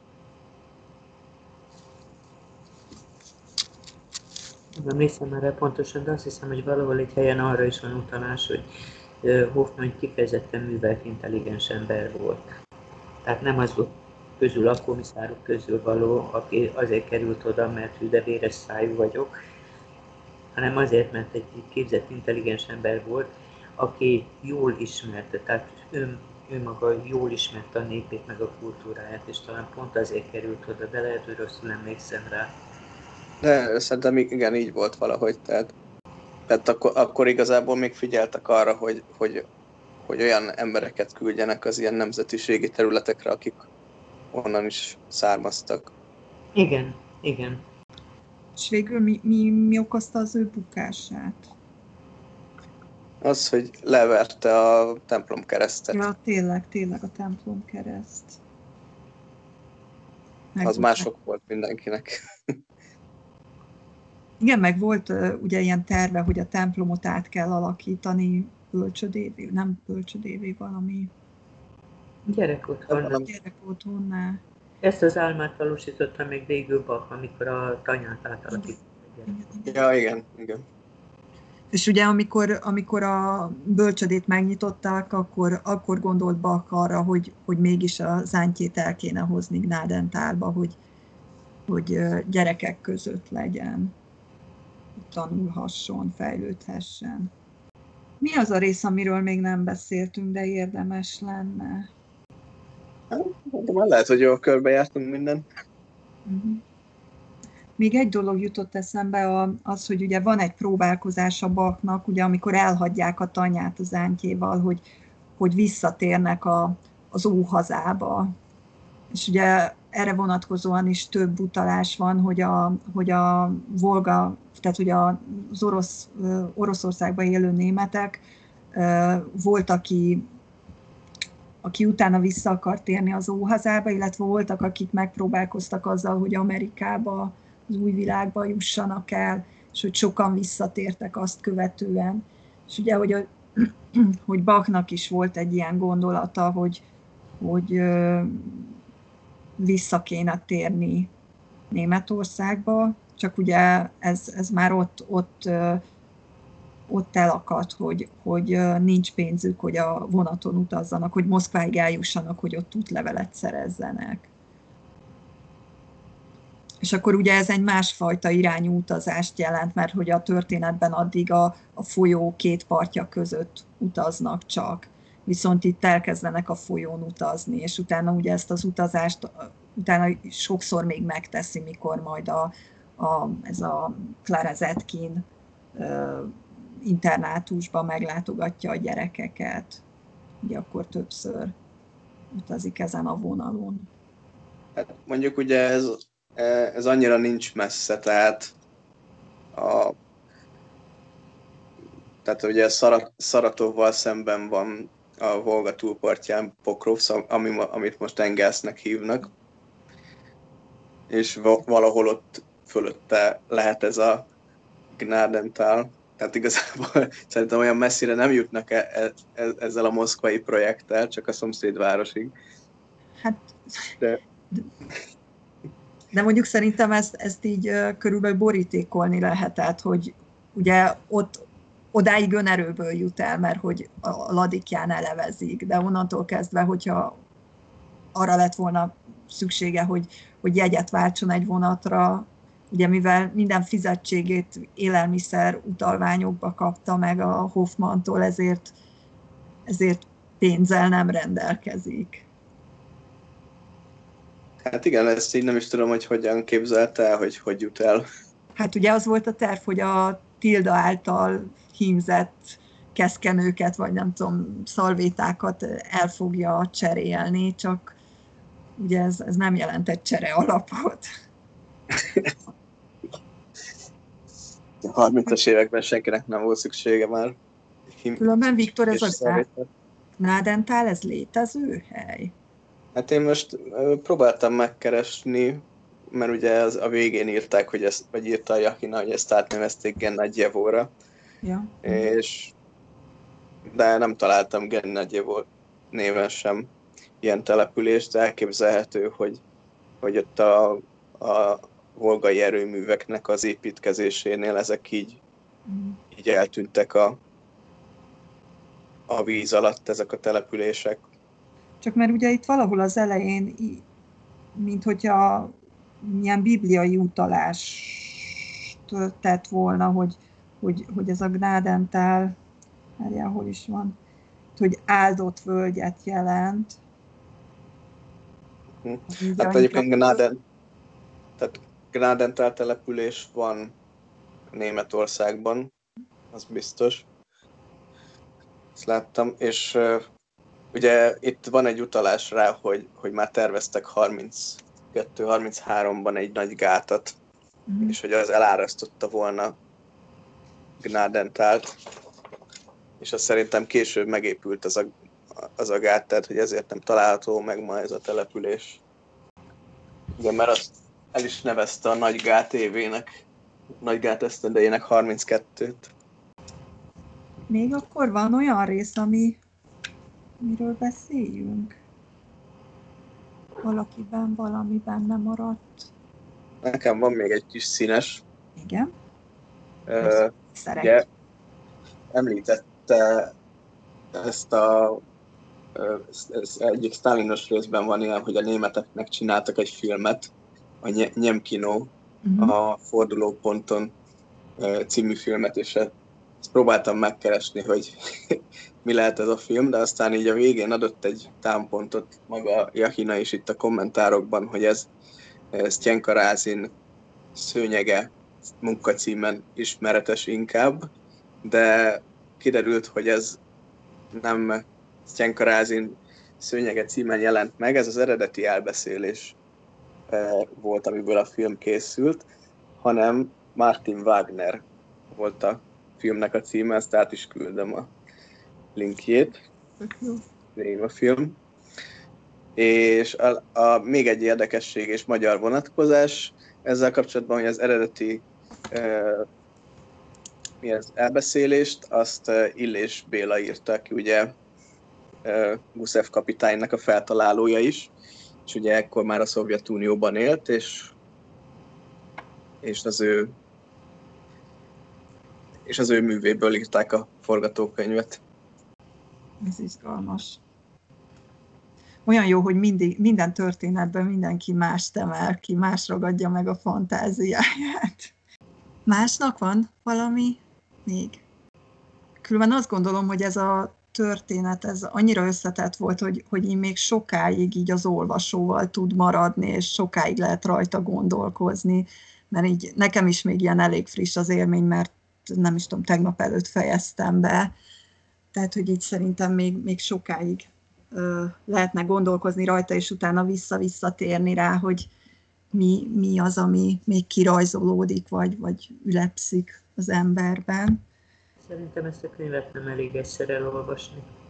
S3: Nem emlékszem erre pontosan, de azt hiszem, hogy valahol egy helyen arra is van utalás, hogy Hoffmann kifejezetten művelt, intelligens ember volt. Tehát nem azok közül, a komisszárok közül való, aki azért került oda, mert hű, de véres szájú vagyok, hanem azért, mert egy képzett, intelligens ember volt, aki jól ismerte, tehát ő maga jól ismerte a népét, meg a kultúráját, és talán pont azért került oda, de lehet, hogy rosszul emlékszem rá.
S4: De szerintem igen, így volt valahogy, tehát akkor igazából még figyeltek arra, hogy olyan embereket küldjenek az ilyen nemzetiségi területekre, akik onnan is származtak.
S3: Igen, igen.
S1: És végül mi okozta az ő bukását?
S4: Az, hogy leverte a templomkeresztet.
S1: Ja, tényleg a templomkereszt.
S4: Az mások volt mindenkinek.
S1: Igen, meg volt ugye ilyen terve, hogy a templomot át kell alakítani bölcsödévé, nem bölcsödévé, valami...
S3: Gyerekotthonná. Ezt az álmát valósította még végül Bach, amikor a tanyát átalakított.
S4: Ja, igen.
S1: És ugye amikor a bölcsödét megnyitották, akkor gondolt Bach arra, hogy mégis a zántjét el kéne hozni Gnadenthalba, hogy gyerekek között legyen, tanulhasson, fejlődhessen. Mi az a rész, amiről még nem beszéltünk, de érdemes lenne?
S4: De már lehet, hogy jól körbejártunk mindent.
S1: Uh-huh. Még egy dolog jutott eszembe, az, hogy ugye van egy próbálkozás a Bachnak, ugye amikor elhagyják a tanyát az ántjéval, hogy visszatérnek az óhazába. És ugye erre vonatkozóan is több utalás van, hogy a Volga, tehát ugye az Oroszországban élő németek volt, aki utána vissza akart térni az óhazába, illetve voltak, akik megpróbálkoztak azzal, hogy Amerikába, az új világba jussanak el, és hogy sokan visszatértek azt követően. És ugye, hogy Bachnak is volt egy ilyen gondolata, hogy vissza kéne térni Németországba, csak ugye ez már ott elakadt, hogy nincs pénzük, hogy a vonaton utazzanak, hogy Moszkváig eljussanak, hogy ott útlevelet szerezzenek. És akkor ugye ez egy másfajta irányú utazást jelent, mert hogy a történetben addig a folyó két partja között utaznak csak. Viszont itt elkezdenek a folyón utazni, és utána ugye ezt az utazást utána sokszor még megteszi, mikor majd ez a Clara Zetkin internátusban meglátogatja a gyerekeket. Ugye akkor többször utazik ezen a vonalon.
S4: Hát mondjuk ugye ez annyira nincs messze, tehát ugye Szaratovval szemben van a Volga túlpartján Pokrovsz, amit most Engelsnek hívnak, és valahol ott fölötte lehet ez a Gnadenthal. Tehát igazából szerintem olyan messzire nem jutnak ezzel a moszkvai projekttel, csak a szomszédvárosig.
S1: Hát, de mondjuk szerintem ezt így körülbelül borítékolni lehetett, hogy ugye odáig önerőből jut el, mert hogy a Ladikján elevezik, de onnantól kezdve, hogyha arra lett volna szüksége, hogy jegyet váltson egy vonatra, ugye mivel minden fizetségét élelmiszer utalványokba kapta meg a Hoffmantól, ezért pénzzel nem rendelkezik.
S4: Hát igen, ezt így nem is tudom, hogy hogyan képzelte el, hogy jut el.
S1: Hát ugye az volt a terv, hogy a Tilda által hímzett keszkenőket, vagy nem tudom, szalvétákat el fogja cserélni, csak ugye ez nem jelent egy csere alapot.
S4: A 30-as években senkinek nem volt szüksége már.
S1: Különben, Viktor, ez a Gnadenthal, ez létező hely?
S4: Hát én most próbáltam megkeresni, mert ugye a végén írták, vagy írta a Jachina, hogy ezt átnevezték Gennadjevóra.
S1: Ja.
S4: De nem találtam Gennadjevó néven sem ilyen települést, de elképzelhető, hogy ott a volgai erőműveknek az építkezésénél ezek így eltűntek a víz alatt, ezek a települések.
S1: Csak mert ugye itt valahol az elején, mint hogyha milyen bibliai utalást tett volna, hogy ez a Gnadenthal, várjál, hol is van, hogy áldott völgyet jelent.
S4: Hát egyébként Gnadenthal település van Németországban, az biztos. Ezt láttam, és ugye itt van egy utalás rá, hogy már terveztek 32-33-ban egy nagy gátat, és hogy az elárasztotta volna Gnadenthalt, és azt szerintem később megépült az a gát, tehát hogy ezért nem található meg ma ez a település. Igen, mert azt el is nevezte a Nagy Gát évének, Nagy Gát esztendejének 32-t.
S1: Még akkor van olyan rész, miről beszéljünk? Valamiben nem maradt.
S4: Nekem van még egy kis színes.
S1: Igen.
S4: Ugye említette ezt egyik sztálinos részben van ilyen, hogy a németeknek csináltak egy filmet, a Nyemkino, a Fordulóponton című filmet, és ezt próbáltam megkeresni, hogy mi lehet ez a film, de aztán így a végén adott egy támpontot maga Jachina is itt a kommentárokban, hogy ez Sztyenka Rázin Szőnyege munkacímen ismeretes inkább, de kiderült, hogy ez nem Sztyenka Rázin Szőnyege címen jelent meg, ez az eredeti elbeszélés volt, amiből a film készült, hanem Martin Wagner volt a filmnek a címe, ezt át is küldöm a linkjét. A film. És még egy érdekesség és magyar vonatkozás ezzel kapcsolatban, hogy az eredeti elbeszélést, azt Illés Béla írta ki, ugye Gusev kapitánynak a feltalálója is, és ugye ekkor már a Szovjetunióban élt, és az ő művéből írták a forgatókönyvet.
S1: Ez izgalmas. Olyan jó, hogy minden történetben mindenki mást emel ki, más ragadja meg a fantáziáját. Másnak van valami még? Különben azt gondolom, hogy ez a történet, ez annyira összetett volt, hogy így még sokáig így az olvasóval tud maradni, és sokáig lehet rajta gondolkozni, mert így nekem is még ilyen elég friss az élmény, mert nem is tudom, tegnap előtt fejeztem be, tehát, hogy így szerintem még sokáig lehetne gondolkozni rajta, és utána visszatérni rá, hogy mi az, ami még kirajzolódik, vagy ülepszik az emberben.
S3: Szerintem ezt a könyvet nem elég egyszer elolvasni.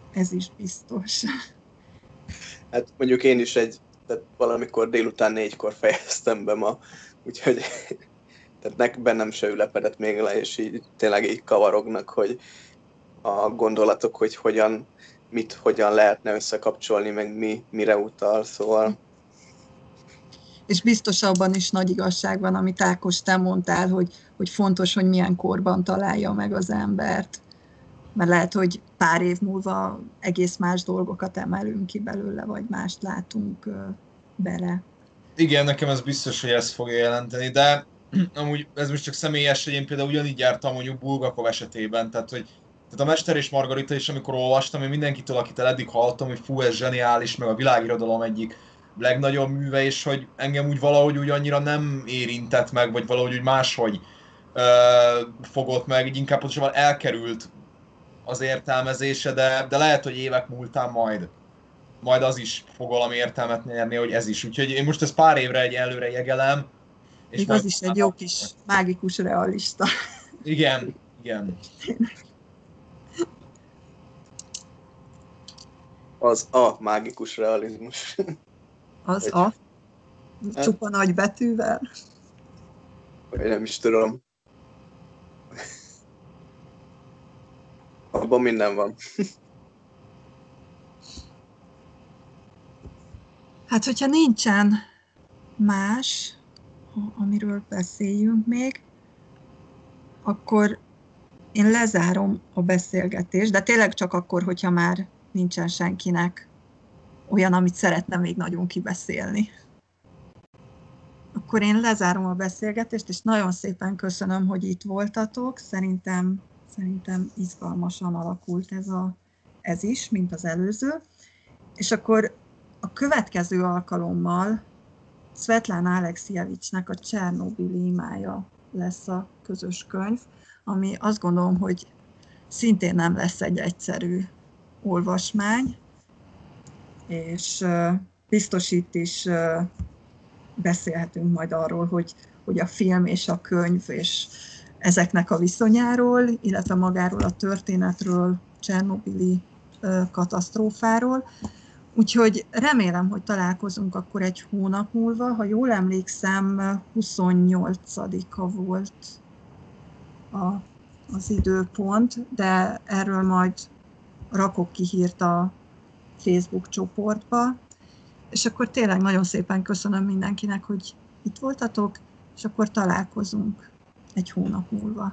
S1: Ez is biztos.
S4: Hát mondjuk én is tehát valamikor délután 4-kor fejeztem be ma, úgyhogy tehát bennem se ülepedett még le, és így tényleg így kavarognak, hogy a gondolatok, hogy hogyan lehetne összekapcsolni, meg mire utal, szóval.
S1: És biztos abban is nagy igazság van, amit Ákos, te mondtál, hogy fontos, hogy milyen korban találja meg az embert. Mert lehet, hogy pár év múlva egész más dolgokat emelünk ki belőle, vagy mást látunk bele.
S2: Igen, nekem ez biztos, hogy ezt fogja jelenteni, de amúgy ez most csak személyes, hogy én például ugyanígy jártam mondjuk Bulgakov esetében, tehát a Mester és Margarita is, amikor olvastam, én mindenkitől, akitől eddig hallottam, hogy fú, ez zseniális, meg a világirodalom egyik legnagyobb műve, és hogy engem úgy valahogy úgy annyira nem érintett meg, vagy valahogy úgy máshogy fogott meg, így inkább pontosabban elkerült az értelmezése, de lehet, hogy évek múltán majd az is fog valami értelmet nyerni, hogy ez is. Úgyhogy én most ezt pár évre előre jegelem.
S1: És az is egy jó kis mágikus realista.
S2: Igen.
S4: Az a mágikus realizmus.
S1: Az a? Csupa nagy betűvel?
S4: Vagy nem is tudom. Abban minden van.
S1: Hát, hogyha nincsen más, amiről beszéljünk még, akkor én lezárom a beszélgetést, de tényleg csak akkor, hogyha már nincsen senkinek olyan, amit szeretne még nagyon kibeszélni. Akkor én lezárom a beszélgetést, és nagyon szépen köszönöm, hogy itt voltatok. Szerintem izgalmasan alakult ez is, mint az előző. És akkor a következő alkalommal Szvetlana Alexijevicsnek a Csernobili imája lesz a közös könyv, ami azt gondolom, hogy szintén nem lesz egy egyszerű olvasmány, és biztos itt is beszélhetünk majd arról, hogy a film és a könyv és ezeknek a viszonyáról, illetve magáról a történetről, Csernobili katasztrófáról. Úgyhogy remélem, hogy találkozunk akkor egy hónap múlva. Ha jól emlékszem, 28-a volt az időpont, de erről majd rakok ki hírt a Facebook csoportba. És akkor tényleg nagyon szépen köszönöm mindenkinek, hogy itt voltatok, és akkor találkozunk egy hónap múlva.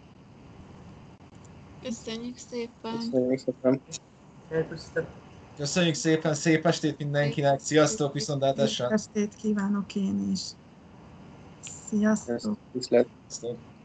S5: Köszönjük szépen!
S4: Köszönjük szépen!
S2: Köszönjük szépen, szép estét mindenkinek, sziasztok, viszontlátásra!
S1: Szép estét kívánok én is! Sziasztok!
S4: Viszlát!
S2: Sziasztok.